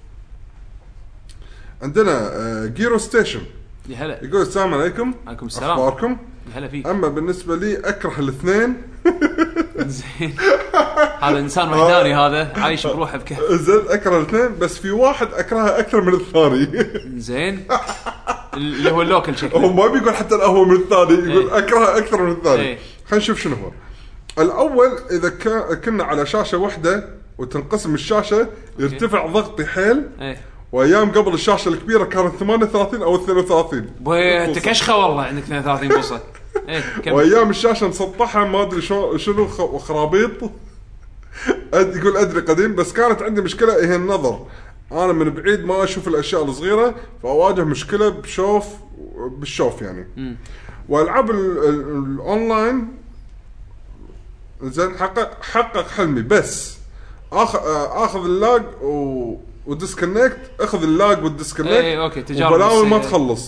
عندنا جيرو ستيشن. يا هلا. يقول السلام عليكم. عليكم السلام. اخباركم؟ هلا فيك. اما بالنسبه لي اكره الاثنين. زين. هذا انسان وحداني هذا عايش بروحه بكهف. زين اكره الاثنين بس في واحد اكرهه اكثر من الثاني. زين اللي هو اللوكل شكله. هو ما بيقول حتى القهوه من الثاني، يقول اكرهه اكثر من الثاني. خلينا نشوف شنو هو. الاول اذا كنا على شاشه واحده وتنقسم الشاشه يرتفع ضغطي حيل. وايام قبل الشاشه الكبيره كانت 38 او 32. تكشخه والله عندك 32 بوصه. وايام الشاشه مسطحه ما ادري شنو وخرابيط. يقول ادري قديم بس كانت عندي مشكله هي النظر. انا من بعيد ما اشوف الاشياء الصغيره فاواجه مشكله بالشوف يعني. والعاب الاونلاين زين حقق حلمي بس اخذ اللاج وديسكونكت. اخذ اللاج والديسكونكت وبلاوي ما تخلص.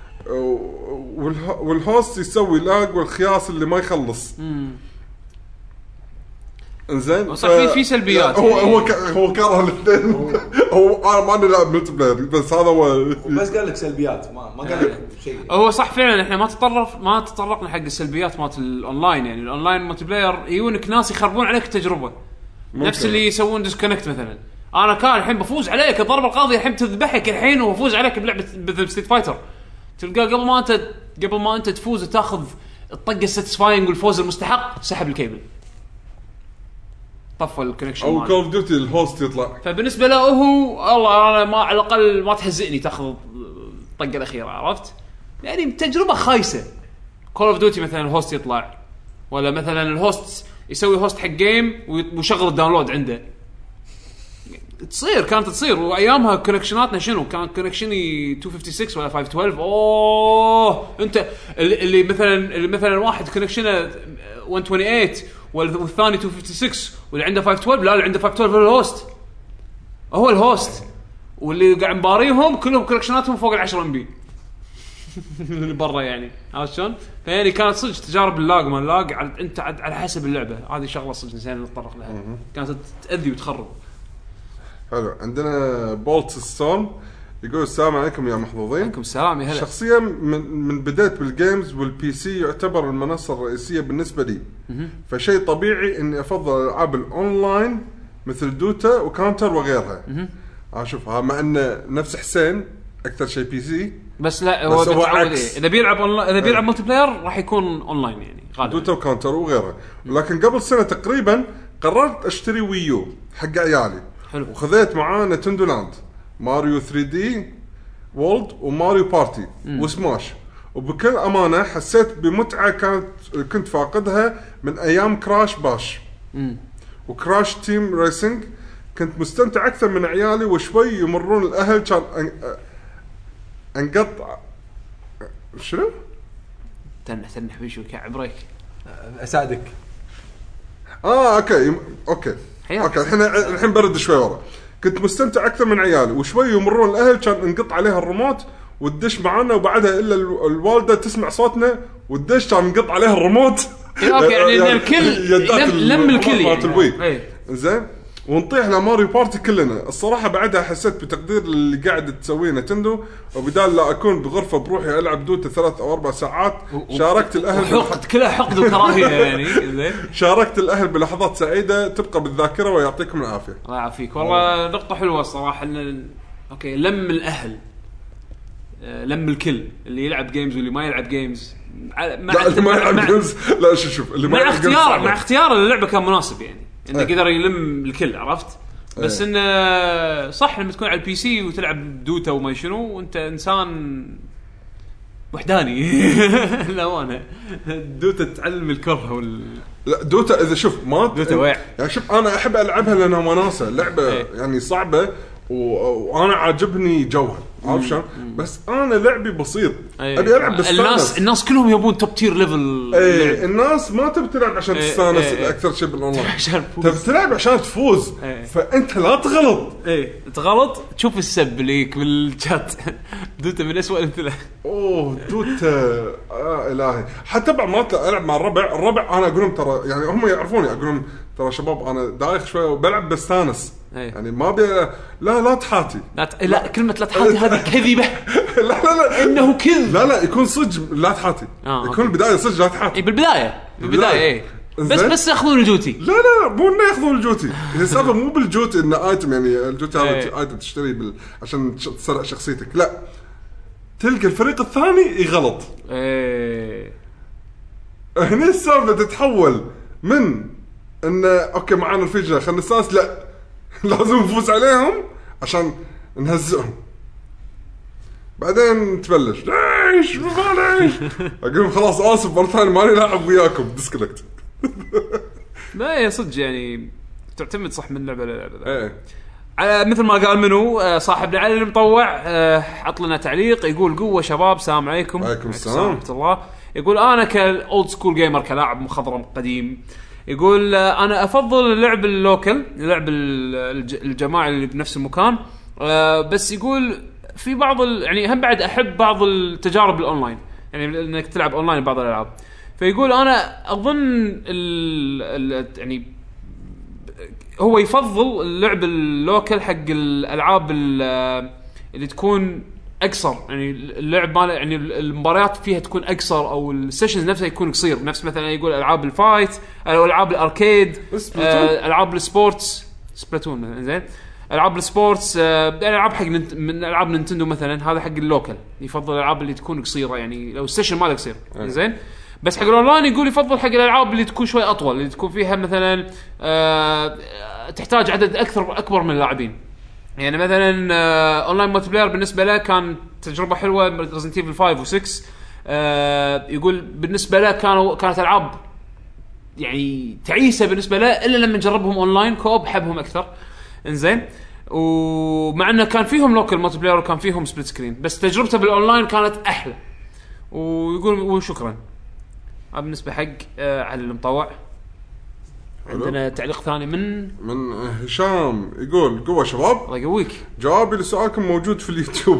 والهوست يسوي لاج والخياس اللي ما يخلص. انزين صح. في سلبيات. هو كره الاثنين. هو انا ما نلعب ملتي بلاير بس هذا هو بس قال لك سلبيات ما قال لك شيء. هو صح فعلا احنا ما تطرقنا حق السلبيات مالت الاونلاين. يعني الاونلاين ملتي بلاير يجونك ناس يخربون عليك التجربه. نفس اللي يسوون ديسكونكت مثلا. انا كان الحين بفوز عليك الضربه القاضيه الحين تذبحك الحين وفوز عليك بلعبه ستريت فايتر. تلقى قبل ما انت تفوز وتاخذ الطقه الساتسفاينج والفوز المستحق سحب الكيبل طفى الكونكشن او كول اوف ديوتي الهوست يطلع. فبالنسبه له هو الله انا ما على الاقل ما تهزئني تاخذ الطقه الاخيره. عرفت يعني تجربه خايسه. كول اوف ديوتي مثلا الهوست يطلع ولا مثلا الهوست يسوي هوست حق جيم ويشغل الداونلود عنده. كانت تصير وايامها كونكشناتنا شنو كان كونكشني 256 ولا 512 اوه انت اللي مثلا واحد كونكشنه 128 والثاني 256 واللي عنده 512 لا اللي عنده 512 هو الهوست واللي قاعد مباريهم كلهم كونكشناتهم فوق ال10 ام بي اللي برا يعني عرفت شلون فيعني كانت صدق تجارب اللاج ما اللاج انت على حسب اللعبه هذه شغله صدق زين نتطرق لها كانت تاذي وتخرب. حلو عندنا بولت ستون يقول السلام عليكم يا محظوظين. عليكم السلام يا هلا. شخصيا من بداية بالجيمز والبي سي يعتبر المنصة الرئيسية بالنسبة لي فشيء طبيعي اني افضل الالعاب الاونلاين مثل دوتا وكاونتر وغيرها. اشوفها مع ان نفس حسين اكثر شيء بي سي بس لا هو بتعود اذا بيلعب اونلاين اذا بيلعب ملتي بلاير راح يكون اونلاين يعني غالبا دوتا وكاونتر وغيرها. لكن قبل سنة تقريبا قررت اشتري ويو حق عيالي. حلو. وخذيت معاه نينتندو لاند ماريو 3D وولد وماريو بارتي وسماش وبكل أمانة حسيت بمتعة كنت فاقدها من أيام كراش باش وكراش تيم ريسنج. كنت مستمتع أكثر من عيالي وشوي يمرون الأهل كان انقطع شنو؟ تنح بيشو كعبريك أساعدك. اوكي الحين برد شوي ورا. كنت مستمتع اكثر من عيالي وشوي يمرون الاهل كان انقطع عليها الريموت وتدش معنا وبعدها الا الوالده تسمع صوتنا وتدش كان انقطع عليها الريموت. اوكي يعني الكل لم الكل يعني. زين ونطيح لماريو بارتي كلنا. الصراحه بعدها حسيت بتقدير اللي قاعد تسويه نتندو وبدال لا اكون بغرفه بروحي العب دوتا 3 أو 4 ساعات شاركت الاهل كلها حقد وكراهيه يعني زين شاركت الاهل بلحظات سعيده تبقى بالذاكره ويعطيكم العافيه. الله يعافيك والله نقطه حلوه الصراحه ان اوكي لم الاهل لم الكل اللي يلعب جيمز واللي ما يلعب جيمز لا اللي ما يلعب جيمز لا شوف اللي ما يلعب مع اختيار اللعبه كان مناسب يعني انه قدر يلم الكل عرفت بس انه صح لما تكون على البي سي وتلعب دوتا وما شنو وانت انسان وحداني لا انا دوتا تعلم الكره لا دوتا اذا شوف ما دوتا واع يعني شوف انا احب العبها لانها مناسه لعبه يعني صعبه وانا عاجبني جوها عارف شلون بس انا لعبي بسيط ابي العب بس الناس كلهم يبون توب تير ليفل. الناس ما تبي تلعب عشان تستانس اكثر شيء بالاونلاين تبي تلعب عشان تفوز فانت لا تغلط تغلط تشوف السب ليك بالشات دوتا من اسوء الامثله. دوتا الهي حتى بعد ما العب مع الربع انا اقول لهم ترى يعني هم يعرفوني اقول لهم ترى شباب انا دايخ شويه وبلعب بستانس يعني ما بي لا تحاتي لا كلمه لا تحاتي هذه كذبه لا انه كذب لا يكون صدق لا تحاتي يكون البدايه صدق لا تحاتي بالبدايه بس ياخذون الجوتي لا مو انه ياخذون الجوتي السالفه مو بالجوتي انه ايتم يعني الجوتي هذا ايتم تشتري عشان تسرع شخصيتك لا تلقى الفريق الثاني يغلط هنا السالفه تتحول من انه اوكي معانا الفيجر خلينا نستانس لا لازم نفوز عليهم عشان نهزئهم بعدين تبلش ليش معليش اقول خلاص اسف مره ثانيه ماني لاعب وياكم ديسكونكت. ما هي صدق يعني تعتمد صح من لعبه للعبه على مثل ما قال منو صاحبنا علي المطوع حط لنا تعليق يقول قوه شباب السلام عليكم. وعليكم السلام ورحمه الله. يقول انا كاولد سكول جيمر كلاعب مخضرم قديم يقول انا افضل اللعب اللوكل اللعب الجماعي اللي بنفس المكان بس يقول في بعض يعني هم بعد احب بعض التجارب الاونلاين يعني انك تلعب اونلاين بعض الالعاب فيقول انا اظن يعني هو يفضل اللعب اللوكل حق الالعاب اللي تكون اقصر يعني اللعب ماله يعني المباريات فيها تكون اقصر او السيشنز نفسها يكون قصير نفس مثلا يقول العاب الفايت او العاب الاركيد العاب السبورتس سبلاتون زين العاب السبورتس العاب حق من العاب نينتندو مثلا هذا حق اللوكل يفضل الالعاب اللي تكون قصيره يعني لو السيشن ماله قصير زين بس حق الاونلاين يقول يفضل حق الالعاب اللي تكون شوي اطول اللي تكون فيها مثلا تحتاج عدد اكبر من اللاعبين يعني مثلا اونلاين ملتي بلاير بالنسبه له كان تجربه حلوه ريزنت ايفل 5 و6 يقول بالنسبه له كانت العاب يعني تعيسه بالنسبه له الا لما نجربهم اونلاين كوب حبهم اكثر انزين ومع انه كان فيهم لوكال مالتي بلاير وكان فيهم سبليت سكرين، بس تجربته بالاونلاين كانت احلى. ويقول وشكرا. بالنسبه حق على المطوع عندنا تعليق ثاني من هشام يقول قوة شباب الله يقويك. جوابي لسؤالكم موجود في اليوتيوب.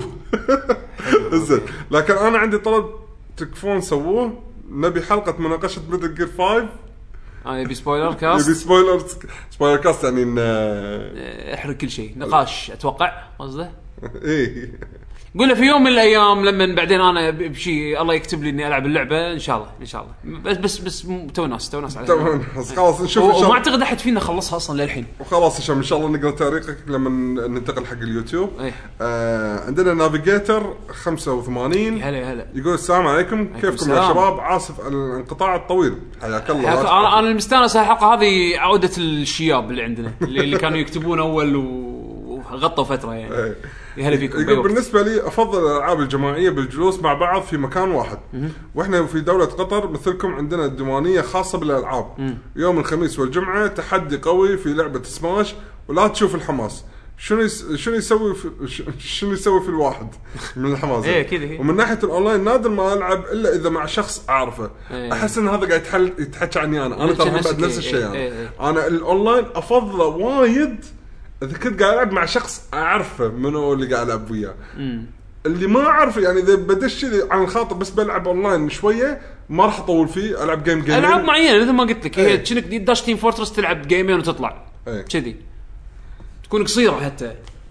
زين لكن انا عندي طلب تكفون سووه، نبي حلقة مناقشة ميدل جير 5. يبي سبويلر كاست. يبي سبويلر كاست يعني احرق كل شيء نقاش اتوقع قصده. ايه قلنا في يوم من الايام لما بعدين انا بشيء الله يكتب لي اني العب اللعبه ان شاء الله بس تو ناس على خلاص نشوف وما اعتقد احد فينا خلصها اصلا للحين. وخلاص ان شاء الله نقرا تعليقك لما ننتقل حق اليوتيوب. عندنا نافيجيتر 85 هلا يقول السلام عليكم كيفكم يا شباب؟ عاسف الانقطاع الطويل حياك الله. انا المستانس الحلقه هذه عوده الشياب اللي عندنا اللي كانوا يكتبون اول وغطوا فتره يعني. هلا فيكم. يقول بالنسبه لي افضل الالعاب الجماعيه بالجلوس مع بعض في مكان واحد. واحنا في دوله قطر مثلكم عندنا ديوانيه خاصه بالالعاب. يوم الخميس والجمعه تحدي قوي في لعبه سماش ولا تشوف الحماس. شنو يسوي في الواحد من الحماس. ومن ناحيه الاونلاين نادر ما العب الا اذا مع شخص اعرفه. احس ان هذا قاعد يتحكى عني انا ترى بعد نفس الشيء. انا الاونلاين افضل وايد اذا كنت قاعد العب مع شخص اعرفه منو اللي قاعد العب وياه. اللي ما اعرفه يعني اذا بدش عن الخاطر بس بلعب اونلاين شويه ما راح اطول فيه. العب جيم العاب معينه مثل ما قلت لك هي كأنك داش تيم فورترس تلعب جيمين وتطلع كذي تكون قصيره حتى.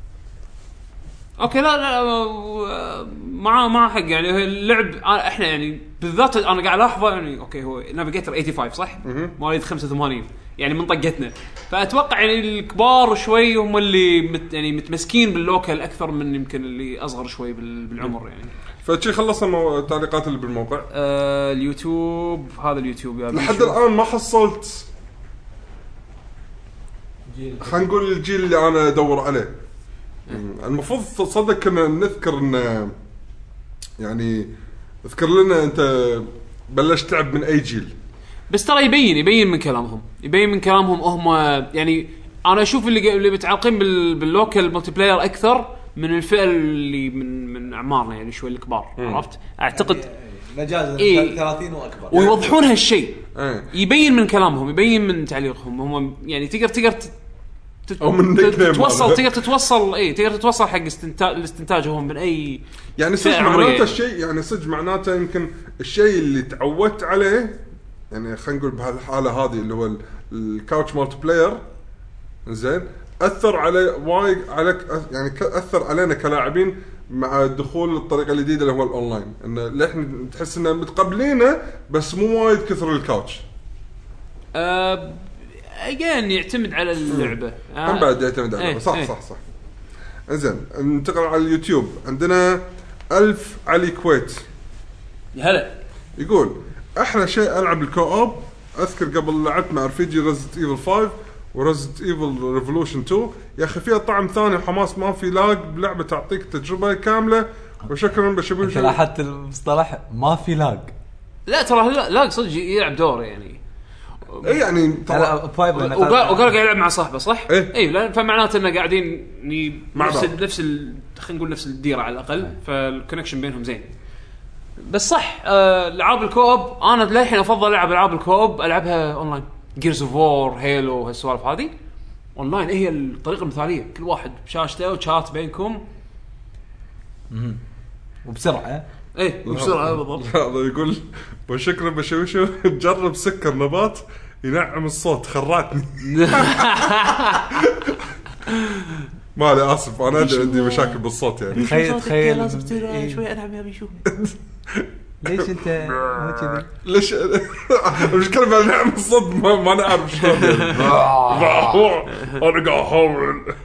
اوكي لا مع حق يعني اللعب احنا يعني بالذات انا قاعد الاحظه يعني اوكي هو نافيجيتر 85 صح مواليد 85 يعني من طقتنا. فاتوقع يعني الكبار شوي هم اللي يعني متمسكين باللوكال اكثر من يمكن اللي اصغر شوي بالعمر يعني. فشي خلصنا التعليقات اللي بالموقع. اليوتيوب هذا اليوتيوب يعني لحد الان ما حصلت خلينا نقول الجيل اللي انا ادور عليه. المفروض تصدق كنا نذكر ان يعني اذكر لنا انت بلشت تعب من اي جيل. بس ترى يبين من كلامهم هم يعني انا اشوف اللي متعلقين باللوكال مالتي بلاير اكثر من الفئه اللي من اعمارنا يعني شوي الكبار. عرفت اعتقد مجازا 30 واكبر ويوضحون هالشيء. يبين من كلامهم يبين من تعليقهم هم يعني تقدر تتوصل تقدر تتوصل حق الاستنتاجهم من اي يعني صدق معناته الشيء يعني صدق معناته يمكن الشيء اللي تعودت عليه يعني خلينا نقول بهالحاله هذه اللي هو الكاوتش مالتي بلاير زين اثر على وايد عليك يعني اثر علينا كلاعبين مع دخول الطريقه الجديده اللي هو الاونلاين ان احنا تحس اننا متقبلينه بس مو وايد كثر الكاوتش. اجين يعتمد على اللعبه هم بعد يعتمد على صح. انزين ننتقل على اليوتيوب. عندنا 1000 علي كويت هلا يقول احلى شيء العب الكوب. اذكر قبل لعبت مع رفيجي ريزنت ايفل 5 وريزنت ايفل ريفولوشن 2 يا اخي فيها طعم ثاني وحماس ما في لاج بلعبه تعطيك تجربه كامله. وشكرا بشباب لاحظت المصطلح ما في لاج. لا ترى لاج صدق يلعب دور يعني اي يعني وقال قاعد يلعب مع صاحبه صح اي لان فمعناته انه قاعدين نفس خلينا نقول نفس الديره على الاقل فالكونكشن بينهم زين. بس صح العاب الكوب انا للحين افضل العب الكوب العبها اونلاين. جيرز اوف وور هيلو هالسوالف هذه اونلاين هي الطريقه المثاليه. كل واحد بشاشته وشات بينكم وبسرعه وبسرعه بالضبط. هذا يقول وشكرا بشوشو جرب سكر نبات ينعم الصوت خراتني. مالي اسف انا عندي مشاكل بالصوت يعني. تخيل لازم تصير شوي انعم يا بيشو. ليش انت مو كذي ليش مش كلمه نعم الصوت ما نعرف شلون انا قاعد احاول.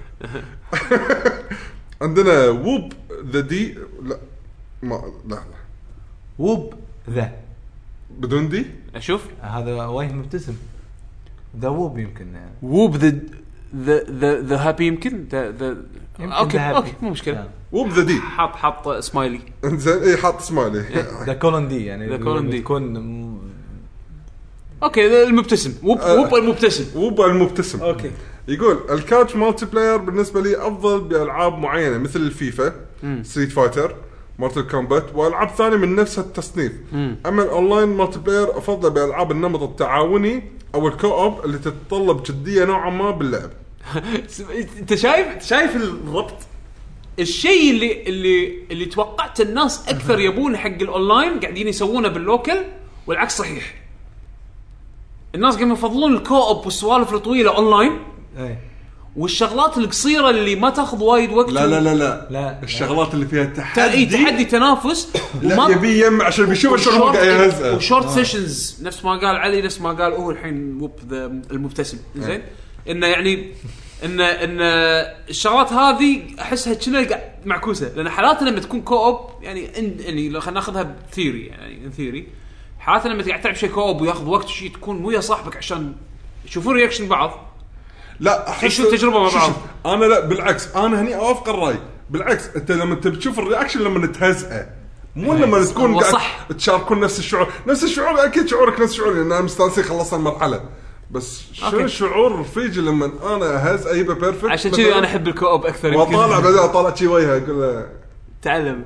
عندنا ووب ذا دي لا ووب ذا بدون دي اشوف هذا وين مبتسم ذا ووب يمكن يعني. ووب ذا هابي يمكن ذا اوكي مو مشكله. ووب ذا دي حاط سمايلي انزين اي حاط سمايلي ذا كولون دي يعني تكون اوكي المبتسم ووب المبتسم ووب المبتسم اوكي. يقول الكاوتش مالتي بلاير بالنسبه لي افضل بالعاب معينه مثل الفيفا ستريت فايتر مورتال كومبات والعاب ثانيه من نفس التصنيف. اما الاونلاين مالتي بلاير افضل بالعاب النمط التعاوني او الكوب اللي تتطلب جديه نوعا ما باللعب. انت شايف الربط. الشيء اللي توقعت الناس اكثر يبون حق الاونلاين قاعدين يسوونه باللوكل، والعكس صحيح. الناس قاعدين يفضلون الكوب والسوالف الطويله اونلاين والشغلات القصيره اللي ما تاخذ وايد وقت. لا الشغلات اللي فيها تحدي تنافس لا يبي يم عشان بيشوف شلون قاعد يهزئ وشورت سيشنز نفس ما قال علي، نفس ما قال هو الحين المبتسم زين. انه يعني ان الشغلات هذه احسها كنا معكوسه، لان حالاتنا لما تكون كوب يعني لو خلينا ناخذها بثيري يعني ان ثيري، حالاتنا لما قاعد تلعب شيء كوب وياخذ وقت شيء تكون ويا صاحبك عشان يشوفون رياكشن بعض. لا احس التجربه مع بعض. انا لا بالعكس، انا هني اوافق الراي. بالعكس انت لما تشوف الرياكشن لما نتهزئ مو لما تكون قاعد تشاركون نفس الشعور اكيد شعورك نفس شعوري لان انا مستانسين خلصنا المرحله. بس شو الشعور رفيجي لما انا هز ايبه بيرفكت. عشان كذي انا احب الكوب اكثر. وطالع بعدين اطالع شي وجهه اقول له تعلم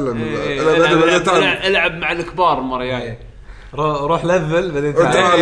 العب مع الكبار المره الجايه. روح ليفل بعدين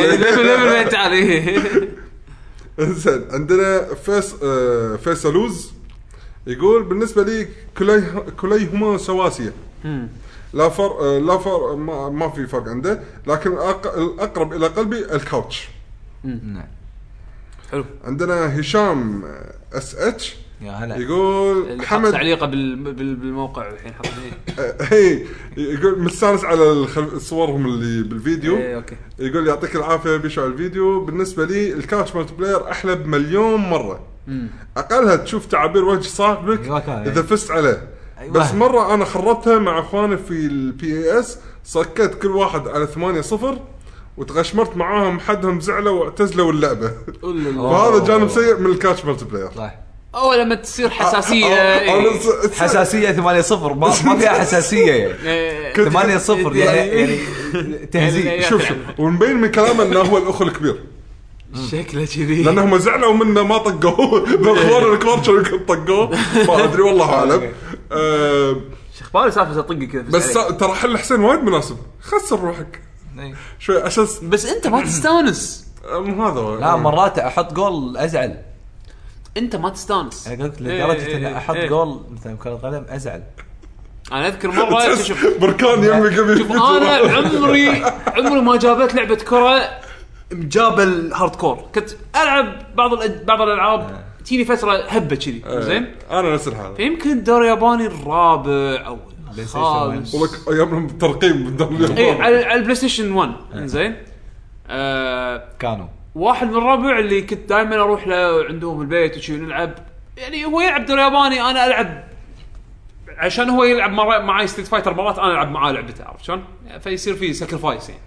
تعال. انزين عندنا فيصلوز يقول بالنسبه لي كليهما سواسيه. لا فرق ما في فرق عنده، لكن الاقرب الى قلبي الكاوتش. نعم حلو. عندنا هشام اس اتش يا هلا يقول حمد تعليقه بالموقع الحين حطيناه. هي يقول مستانس على صورهم اللي بالفيديو. اوكي. يقول يعطيك العافيه بيشو على الفيديو. بالنسبه لي الكاوتش مالتي بلاير احلى بمليون مره. اقلها تشوف تعابير وجه صاحبك اذا فزت عليه. بس مره انا خربتها مع اخواني في البي اس، صكت كل واحد على 8-0 وتغشمرت معاهم، حدهم زعلوا واعتزلوا اللعبه. وهذا جانب سيء من الكاوتش مالتي بلاير. صح. أول لما تصير حساسية حساسية 8-0 ما فيها حساسية يعني 8-0 يعني تهزيء. شوف ونبين من كلامه انه هو الاخ الكبير شكله كذي، لانهم زعلوا منه ما طقوه. بالاخوان الكبار شو طقوه ما ادري والله اعلم. شخبالي سالفه طقي كذا بس ترى حل حسين وايد مناسب. خسر روحك شوي اساس، بس انت ما تستانس. مو هذا. لا مرات احط جول ازعل. انت ما تستانس. انا قلت لدرجه ان احط جول مثلا كره قدم ازعل. انا اذكر مره شوف بركان يمي قبل. شوف انا عمري ما جابت لعبه كره مجاب الهارد كور. كنت العب بعض الالعاب تيني فتره هبه كذي زين. انا نفس الحاله. يمكن الدوري الياباني الرابع او الخامس والله ايام الترقيم بالدوري الياباني على البلاي ستيشن 1 زين. كانوا واحد من الربع اللي كنت دائما اروح له عندهم البيت وشي نلعب. يعني هو يلعب دوري ياباني انا العب عشان هو يلعب معي ستريت فايتر، مرات انا العب معاه لعبته عرفت شلون، فيصير في ساكرفايس يعني.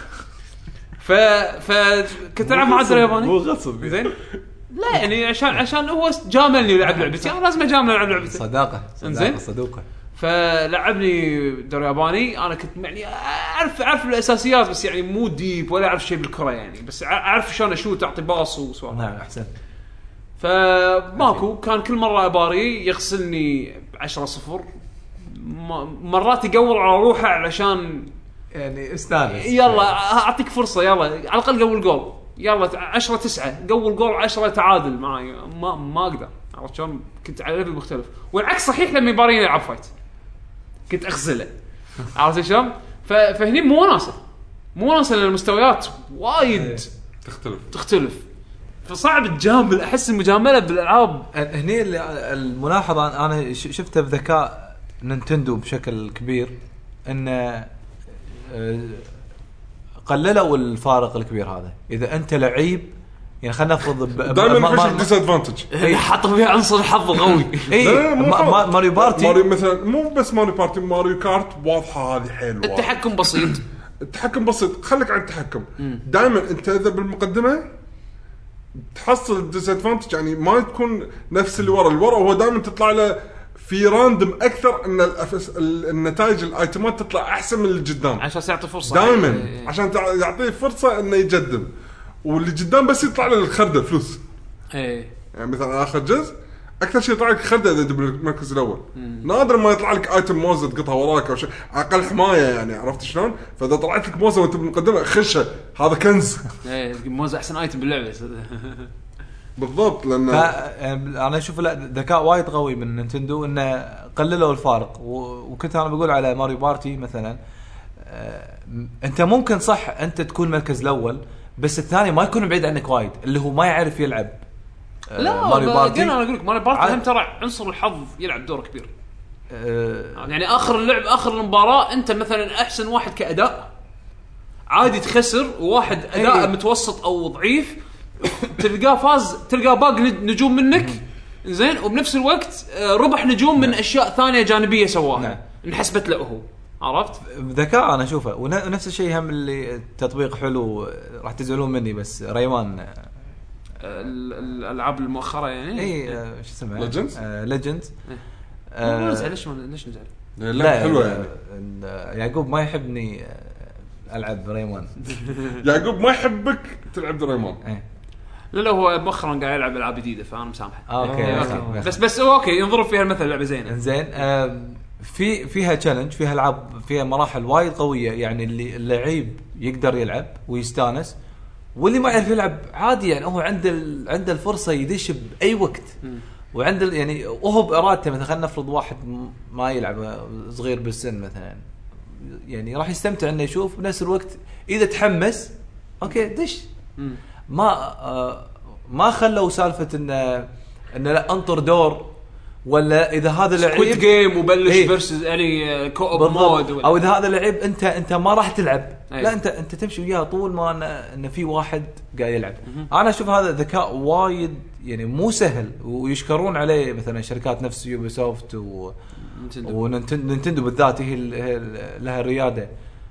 فكنت العب مع دوري ياباني مو غصب زين. لا يعني عشان هو جاملني يلعب لعبتي، انا لازم اجامله يلعب لعبتي. صداقه صدوقه. فلعبني دوري ياباني. انا كنت يعني اعرف الاساسيات بس يعني مو ديب ولا اعرف شيء بالكره يعني، بس اعرف شلون اشوت اعطي باص وسوالف. نعم احسن. فماكو كان كل مره اباري يغسلني 10-0. مرات يقول على روحه علشان يعني استانس. يلا اعطيك فرصه، يلا على الاقل قول جول، يلا 10-9 قول جول 10 تعادل معي. ما اقدر عرفت شلون. كنت على ليفل مختلف. والعكس صحيح لما يباريني يلعب فايت كنت اغسله عرفت شلون. فهني مو وناسه لان المستويات وايد تختلف. فصعب تجامل. احس المجامله بالالعاب هني الملاحظه انا شفتها بذكاء نينتندو بشكل كبير، ان قللوا الفارق الكبير هذا. اذا انت لعيب يعني خلينا نفرض دائما في ديس ادفانتج حطوا فيها عنصر الحظ قوي. ماريو بارتي مثلا مو بس ماريو بارتي، ماريو كارت واضحه هذه حلوه. التحكم بسيط خليك عن التحكم. دائما انت اذا بالمقدمه تحصل الديس ادفانتج يعني ما تكون نفس اللي ورا هو دائما تطلع له في راندم اكثر ان النتائج الايتمات تطلع احسن من اللي قدام عشان يعطي فرصه دائما عشان يعطيه فرصه انه يجدد، واللي قدام بس يطلع له الخردة فلوس ايه يعني مثلا اخر جزء اكثر شيء يطلع لك خلده اذا بالمركز الاول. نادر ما يطلع لك ايتم موزه تقطها وراك او شيء، اقل حمايه يعني، عرفت شلون؟ فاذا طلعت لك موزه وانت بالمقدمه خشه، هذا كنز. ايه موزه احسن ايتم باللعبه. بالضبط. لان انا اشوف لا ذكاء وايد قوي من نينتندو انه قللوا الفارق. وكنت انا بقول على ماريو بارتي مثلا، انت ممكن صح انت تكون مركز الاول بس الثاني ما يكون بعيد عنك وايد، اللي هو ما يعرف يلعب. لا ماريو بارتي انا اقول لك ماريو بارتي هم ترى عنصر الحظ يلعب دور كبير. يعني اخر اللعب اخر المباراه انت مثلا احسن واحد كاداء عادي تخسر، وواحد اداء متوسط او ضعيف تلقاه فاز، تلقاه باقي نجوم منك زين، وبنفس الوقت ربح نجوم من اشياء ثانيه جانبيه سواها انحسبت له هو. عرفت ذكاء انا اشوفه. ونفس الشيء هم اللي تطبيق حلو راح تزعلون مني بس ريمان الالعاب المؤخره يعني اي شو اسمه ليجندز ليش نزعل؟ لا حلوه يعني. يعقوب ما يحبني العب ريمان. يعقوب ما يحبك تلعب ريمان. لا هو مؤخرا قاعد يلعب العاب جديده فانا مسامحه. أوكي. بس اوكي ينضرب فيها المثل لعبه زينه. زين فيها تشالنج، فيها العاب، فيها مراحل وايد قويه يعني اللي اللعيب يقدر يلعب ويستانس، واللي ما يعرف يلعب عادي يعني هو عنده الفرصه يدش باي وقت. وعند يعني وهو بارادته مثلا خلينا نفرض واحد ما يلعب صغير بالسن مثلا، يعني راح يستمتع انه يشوف. بنفس الوقت اذا تحمس اوكي دش. ما خلوا سالفه ان لا انطر دور، ولا اذا هذا لعيب سكويد جيم وبلش فيرسز يعني كوب مود، او اذا هذا لعيب انت ما راح تلعب. لا انت تمشي وياه طول ما ان في واحد قاعد يلعب. انا اشوف هذا ذكاء وايد يعني مو سهل، ويشكرون عليه مثلا شركات نفس يوبيسوفت ونينتندو بالذات هي لها الرياده.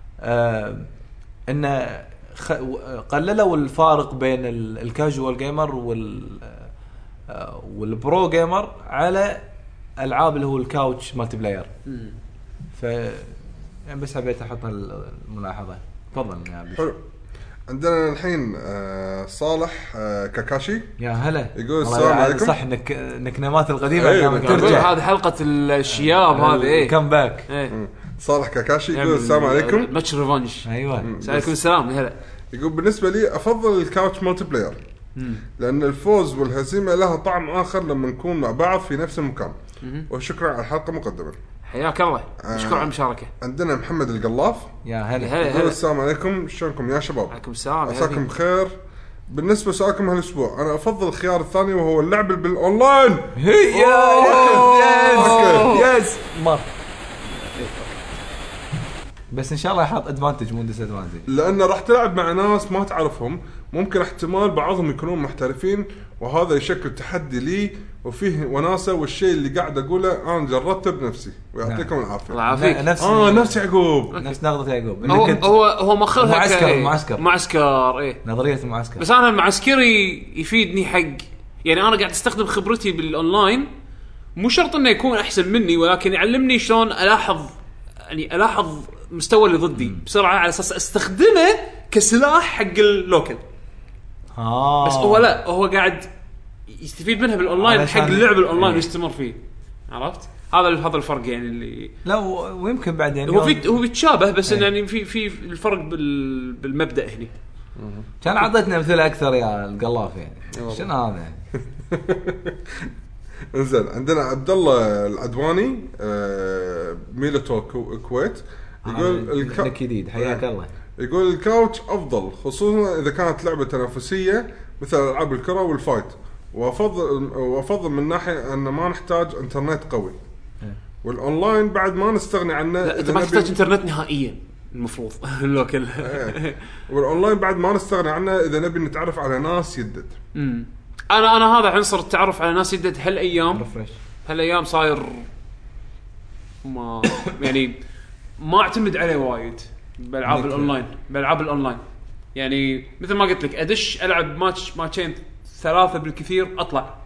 ان قللوا الفارق بين الكاجوال جيمر والبرو جيمر على العاب اللي هو الكاوتش مالتي بلاير. يعني بس حبيت احط الملاحظه. تفضل يا عبد. حلو. عندنا الحين صالح كاكاشي. يا هلا. يقول السلام عليكم. صح نكنمات القديمه ترجع. هذه حلقه الشياب هذه كم باك. صالح كاكاشي يقول السلام عليكم. ماتش ريفنج. ايوه عليكم السلام. هلا. يقول بالنسبه لي افضل الكاوتش مالتي بلاير لان الفوز والهزيمه لها طعم اخر لما نكون مع بعض في نفس المكان. وشكرا على الحلقه مقدما. حياك الله. شكرا على المشاركه. عندنا محمد القلاف. يا هلا. السلام عليكم، شلونكم يا شباب؟ عليكم السلام. عساكم بخير. بالنسبه لسؤالكم هالاسبوع انا افضل الخيار الثاني وهو اللعب بالاونلاين. يس مر. بس ان شاء الله يحط ادفانتج مو ديس ادفانتج، لانه راح تلعب مع ناس ما تعرفهم، ممكن احتمال بعضهم يكونون محترفين، وهذا يشكل تحدي لي وفيه وناسه. والشيء اللي قاعد اقوله انا جربته بنفسي. ويعطيكم العافيه. الله يعافيك. نفس يعقوب، نفس نقطه يعقوب. هو ماخذها معسكر ايه نظريه المعسكر. بس انا المعسكري يفيدني حق يعني انا قاعد استخدم خبرتي بالاونلاين، مو شرط انه يكون احسن مني، ولكن يعلمني شلون الاحظ مستوى اللي ضدي بسرعه على اساس استخدمه كسلاح حق اللوكل. بس هو قاعد يستفيد منها بالاونلاين حق اللعب الاونلاين ويستمر فيه. عرفت هذا الفرق يعني اللي لا ويمكن بعد يعني هو بيتشابه بس يعني في الفرق بالمبدا هنا. كان عطتنا مثله اكثر يا القلاف يعني شنو هذا يعني. انزين عندنا عبد الله العدواني ميلتو الكويت يقول جديد حياك الله. يقول الكاوتش افضل خصوصا اذا كانت لعبه تنافسيه مثل العاب الكره والفايت، وافضل من ناحيه ان ما نحتاج انترنت قوي. والاونلاين بعد ما نستغني عنه. لا انت ما تحتاج انترنت نهائيا المفروض. اللوكل. والاونلاين بعد ما نستغني عنه اذا نبي نتعرف على ناس يدد. انا هذا عنصر التعرف على ناس يدد هالايام صاير ما يعني ما اعتمد عليه وايد بالالعاب الاونلاين. يعني مثل ما قلت لك ادش العب ماتشين 3 بالكثير اطلع.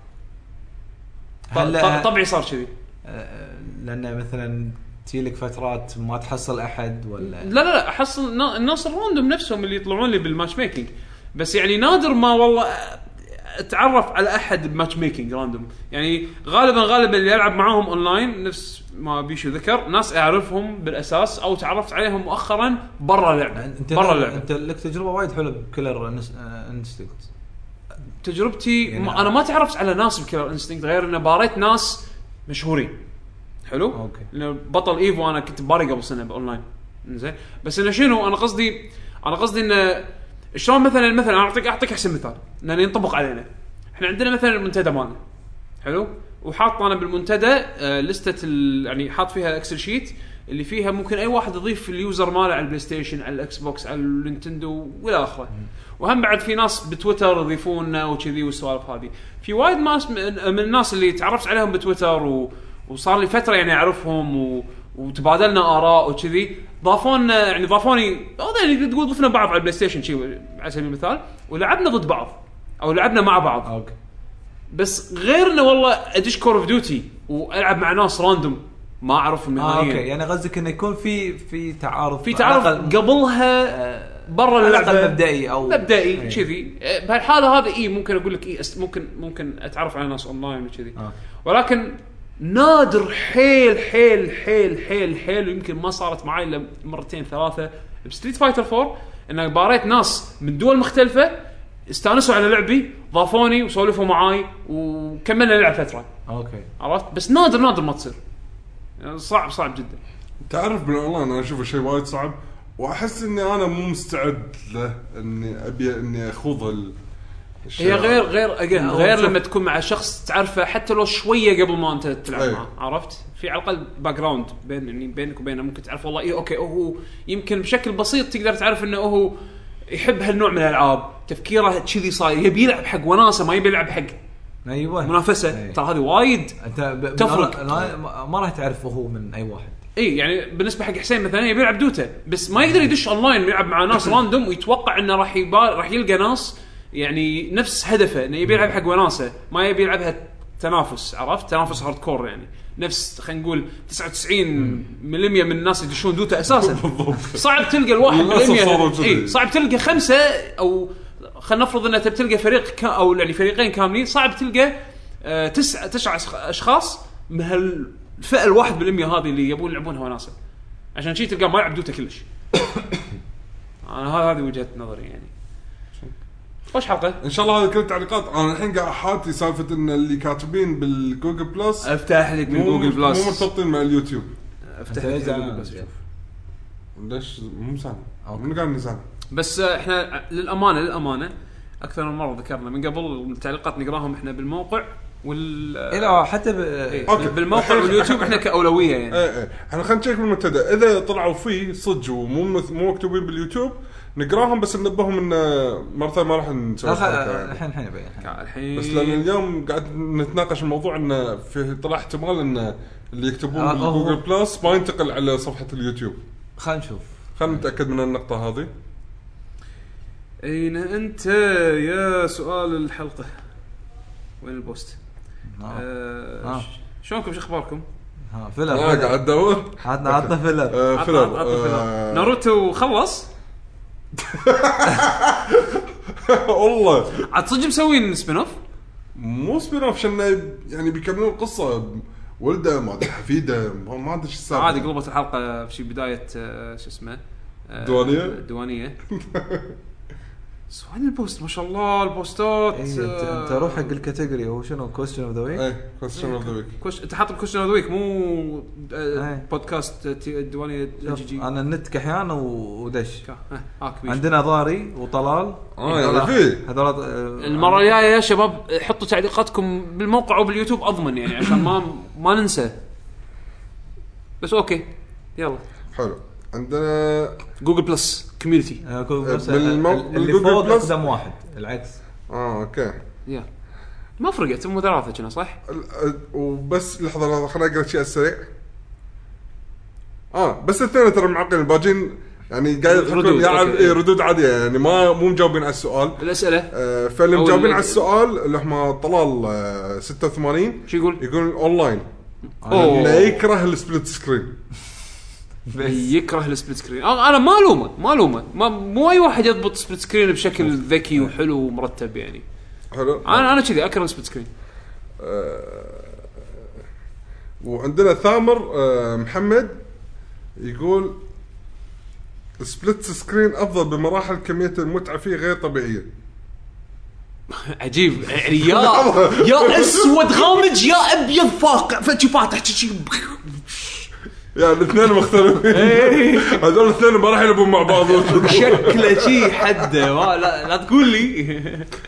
طبعي صار كذي. لان مثلا تجيلك فترات ما تحصل احد ولا لا احصل الناس الراندوم نفسهم اللي يطلعون لي بالماتش ميكينج، بس يعني نادر ما والله اتعرف على احد بماتش ميكينج راندوم. يعني غالبا اللي يلعب معاهم اونلاين نفس ما بيشو ذكر ناس اعرفهم بالاساس او تعرفت عليهم مؤخرا برا اللعبه. انت لك تجربه وايد حلوه بكلر انستنكت. تجربتي يعني انا ما تعرفت على ناس بكلر انستنكت غير انه باريت ناس مشهورين حلو. اوكي. لأن بطل ايفو انا كنت باري قبل سنه باونلاين زين. بس انه شنو انا قصدي انه شلون مثلا اعطيك احسن مثال لانه ينطبق علينا. احنا عندنا مثلا المنتدى مالنا حلو وحاط انا بالمنتدى لستة يعني حاط فيها اكسل شيت اللي فيها ممكن اي واحد يضيف اليوزر ماله على البلاي ستيشن على الاكس بوكس على النينتندو والى اخره. وهم بعد في ناس بتويتر يضيفوننا وكذي والسوالف هذه. في وايد ناس من الناس اللي تعرفت عليهم بتويتر وصار لي فتره يعني اعرفهم وتبادلنا اراء وكذي ضافونا يعني ضافوني يعني تقول ضفنا بعض على البلاي ستيشن شيء على سبيل المثال ولعبنا ضد بعض او لعبنا مع بعض. اوكي. بس غير انه والله ادش كور اوف ديوتي والعب مع ناس راندوم ما اعرف المهنيين. اوكي يعني قصدك انه يكون في تعارف قبلها برا اللعبه مبدئي كذي. بهالحاله هذه ممكن اقول لك ممكن اتعرف على ناس اونلاين وكذي. ولكن نادر حيل حيل حيل حيل حيل يمكن ما صارت معي الا مرتين ثلاثه بستريت فايتر 4 ان باريت ناس من دول مختلفه استانسوا على لعبي ضافوني وسولفوا معاي وكملنا نلعب فتره. اوكي عرفت. بس نادر ما تصير يعني صعب جدا. تعرف بالاونلاين انا اشوف شيء وايد صعب واحس اني انا مو مستعد له اني اخوض هي غير لما تكون مع شخص تعرفه حتى لو شويه قبل ما انت تلعب معه. عرفت في على الاقل باك جراوند بينك وبينه ممكن تعرف والله ايه اوكي هو يمكن بشكل بسيط تقدر تعرف انه هو يحب هالنوع من الالعاب تفكيره كذي صاير يبي يلعب حق وناسه ما يبي يلعب حق منافسه. ترى هذه وايد تفرق. ما راح تعرفه هو من اي واحد. يعني بالنسبه حق حسين مثلا يبي يلعب دوتا بس ما يقدر يدش اونلاين ويلعب مع ناس راندوم ويتوقع انه راح يلقى ناس يعني نفس هدفه انه يبي يلعب حق وناسه ما يبي يلعبها تنافس. عرفت تنافس هارد كور يعني نفس خلينا نقول 99% من الناس يدشون دوتا اساسا. صعب تلقى الواحد صعب تلقى 5 او خلينا نفرض انه تلقى فريق او يعني فريقين كاملين صعب تلقى 9 اشخاص من هالفئه ال1% هذه اللي يبون يلعبونها وناسه عشان شيء تلقى ما يلعب دوتا كلش. انا هذه وجهه نظري يعني. وش حلقه ان شاء الله هذه كل التعليقات. انا الحين قاعد احاتي سالفه ان اللي كاتبين بالجوجل بلس افتح لك بالجوجل بلس مو مرتبطين مع اليوتيوب. افتح لك بالجوجل بلس شوف ليش مو مسامع من قال نزال. بس احنا للامانه اكثر من مره ذكرنا من قبل التعليقات نقراهم احنا بالموقع لا حتى بالموقع واليوتيوب احنا كاولويه يعني. احنا خلينا نشيك بالمنتدى اذا طلعوا فيه صدق ومو مكتوبين باليوتيوب نقراهم بس ننبههم ان مرة ما راح نسوي الحين بس لان اليوم قاعد نتناقش الموضوع انه في طلع احتمال ان اللي يكتبون بالجوجل بلس ما ينتقل على صفحة اليوتيوب. خلينا نشوف خلينا نتأكد من النقطة هذه. اين انت يا سؤال الحلقة وين البوست؟ شلونكم شو اخباركم؟ فيلر قاعد ادور عطنا فيلر ناروتو خلص والله عاد صدق مسوين سبين اوف مو سبين اوف عشان يعني بيكملون القصه ولده ما ادري حفيده ما ادري ايش السالفه. عادي قلبت الحلقه في بدايه شو اسمه دوانيه سوين البوست ما شاء الله البوستات. انت روح حق الكاتيجوري هو شنو كويستشن اوف ذا ويك. ايه كويستشن اوف ذا ويك انت حاط كويستشن اوف ذا ويك مو بودكاست الديوانيه جي جي. انا النت كحيان ودش عندنا ضاري وطلال هذول المره الجايه يا شباب حطوا تعليقاتكم بالموقع وباليوتيوب اضمن يعني عشان ما ننسى. بس اوكي يلا حلو. عندنا جوجل بلس كوميونتي اللي فوق اقدم واحد العكس. اوكي يا ما فرقت هم 3 كنا صح. وبس لحظه خليني اقرا شيء سريع. بس الاثنين ترى معقين الباجين يعني قاعد يحطون ردود عاديه يعني مو مجاوبين على السؤال الاسئله. فاللي مجاوبين على السؤال اللي هم طلال 86 شو يقول اونلاين لا يكره السبليت سكرين. يكره السبليت سكرين. انا ما لومه مو اي واحد يضبط سبليت سكرين بشكل ذكي وحلو ومرتب يعني. حلو. انا كذي اكره السبليت سكرين. وعندنا ثامر محمد يقول سبليت سكرين افضل بمراحل، كميه المتعه فيه غير طبيعيه. عجيب يعني يا اسود غامج يا ابيض فاقع فاتح شيء يعني الاثنين مختلفين. هذول الاثنين ما راح يلعبون مع بعض. شكله شيء حده لا تقول لي.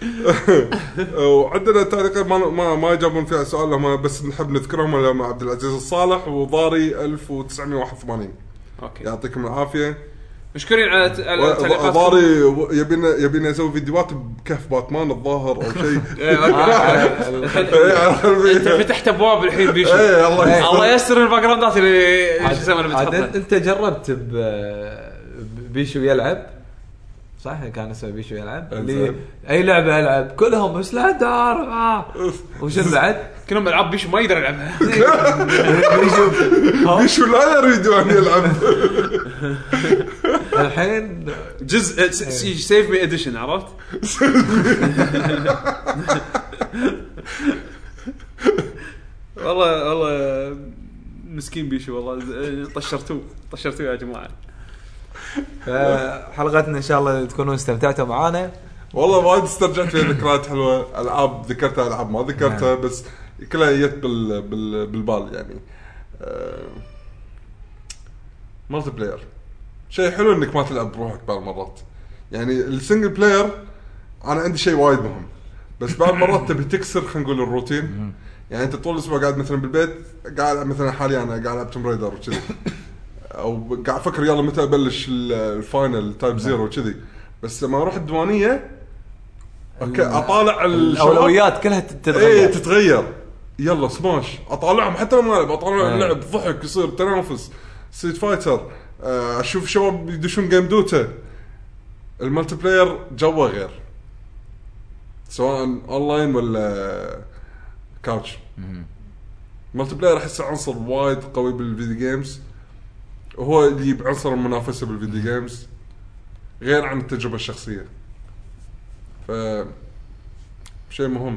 وعندنا تعليقات ما يجاوبون فيها سؤال لهم، بس نحب نذكرهم مع عبد العزيز الصالح وضاري 1981. اوكي يعطيكم العافيه، مشكورين على التعليقات. ضاري يبينا نسوي فيديوهات بكهف باتمان الظاهر او شيء. انت فتحت ابواب الحين بيشو. الله يستر الباك جراوندات اللي ايش يسمونه. انت جربت بيشو يلعب صح؟ كان اسمه بيشو يلعب اللي اي لعبه العب كلهم بس لا دار وشو بعد كلهم العاب بيشو ما يقدر يلعبها. بيشو لا يريد ان يلعب. الحين جزء سيف مي اديشن عرفت. والله مسكين بيشو والله طشرتوه يا جماعه. حلقتنا ان شاء الله تكونوا استمتعتوا معانا. والله وايد استرجعت فيها ذكريات حلوه، العاب ذكرتها العاب ما ذكرتها بس كلها جت بالبال يعني. مالتي بلاير شيء حلو انك ما تلعب بروحك بعض المرات، يعني السنجل بلاير انا عندي شيء وايد مهم، بس بعض المرات تبي تكسر خلينا نقول الروتين. يعني انت طول الاسبوع قاعد مثلا بالبيت قاعد مثلا حاليا انا قاعد العب توم رايدر وكذي، او قاعد افكر يلا متى ابلش الفاينل تايب زيرو وكذي، بس لما اروح الديوانيه اوكي اطالع الاولويات كلها تتغير. ايه تتغير، يلا سماش اطالعهم حتى لما العب اطالع اللعب ضحك يصير تنافس. ستريت فايتر اشوف شباب يدشون جيم دوتا. المالتي بلاير جوه غير سواء اونلاين ولا كاوتش. المالتي بلاير احس عنصر وايد قوي بالفيديو جيمز، وهو اللي يجيب عنصر المنافسه بالفيديو جيمز غير عن التجربه الشخصيه. ف شيء مهم.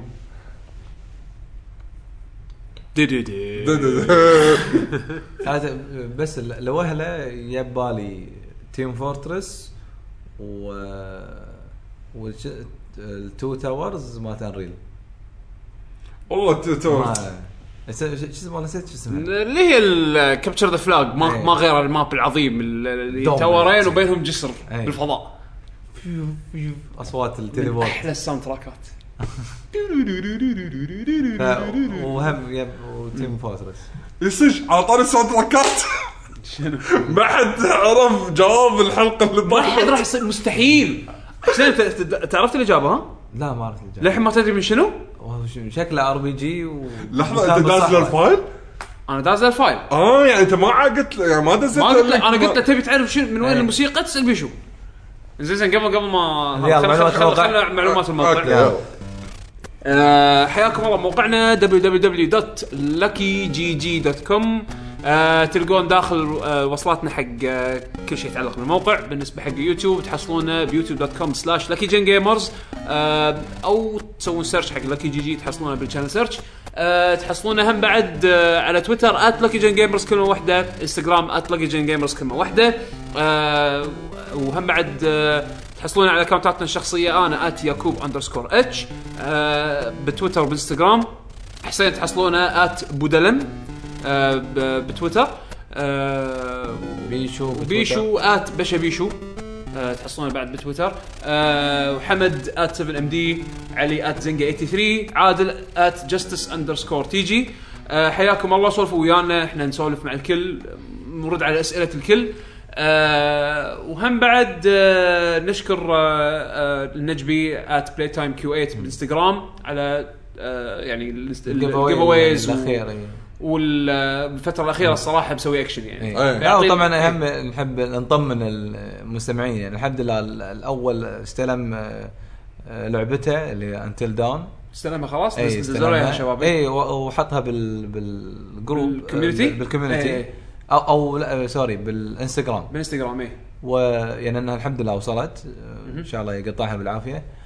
هذا بس لوهله يبالي تيم فورترس والتو تاورز ما تنريل. والله تو تاورز شو اسمه نسيت شو اسمه اللي هي الكابتشر ذا فلاج ما غير الماب العظيم اللي تاورين وبينهم جسر بالفضاء. اصوات التليفون احلى الساوند تراكات. وهم وتيم فورترس يسج على طاري الساوند تراكات. ما حد عرف جواب الحلقه اللي ما حد راح يصير مستحيل. حسين تعرفت الاجابه؟ ها لا ما عرفت الاجابه للحين ما تدري من شنو شكله ار بي جي. لحظه انت داز الفايل؟ انا داز الفايل. يعني انت ما قلت يعني ما دزيت. انا قلت له تبي تعرف شنو من وين الموسيقى تسال بيشو. زين قبل ما خلينا معلومات الموقع. حياكم الله. موقعنا www.luckygg.com. تلقون داخل وصلاتنا حق كل شيء يتعلق بالموقع. بالنسبة حق يوتيوب تحصلونه byoutube.com/luckygengamers، أو تسوون سيرش حق luckygg تحصلونه بالشانل سيرش. تحصلونه هم بعد على تويتر @luckygengamers كلمة واحدة، انستغرام @luckygengamers كلمة واحدة، وهم بعد تحصلون على اكونتاتنا الشخصيه. انا @yakub_h بتويتر وبانستغرام. حسين تحصلونه @بودلم بتويتر. بيشو @بشبيشو تحصلونه بعد بتويتر. وحمد @7md، علي @zenga83، عادل @justice_tg. حياكم الله. سولفوا ويانا، احنا نسولف مع الكل، نرد على اسئله الكل. وهم بعد نشكر النجبي @playtimeq8 بالانستغرام على يعني الجيفاويز والفتره الاخيره الصراحه مسوي اكشن يعني. طبعا اهم نحب نطمن المستمعين يعني الحمد لله الاول استلم لعبته اللي انتل داون استلمها خلاص نزلوها يا شباب. وحطها بالجروب بالكوميونتي او لا سوري بالانستغرام ايه. ويعني انها الحمد لله وصلت ان شاء الله يقطعها بالعافيه.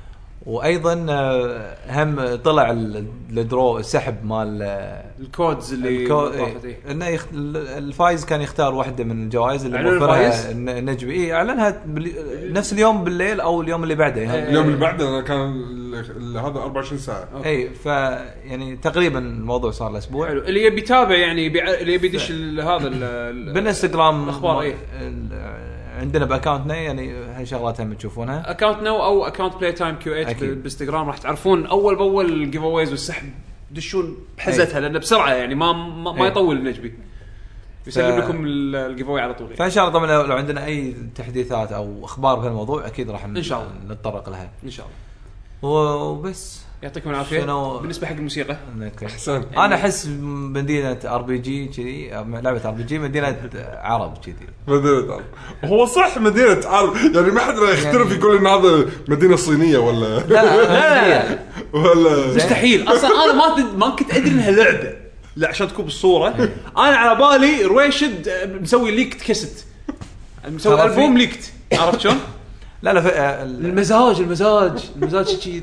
وايضا هم طلع الدرو السحب مال الكودز اللي انه الفايز كان يختار واحده من الجوائز اللي موفرها النجبي. اعلنها نفس اليوم بالليل او اليوم اللي بعده. يعني اليوم اللي بعده كان هذا 24 ساعه. اي يعني تقريبا الموضوع صار له اسبوع. اللي يبي يتابع يعني اللي يبي يدش هذا بالانستغرام الاخبار. عندنا باكاونتنا يعني هالشغلات هم تشوفونها اكاونتنا او اكاونت بلاي تايم كيو اتش بالانستغرام راح تعرفون اول باول الجيف اويز والسحب دشون بحزتها لانه بسرعه يعني ما يطول النجبي يسلم لكم الجيف اوي على طول. فان شاء الله طبعا لو عندنا اي تحديثات او اخبار بهالموضوع اكيد راح ان شاء الله نتطرق لها ان شاء الله. وبس يعطيكم العافيه. بالنسبه حق الموسيقى احسن انا احس مدينه ار بي جي كذي لعبه ار بي جي مدينه عرب كذي. مدينه عرب هو صح مدينه عرب يعني ما حد راح يختلف يقول ان هذا مدينه صينيه ولا لا ولا مستحيل اصلا. انا ما كنت ادري انها لعبه لا عشان تكون بالصوره. انا على بالي رويشد مسوي ليكت كست مسوي البوم ليكت عرفت شلون. لا المزاج شيء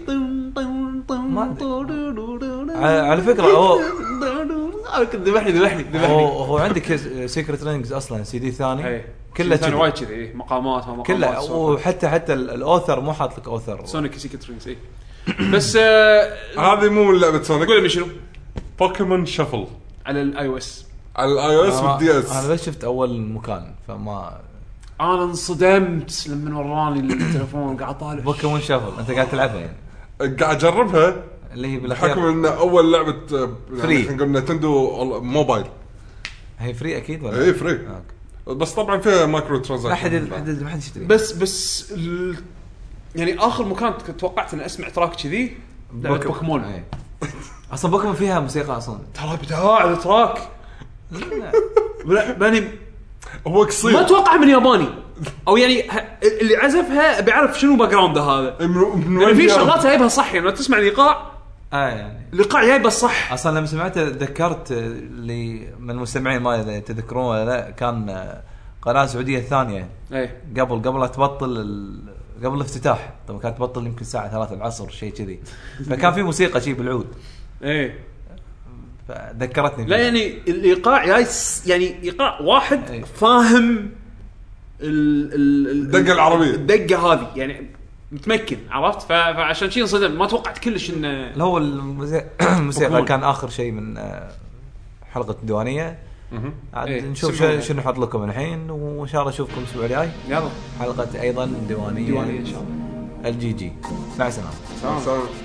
على فكره هو ذبحني هو عندك سيكريت رينجز اصلا سي دي ثاني كله ثاني وايد كذي مقامات كله وحتى الاوثر مو حاط لك اوثر سونيك سيكريت رينجز اي بس هذه مو من لعبه سونيك. قول لي شنو بوكيمون شفل على الاي او اس والدي اس. انا بس شفت اول مكان فما انا انصدمت لما وراني التليفون قاعد طالع بوكيمون شفل. انت قاعد تلعبها يعني قاعد اجربها اللي هي بالاخير بحكم ان اول لعبه فري نقول نينتندو موبايل هي فري اكيد ولا هي فري بس طبعا فيها مايكرو ترانزاكشن ما حد يشتري بس يعني اخر مكان توقعت ان اسمع تراك كذي بوكيمون. اصلا بوكيمون فيها موسيقى اصلا ترى بتاع التراك لا باني هو قصير ما اتوقع من ياباني او يعني اللي عزفها بيعرف شنو باك جراوند هذا يعني في شغلات جايبها صح يعني تسمع الايقاع يعني الايقاع جايبه الصح. اصلا لما سمعته ذكرت اللي من المستمعين ما تذكرون ولا لا كان قناه سعوديه الثانيه قبل لا تبطل قبل الافتتاح طبعا كانت تبطل يمكن الساعه 3 العصر شيء كذي فكان في موسيقى شيء بالعود فذكرتني لا يعني الايقاع يعني ايقاع واحد فاهم الدقه العربيه الدقه هذه يعني متمكن عرفت. فعشان شيء انصدم ما توقعت كلش انه هو الموسيقى كان اخر شيء من حلقه الديوانيه. نشوف شنو نحط لكم الحين وان شاء الله اشوفكم الاسبوع الجاي. يلا حلقه ايضا ديوانيه ان شاء الله. الجي مع السلامه.